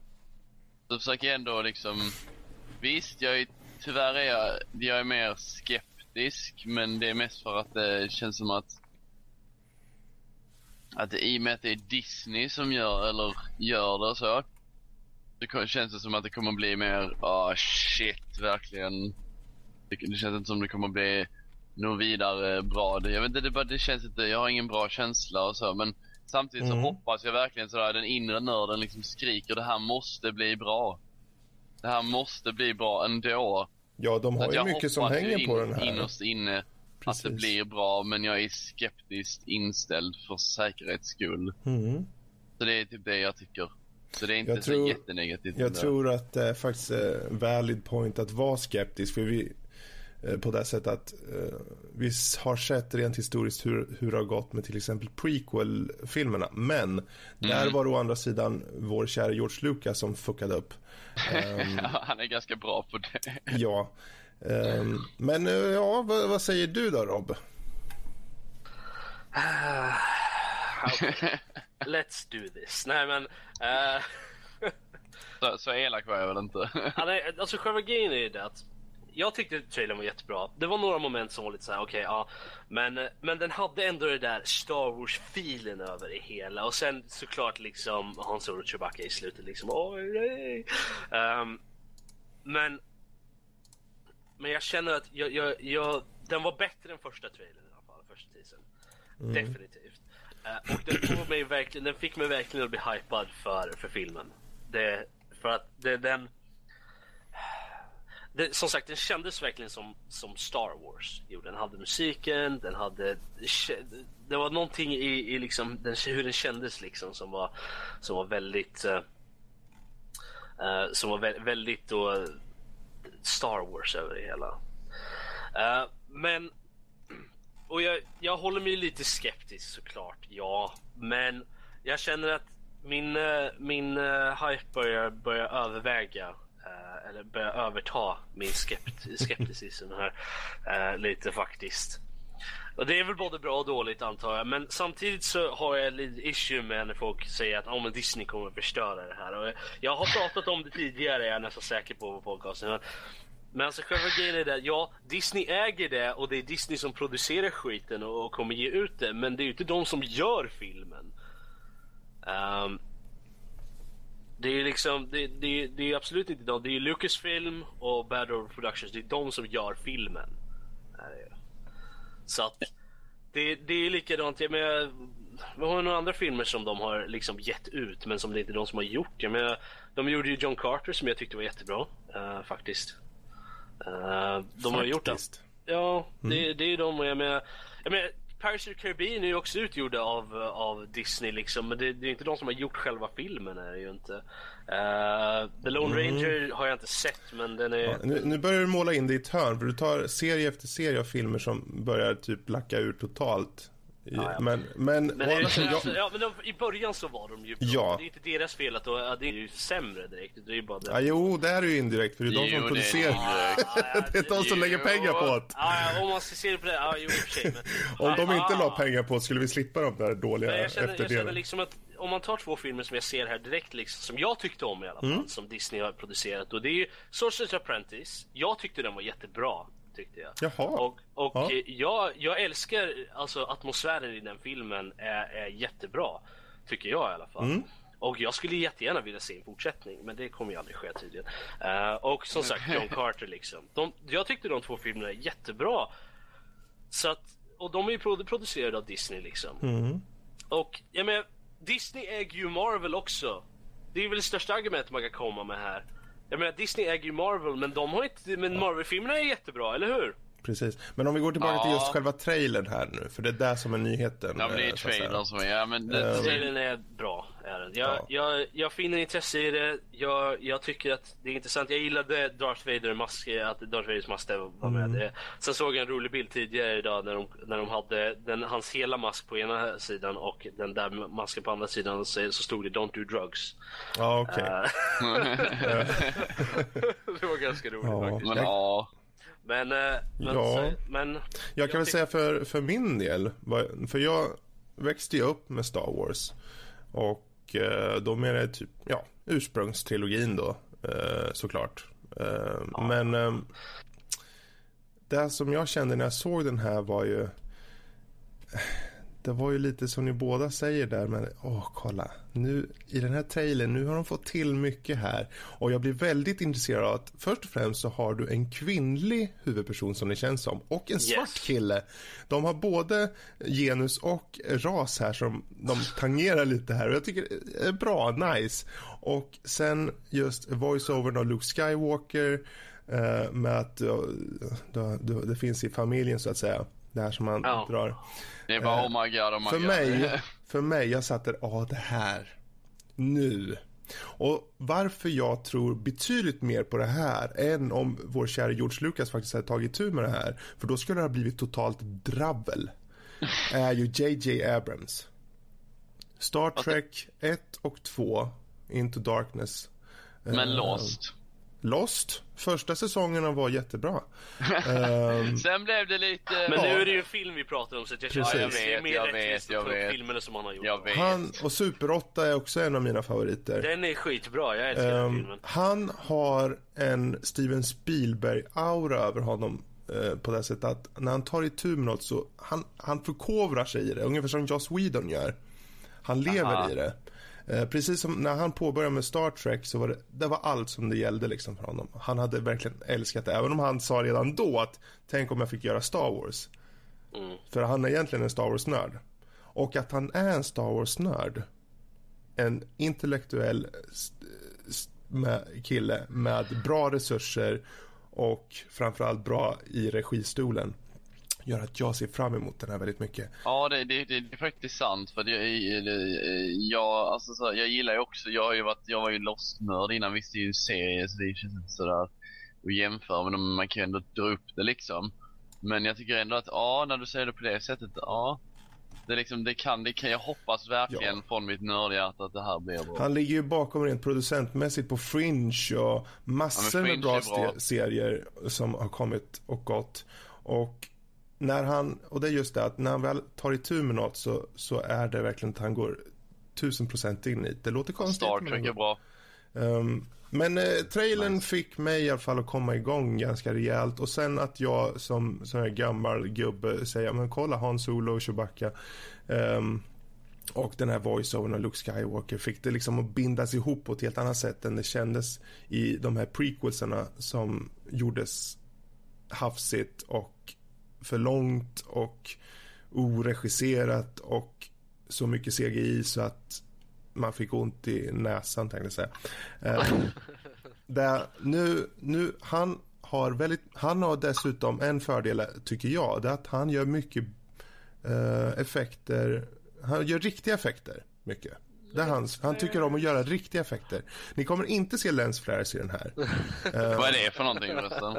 Så försöker jag ändå liksom, visst, jag är, tyvärr är jag, jag är mer skeptisk, men det är mest för att det känns som att att det, i och med att det är Disney som gör, eller gör det så, det känns det som att det kommer bli mer, ah oh, shit, verkligen. Det, det känns inte som det kommer bli något vidare bra. Det, jag vet inte, det, bara, det känns inte, jag har ingen bra känsla och så, men samtidigt så Mm. hoppas jag verkligen sådär, den inre nörden liksom skriker, det här måste bli bra. Det här måste bli bra ändå. Ja, de Så har att ju jag mycket som hoppas hänger in, på den här. innerst inne Precis. att det blir bra, men jag är skeptiskt inställd för säkerhets skull. Mm. Så det är typ det jag tycker. Så det är inte Jag så tror- jättenegativt. Jag ändå. tror att det är faktiskt är valid point att vara skeptisk, för vi eh, på det sättet att eh, vi har sett rent historiskt hur, hur det har gått med till exempel prequel-filmerna, men där Mm. var det å andra sidan vår kära George Lucas som fuckade upp. Ehm, Han är ganska bra på det. ja. Ehm, men eh, ja, vad, vad säger du då, Rob? okay. Let's do this. Nej, men uh, så, så elak var jag väl inte. ja, nej, alltså själva grejen är ju det att jag tyckte trailern var jättebra. Det var några moment som var lite så här: okej, okay, ja, men men den hade ändå det där Star Wars-filen över det hela, och sen såklart liksom Han Solo och Chewbacca i slutet liksom. Oj, nej. Um, men men jag känner att jag, jag, jag den var bättre än första trailern i alla fall, första teasern. Mm. Definitivt. Uh, och den, får mig verkligen, den fick mig verkligen att bli hypad för, för filmen. Det, för att det, den det, som sagt, den kändes verkligen som, som Star Wars. Jo, den hade musiken, den hade... Det var någonting i, i liksom, den, hur den kändes liksom som var, som var väldigt... Uh, uh, som var vä- väldigt uh, Star Wars över det hela. Uh, men... Och jag, jag håller mig lite skeptisk såklart, ja. Men jag känner att min, min uh, hype börjar, börjar överväga uh, eller börjar överta min skept, skepticism här uh, lite faktiskt. Och det är väl både bra och dåligt antar jag. Men samtidigt så har jag lite issue med när folk säger att oh, men Disney kommer att förstöra det här. Och jag har pratat om det tidigare, jag är nästan säker på på podcasten. Men alltså själva grejen är det, ja, Disney äger det och det är Disney som producerar skiten och, och kommer ge ut det. Men det är ju inte de som gör filmen. Um, det är liksom, det, det, det är absolut inte de. Det är Lucasfilm och Bad Robot Productions, det är de som gör filmen. Så att det, det är likadant. Jag menar, vi har några andra filmer som de har liksom gett ut men som det är inte de som har gjort. Jag menar, de gjorde ju John Carter som jag tyckte var jättebra uh, faktiskt. Uh, de faktiskt. har gjort det. Ja, det, mm. det är ju de. Och jag menar, jag menar Pirates of the Caribbean är ju också utgjorda av, av Disney liksom, men det, det är inte de som har gjort själva filmen är det ju inte. Uh, The Lone mm. Ranger har jag inte sett, men den är... Ja, nu, nu börjar du måla in det i ett hörn, för du tar serie efter serie av filmer som börjar typ lacka ur totalt. I, ja, ja. Men, men, men, det, alltså, jag... ja, men de, i början så var de ju bra. Ja. Det är inte deras fel att då, det är ju sämre direkt. Det är ju bara det. Ja, jo, det är ju indirekt, för det är de jo, som producerar. Det är, ja, ja, det är de som jo. lägger pengar på det. Ja, om man ska se det på det. Ja, jo, för sig, men... Om de inte la pengar på det skulle vi slippa de där dåliga jag känner, efterdelen. Jag känner liksom att om man tar två filmer som jag ser här direkt liksom, som jag tyckte om i alla fall, mm. som Disney har producerat, och det är ju Sorcerer's Apprentice. Jag tyckte den var jättebra, tyckte jag. Jaha. Och, och ja. jag, jag älskar alltså atmosfären i den filmen är, är jättebra, tycker jag i alla fall. Mm. Och jag skulle jättegärna vilja se en fortsättning, men det kommer ju aldrig ske tydligen. Uh, och som sagt, John Carter liksom. De, jag tyckte de två filmerna är jättebra. Så att, och de är ju producerade av Disney liksom. Mm. Och jag menar, Disney äger ju Marvel också. Det är väl det största argumentet man kan komma med här. Jag menar, Disney äger ju Marvel, men de har inte, men Marvel-filmerna är jättebra, eller hur? Precis. Men om vi går tillbaka ja. till just själva trailern här nu, för det är där som är nyheten. Ja, men det är trailern som är, ja, men det, uh, trailern är bra, är den. Jag, ja. jag, jag finner intresse i det. Jag, jag tycker att det är intressant. Jag gillade Darth Vader mask, att Darth Vaders mask var med. Mm. Sen såg jag en rolig bild tidigare idag när de, när de hade den, hans hela mask på ena sidan och den där masken på andra sidan, så, så stod det Don't do drugs. Ja, okej. Okay. Uh, det var ganska roligt ja. faktiskt. Men ja... Men, men, ja. så, men jag, jag kan väl säga för, för min del, för jag växte ju upp med Star Wars och eh, då menar jag typ, ja, ursprungstrilogin då, eh, såklart. Eh, ja. Men eh, det som jag kände när jag såg den här var ju, det var ju lite som ni båda säger där, men åh, kolla, nu i den här trailern, nu har de fått till mycket här, och jag blir väldigt intresserad av att först och främst så har du en kvinnlig huvudperson som det känns som, och en svart yes. kille. De har både genus och ras här som de tangerar lite här, och jag tycker det är bra, nice. Och sen just voice-overn av Luke Skywalker eh, med att uh, det, det, det finns i familjen så att säga. Det här som man oh. drar. Det är bara oh my god, oh my för god. Mig, för mig, jag satt där, ja det här, nu. Och varför jag tror betydligt mer på det här än om vår kära George Lucas faktiskt hade tagit tur med det här, för då skulle det ha blivit totalt drabbel, är ju J J Abrams. Star Trek ett och två, Into Darkness. Men uh, Lost. Lost. Första säsongerna var jättebra. um, Sen blev det lite... Men nu är det ju en film vi pratar om, så jag känner ja, jag vet, mer jag vet, jag vet. filmerna som han har gjort. Jag vet. Han och Super åtta är också en av mina favoriter. Den är skitbra, jag älskar um, den filmen. Han har en Steven Spielberg-aura över honom uh, på det sättet att när han tar i tur med något så han, han förkovrar sig i det, ungefär som Joss Whedon gör. Han lever Aha. i det. Eh, precis som när han påbörjade med Star Trek så var det, det var allt som det gällde liksom för honom. Han hade verkligen älskat det, även om han sa redan då att tänk om jag fick göra Star Wars. Mm. För han är egentligen en Star Wars-nörd. Och att han är en Star Wars-nörd, en intellektuell st- st- med kille med bra resurser och framförallt bra i registolen gör att jag ser fram emot den här väldigt mycket. Ja, det, det, det, det är faktiskt sant. För jag, jag, alltså så, jag gillar ju också, jag har ju varit, jag var ju Lost-nörd innan, visste ju en serie, så det känns inte sådär att jämföra, men man kan ju ändå dra upp det liksom. Men jag tycker ändå att, ja, när du säger det på det sättet, ja, det, liksom, det, kan, det kan jag hoppas verkligen ja. från mitt nördhjärta att det här blir bra. Han ligger ju bakom rent producentmässigt på Fringe och massor ja, Fringe med bra, bra serier som har kommit och gått. Och när han, och det är just det att när han väl tar itu med något så, så är det verkligen att han går tusen procent in i. Det låter konstigt. Star Trek är bra. Um, men eh, trailern nice. fick mig i alla fall att komma igång ganska rejält. Och sen att jag som sån här gammal gubbe säger, men kolla Han Solo och Chewbacca um, och den här voice-overn av Luke Skywalker fick det liksom att bindas ihop på ett helt annat sätt än det kändes i de här prequelserna som gjordes hafsigt och för långt och oregisserat och så mycket C G I så att man fick ont i näsan, tänkte jag säga. Uh, där, nu, nu, han har väldigt, han har dessutom en fördel, tycker jag, det är att han gör mycket uh, effekter, han gör riktiga effekter mycket. Det är hans, han tycker om att göra riktiga effekter. Ni kommer inte se lensflares i den här. Uh, Vad är det för någonting förresten?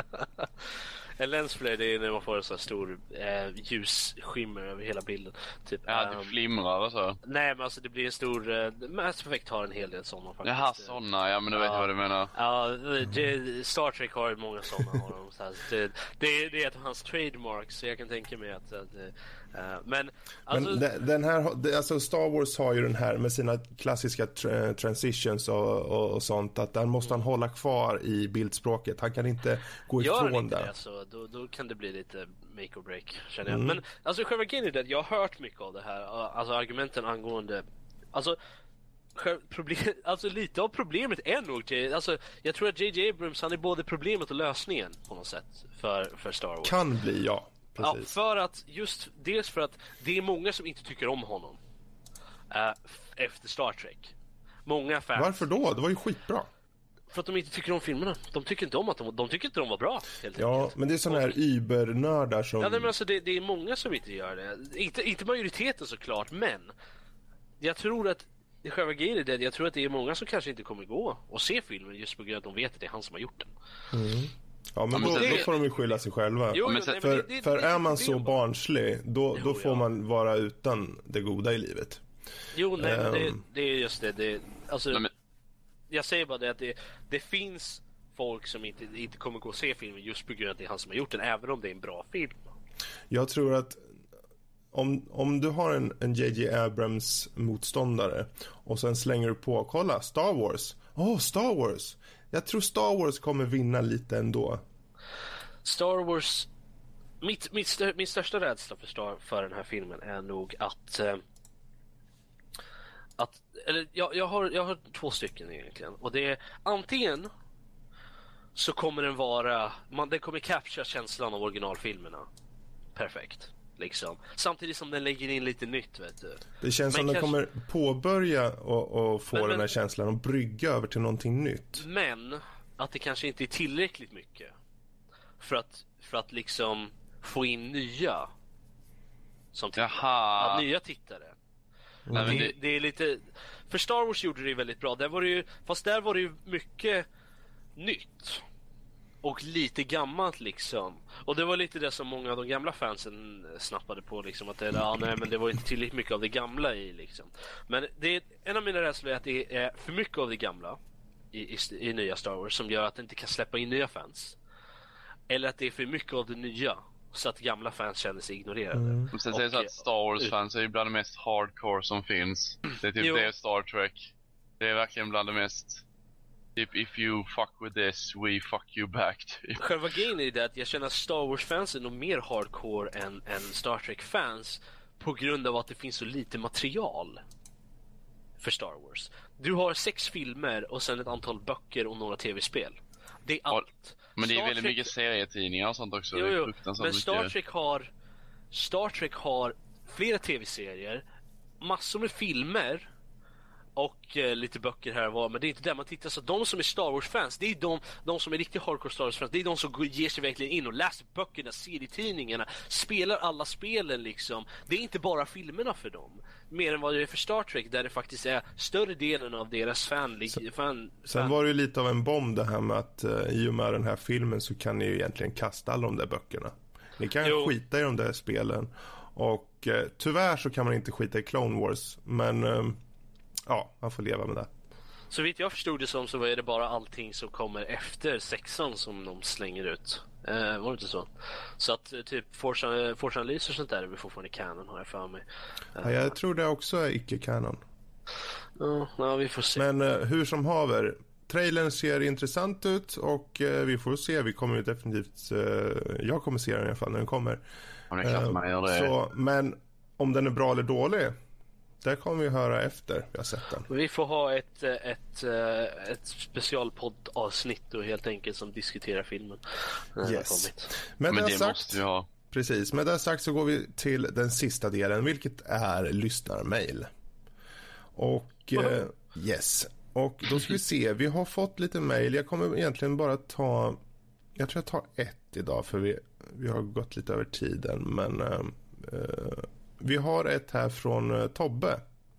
En lensflare, det är när man får en så stor eh, ljusskimmer över hela bilden. Typ, ja, det um, flimrar och så. Nej, men alltså det blir en stor... Uh, Mass Effect har en hel del sådana faktiskt. Jaha, sådana, ja men du vet ja, vad du menar. Ja, det, Star Trek har många sådana. Har de, så här, det, det, det är ett av hans trademarks, så jag kan tänka mig att... att uh, men alltså... men den här, alltså Star Wars har ju den här med sina klassiska tra- transitions och, och, och sånt, att där måste han hålla kvar i bildspråket. Han kan inte gå Gör ifrån inte det. det så, då, då kan det bli lite make or break, känner jag. Mm. Men alltså själva grejen är det att jag har hört mycket av det här, alltså argumenten angående, alltså problem, alltså lite av problemet är nog J, alltså jag tror att J J Abrams, han är både problemet och lösningen på något sätt för, för Star Wars. Kan bli, ja. Precis. Ja, för att just dels för att det är många som inte tycker om honom uh, efter Star Trek. Många fans. Varför då? Det var ju skitbra. För att de inte tycker om filmerna. De tycker inte om att de, de tycker inte de var bra, helt ja, enkelt. Men det är sådana här Uber-nördar som... Ja, nej, men alltså det, det är många som inte gör det. Inte, inte majoriteten såklart, men jag tror att det själva grejen är det. Jag tror att det är många som kanske inte kommer gå och se filmen just på grund av att de vet att det är han som har gjort den. Mm. Ja, men då, då får de ju skylla sig själva. Jo, jo, nej, för det, det, för det, är man så barnslig, då, jo, då får ja. man vara utan det goda i livet. Jo, nej, um... men det, det är just det. det alltså, nej, men... Jag säger bara det att det, det finns folk som inte, inte kommer gå och se filmen just på grund av att det är han som har gjort den, även om det är en bra film. Jag tror att om, om du har en, en J J Abrams motståndare och sen slänger du på, kolla, Star Wars. Åh, oh, Star Wars. Jag tror Star Wars kommer vinna lite ändå. Star Wars... Mitt, mitt stö, min största rädsla för, Star, för den här filmen är nog att... Eh, att eller jag, jag, har, jag har två stycken egentligen. Och det är antingen så kommer den vara... Man, den kommer capture känslan av originalfilmerna. Perfekt. Liksom. Samtidigt som den lägger in lite nytt, vet du. Det känns men som kanske... den kommer påbörja och, och få men, den här men... känslan och brygga över till någonting nytt. Men att det kanske inte är tillräckligt mycket för att, för att liksom få in nya som tittare, nya tittare. Mm. Det, det är lite... För Star Wars gjorde det väldigt bra. Där var det ju, fast där var det ju mycket nytt och lite gammalt liksom. Och det var lite det som många av de gamla fansen snappade på liksom, att det, ja, nej, men det var inte tillräckligt mycket av det gamla i liksom. Men det är, en av mina rädslor är att det är för mycket av det gamla i, i, i nya Star Wars som gör att det inte kan släppa in nya fans. Eller att det är för mycket av det nya så att gamla fans känner sig ignorerade. Mm. Och sen säger så att Star Wars-fans är bland det mest hardcore som finns. Det är typ jo. det är Star Trek. Det är verkligen bland det mest... Typ, if you fuck with this, we fuck you back. Typ. Själva grejen är det att jag känner att Star Wars-fans är nog mer hardcore än, än Star Trek-fans på grund av att det finns så lite material för Star Wars. Du har sex filmer och sen ett antal böcker och några tv-spel. Det är allt. Men det är Star väldigt Trek... mycket serietidningar och sånt också. Jo, jo. Men Star mycket... Trek har Star Trek har flera tv-serier, massor med filmer och eh, lite böcker här var, men det är inte där man tittar. Så de som är Star Wars-fans, det är de, de som är riktigt hardcore Star Wars-fans, det är de som går, ger sig verkligen in och läser böckerna, serietidningarna, spelar alla spelen liksom. Det är inte bara filmerna för dem, mer än vad det är för Star Trek, där det faktiskt är större delen av deras fan. Sen, fan, sen fan. var det ju lite av en bomb det här med att uh, i och med den här filmen så kan ni ju egentligen kasta alla de där böckerna. Ni kan Jo. skita i de där spelen. Och uh, tyvärr så kan man inte skita i Clone Wars, men uh, ja, man får leva med det. Så vitt jag förstod det som, så är det bara allting som kommer efter sexan som de slänger ut. Eh, var det inte så? Så att typ Force, Force Unleashed och sånt där är vi fortfarande canon, har jag för mig. Eh. Ja, jag tror det också är icke-canon. Ja, ja, vi får se. Men uh, hur som haver, trailern ser intressant ut och uh, vi får se. Vi kommer ju definitivt, uh, jag kommer se den i alla fall när den kommer. Ja, det är klart man gör det. Så, men om den är bra eller dålig, där kommer vi höra efter vi har sett den. Vi får ha ett, ett, ett specialpoddavsnitt och helt enkelt som diskuterar filmen. Yes. Men, Men det sagt, måste vi ha. Precis, med det sagt så går vi till den sista delen, vilket är lyssnarmail. Och eh, yes, och då ska vi se, vi har fått lite mail. Jag kommer egentligen bara ta, jag tror jag tar ett idag för vi, vi har gått lite över tiden. Men eh, eh, vi har ett här från eh, Tobbe.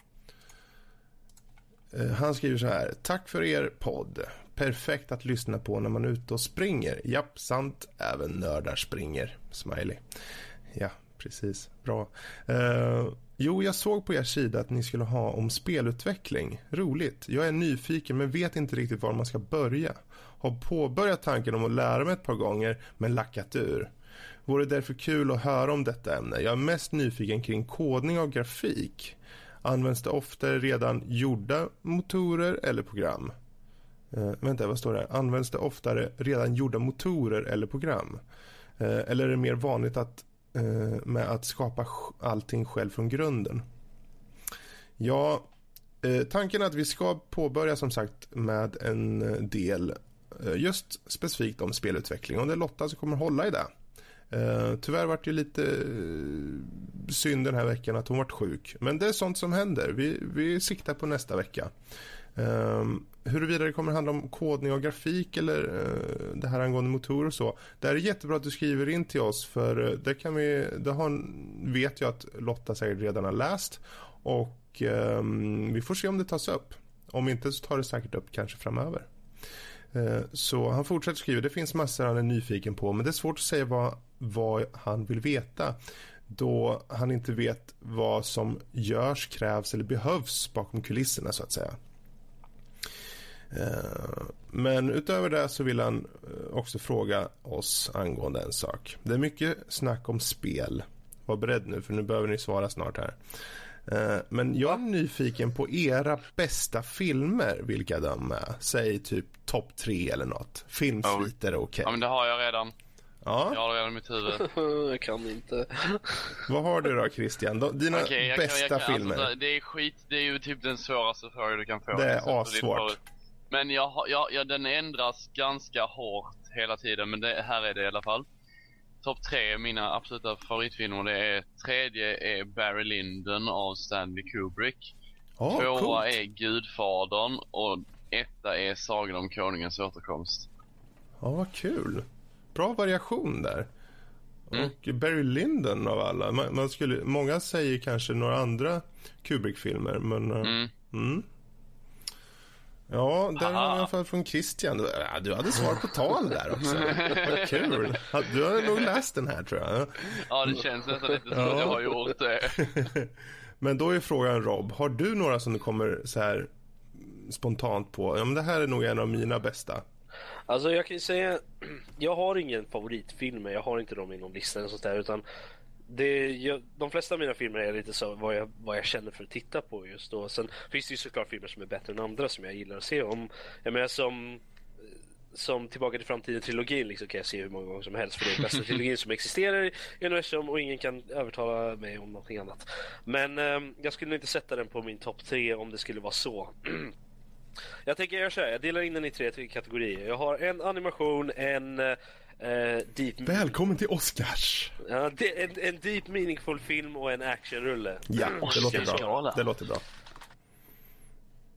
Eh, han skriver så här: tack för er podd. Perfekt att lyssna på när man är ute och springer. Japp, sant. Även nördar springer. Smiley. Ja, precis. Bra. Eh, jo, jag såg på er sida att ni skulle ha om spelutveckling. Roligt. Jag är nyfiken men vet inte riktigt var man ska börja. Har påbörjat tanken om att lära mig ett par gånger men lackat ur. Vore därför kul att höra om detta ämne. Jag är mest nyfiken kring kodning av grafik. Används det ofta redan gjorda motorer eller program? Uh, vänta, vad står det? Används det oftare redan gjorda motorer eller program? Uh, eller är det mer vanligt att, uh, med att skapa allting själv från grunden? Ja, uh, tanken är att vi ska påbörja som sagt med en del uh, just specifikt om spelutveckling. Och det är Lotta som kommer hålla i det. Uh, tyvärr var det ju lite uh, synd den här veckan att hon var sjuk. Men det är sånt som händer. Vi, vi siktar på nästa vecka. Um, huruvida det kommer handla om kodning och grafik eller uh, det här angående motorer och så. Det är jättebra att du skriver in till oss, för uh, det kan vi, det har, vet jag att Lotta säkert redan har läst och um, vi får se om det tas upp. Om inte så tar det säkert upp kanske framöver. Uh, så han fortsätter skriva, det finns massor han är nyfiken på, men det är svårt att säga vad, vad han vill veta, då han inte vet vad som görs, krävs eller behövs bakom kulisserna så att säga. Men utöver det så vill han också fråga oss angående en sak. Det är mycket snack om spel. Var beredd nu, för nu behöver ni svara snart här. Men jag är nyfiken på era bästa filmer, vilka de är. Säg typ topp tre eller något. Filmsviter är okej. Okay. Ja, men det har jag redan. Ja. Jag har redan mitt huvud. Jag kan inte. Vad har du då, Christian? Dina okay, jag bästa kan, jag kan, filmer. Alltså, det är skit, det är ju typ den svåraste frågan du kan få. Det är assvårt. Men jag, jag, jag, den ändras ganska hårt hela tiden, men det, här är det i alla fall. Topp tre är mina absoluta favoritfilmer. Det är, tredje är Barry Lyndon av Stanley Kubrick. Oh, Tvåa coolt. är Gudfadern och etta är Sagan om konungens återkomst. Ja, vad kul. Bra variation där. Mm. Och Barry Lyndon av alla. Man, man skulle, många säger kanske några andra Kubrick-filmer, men... Mm. Mm. Ja, där har jag i alla fall från Christian. Du hade svar på tal där också. Vad kul. Du har nog läst den här, tror jag. Ja, det känns nästan lite som att jag har gjort det. Men då är frågan, Rob, har du några som du kommer så här spontant på? Ja, men det här är nog en av mina bästa. Alltså jag kan ju säga, jag har ingen favoritfilm, jag har inte dem i någon lista eller sånt där, utan det, jag, de flesta av mina filmer är lite så vad jag, vad jag känner för att titta på just då. Sen finns det ju såklart filmer som är bättre än andra som jag gillar att se om. Jag menar som, som Tillbaka till framtiden-trilogin liksom, kan jag se hur många gånger som helst, för det är den bästa trilogin som existerar i universum och ingen kan övertala mig om någonting annat. Men eh, jag skulle nog inte sätta den på min topp tre om det skulle vara så. Jag tänker jag kör, jag delar in den i tre kategorier. Jag har en animation, en uh, deep... Välkommen till Oscars. Ja, en, en deep meaningful film och en actionrulle. Ja, det låter bra. Det låter bra.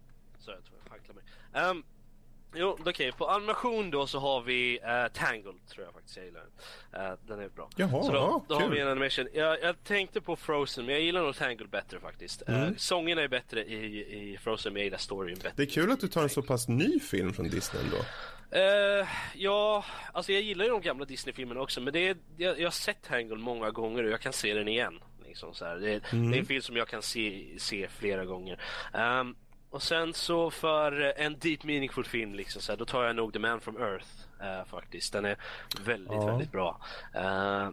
förenkla mig. Um, jo, okej. Okay. På animation då så har vi uh, Tangled, tror jag faktiskt jag gillar den. Uh, den är bra. Jaha, så då, ja, då har vi en animation. Jag, jag tänkte på Frozen, men jag gillar nog Tangled bättre faktiskt. Mm. Uh, sångerna är bättre i, i Frozen, men jag gillar storyn bättre. Det är kul att du tar en så pass ny film från Disney då. Uh, ja, alltså jag gillar ju de gamla Disney-filmerna också, men det är, jag, jag har sett Tangled många gånger och jag kan se den igen. Liksom så här. Det, mm. det är en film som jag kan se, se flera gånger. Um, och sen så för en deep meaningful film liksom, så här, då tar jag nog The Man from Earth uh, faktiskt. Den är väldigt, ja. väldigt bra. Uh,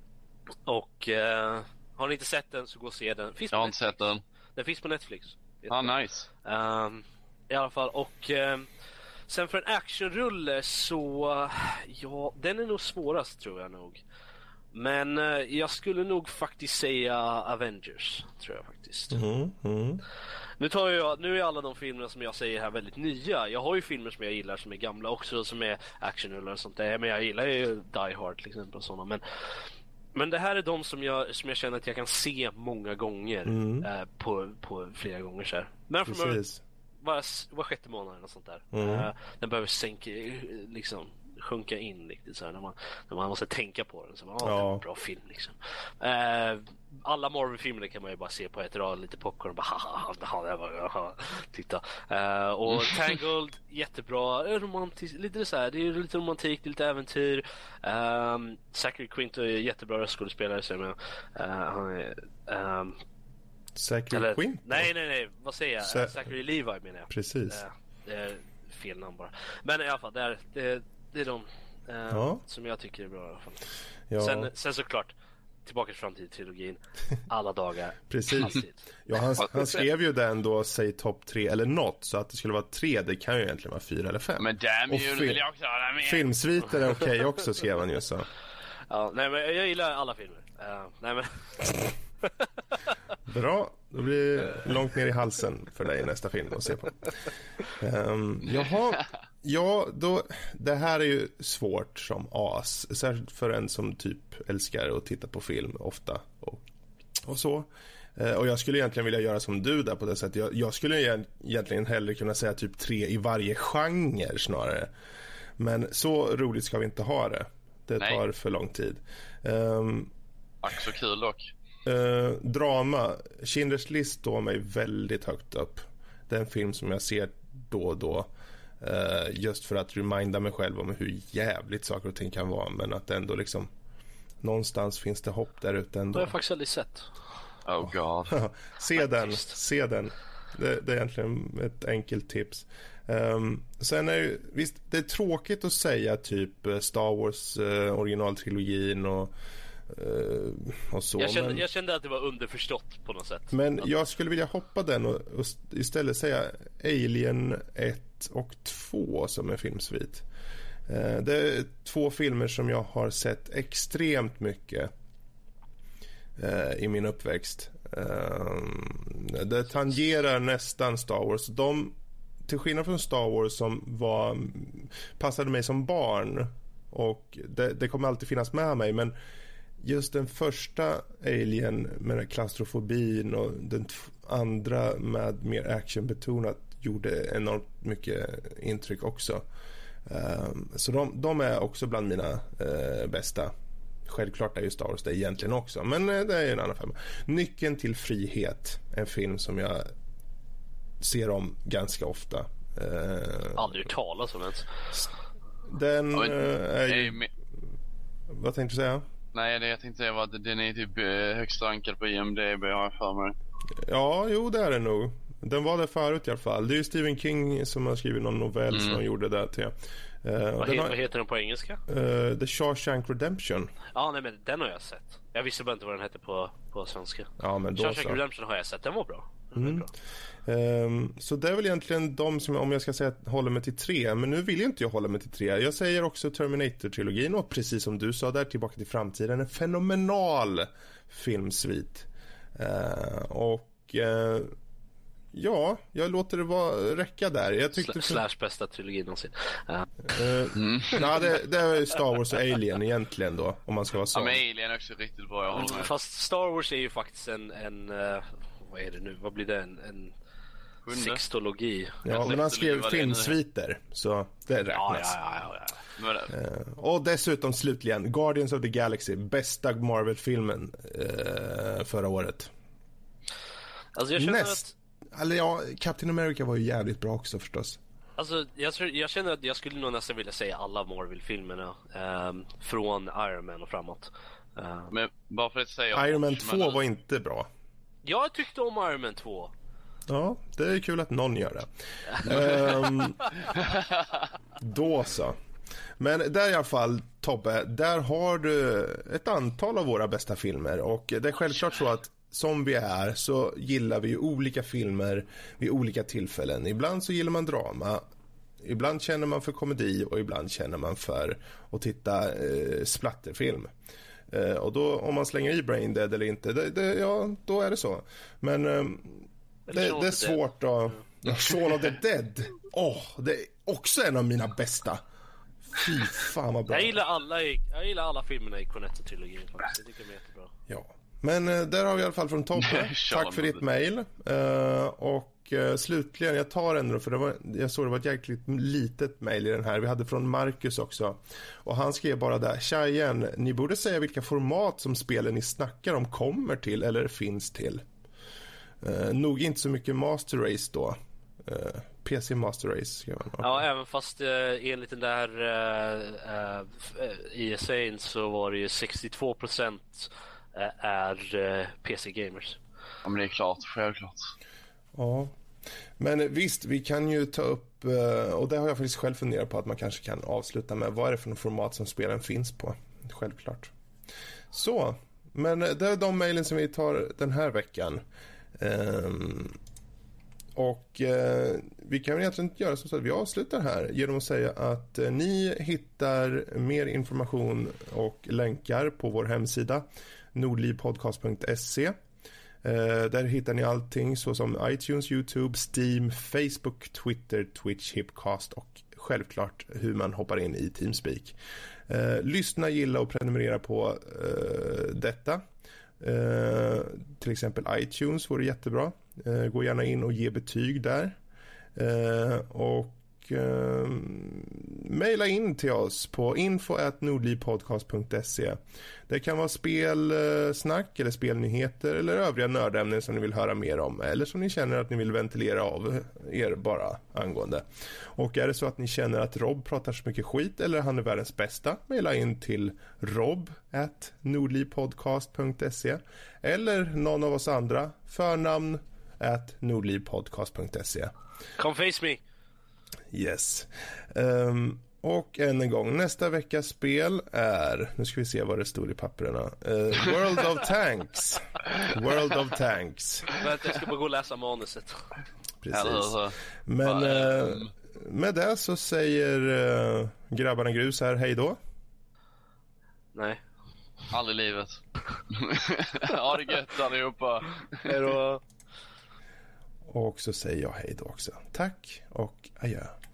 och uh, har ni inte sett den så gå och se den. Finns jag har inte sett den. Den finns på Netflix. Ah, nice. Um, I alla fall, och... Um, sen för en actionrulle så, ja, den är nog svårast tror jag nog. Men eh, jag skulle nog faktiskt säga Avengers, tror jag faktiskt. Mm, mm. Nu tar jag, nu är alla de filmerna som jag säger här väldigt nya. Jag har ju filmer som jag gillar som är gamla också, som är actionrullar och sånt där. Men jag gillar ju Die Hard till exempel och sådana. Men, men det här är de som jag, som jag känner att jag kan se många gånger mm. eh, på, på flera gånger så här. Men för mig, Var, var sjätte månad och sånt där. Mm. Uh, den behöver sänka, liksom sjunka in riktigt så här, när man när man måste tänka på den så man, oh, ja. Det är en bra film liksom. Uh, alla Marvel-filmer kan man ju bara se på ett rad, lite popcorn och bara haha, haha, det var haha, titta. Uh, och Tangled jättebra, romantiskt, lite så här, det är lite romantik, lite äventyr. Um, Zachary Quinto är jättebra röstskådespelare så jag menar, uh, han är um, Zachary Quinto? Nej, nej, nej. Vad säger jag? Sa- Zachary Levi menar jag. Precis. Uh, det är fel namn bara. Men i alla fall, det är, det, det är de uh, ja. som jag tycker är bra i alla fall. Ja. Sen, sen såklart, Tillbaka till framtiden-trilogin. Alla dagar. Precis. Ja, han, han skrev ju den då, säg topp tre eller något. Så att det skulle vara tre, det kan ju egentligen vara fyra eller fem. Men damn you, fil- vill jag också ha med. Filmsviter är okej okay också, skrev han ju så. Ja, nej men jag gillar alla filmer. Uh, nej men... Bra, då blir det långt ner i halsen för dig nästa film att se på. Um, jaha, ja, då, det här är ju svårt som as. Särskilt för en som typ älskar att titta på film ofta och, och så. Uh, och jag skulle egentligen vilja göra som du där på det sättet. Jag, jag skulle egentligen hellre kunna säga typ tre i varje genre snarare. Men så roligt ska vi inte ha det. Det Nej. tar för lång tid. Um, Ack så kul dock. Uh, drama. Schindler's List står mig väldigt högt upp. Det är en film som jag ser då och då. Uh, just för att reminda mig själv om hur jävligt saker och ting kan vara. Men att ändå liksom någonstans finns det hopp där ute ändå. Det har jag faktiskt aldrig sett. Oh god. Se den, se den. Det, det är egentligen ett enkelt tips. Um, sen är det, visst, det är tråkigt att säga typ Star Wars uh, originaltrilogin och Uh, och så, jag, kände, men, jag kände att det var underförstått på något sätt. Men jag skulle vilja hoppa den och, och istället säga Alien ett och två som en filmsvit. uh, Det är två filmer som jag har sett extremt mycket uh, i min uppväxt. uh, Det tangerar nästan Star Wars. De, till skillnad från Star Wars som var, passade mig som barn och det, det kommer alltid finnas med mig, men just den första Alien med den klaustrofobin och den t- andra med mer actionbetonat gjorde enormt mycket intryck också. Um, så de, de är också bland mina uh, bästa. Självklart är ju Star Wars det egentligen också, men uh, det är en annan film. Nyckeln till frihet, en film som jag ser om ganska ofta. Uh, Aldrig hört talas om ens. Den uh, är ju... Vad tänkte du säga? Nej, det jag tänkte säga var att den är typ högst rankad på I M D B, har jag för mig. Ja, jo det är det nog. Den var där förut i alla fall. Det är ju Stephen King som har skrivit någon novell mm. som han gjorde där till. Uh, vad, heter, har, vad heter den på engelska? Uh, The Shawshank Redemption. Ja, nej men den har jag sett. Jag visste bara inte vad den hette på, på svenska. Ja, men då Shawshank så. Redemption har jag sett, den var bra. Den mm. var bra. Um, så det är väl egentligen de som, om jag ska säga, håller mig till tre. Men nu vill jag inte jag hålla mig till tre. Jag säger också Terminator-trilogin och precis som du sa där, Tillbaka till framtiden, en fenomenal filmsvit. Uh, och uh, ja, jag låter det vara, räcka där. Jag tyckte Sl- Slash bästa trilogin någonsin. Uh. Uh, mm. Nej, det, det är Star Wars och Alien egentligen då, om man ska vara så. Ja, men Alien är också riktigt bra, jag håller med. Fast Star Wars är ju faktiskt en, en uh, vad är det nu? Vad blir det? En, en Sextologi. Ja, men han skrev filmsviter, så det räknas. Ja, ja, ja, ja. Uh, och dessutom slutligen Guardians of the Galaxy, bästa Marvel-filmen uh, förra året. Alltså jag känner Näst, att... Eller ja, Captain America var ju jävligt bra också förstås. Alltså jag, tror, jag känner att jag skulle nog nästan vilja säga alla Marvel-filmerna um, från Iron Man och framåt. Uh, Men bara för att säga Iron Man två men... var inte bra. Jag tyckte om Iron Man två. Ja, det är kul att någon gör det. um, då så. Men där i alla fall, Tobbe, där har du ett antal av våra bästa filmer. Och det är självklart så att som vi är så gillar vi ju olika filmer vid olika tillfällen. Ibland så gillar man drama, ibland känner man för komedi och ibland känner man för att titta eh, splatterfilm. Eh, och då om man slänger i Brain Dead eller inte, det, det, ja, då är det så. Men eh, det, det är svårt att... Ja, Shaun of the Dead. Åh, oh, det är också en av mina bästa. Fy fan vad bra. Jag gillar alla, jag gillar alla filmerna i Cornetto-trilogin faktiskt. Jag tycker de är jättebra. Ja. Men uh, där har vi i alla fall från Tobbe. Tack för ditt mejl. Uh, och uh, slutligen, jag tar ändå, för det var, jag såg det var ett jäkligt litet mejl i den här. Vi hade från Marcus också. Och han skrev bara där: tja igen, ni borde säga vilka format som spelen ni snackar om kommer till eller finns till. Uh, nog inte så mycket Master Race då. Uh, P C Master Race skrev han. Ja, även fast uh, enligt den där uh, uh, I S A så var det ju sextiotvå procent är uh, P C-gamers. Ja, men det är klart, självklart. Ja, men visst, vi kan ju ta upp, uh, och det har jag faktiskt själv funderat på, att man kanske kan avsluta med vad är det för format som spelen finns på. Självklart. Så, men det är de mejlen som vi tar den här veckan. Um, och eh, vi kan egentligen göra så att vi avslutar här genom att säga att eh, ni hittar mer information och länkar på vår hemsida nordlivpodcast punkt se. eh, där hittar ni allting såsom iTunes, YouTube, Steam, Facebook, Twitter, Twitch, Hipcast och självklart hur man hoppar in i Teamspeak. eh, lyssna, gilla och prenumerera på eh, detta. Uh, till exempel iTunes vore jättebra. Uh, gå gärna in och ge betyg där. Uh, och uh, mejla in till oss på info at nordlivpodcast punkt se. Det kan vara spelsnack eller spelnyheter eller övriga nördämnen som ni vill höra mer om, eller som ni känner att ni vill ventilera av er bara angående. Och är det så att ni känner att Rob pratar så mycket skit eller han är världens bästa, mejla in till rob at nordlivpodcast punkt se eller någon av oss andra, förnamn at nordlivpodcast punkt se. Come face me. Yes. Um, och än en gång, nästa veckas spel är, nu ska vi se vad det stod i papperna. Uh, World of Tanks. World of Tanks. Jag ska bara gå och läsa manuset. Precis. Men uh, med det så säger uh, grabbarna grus här, hej då. Nej. Aldrig livet. Ha det gött allihopa. Hej då. Och så säger jag hej då också. Tack och adjö.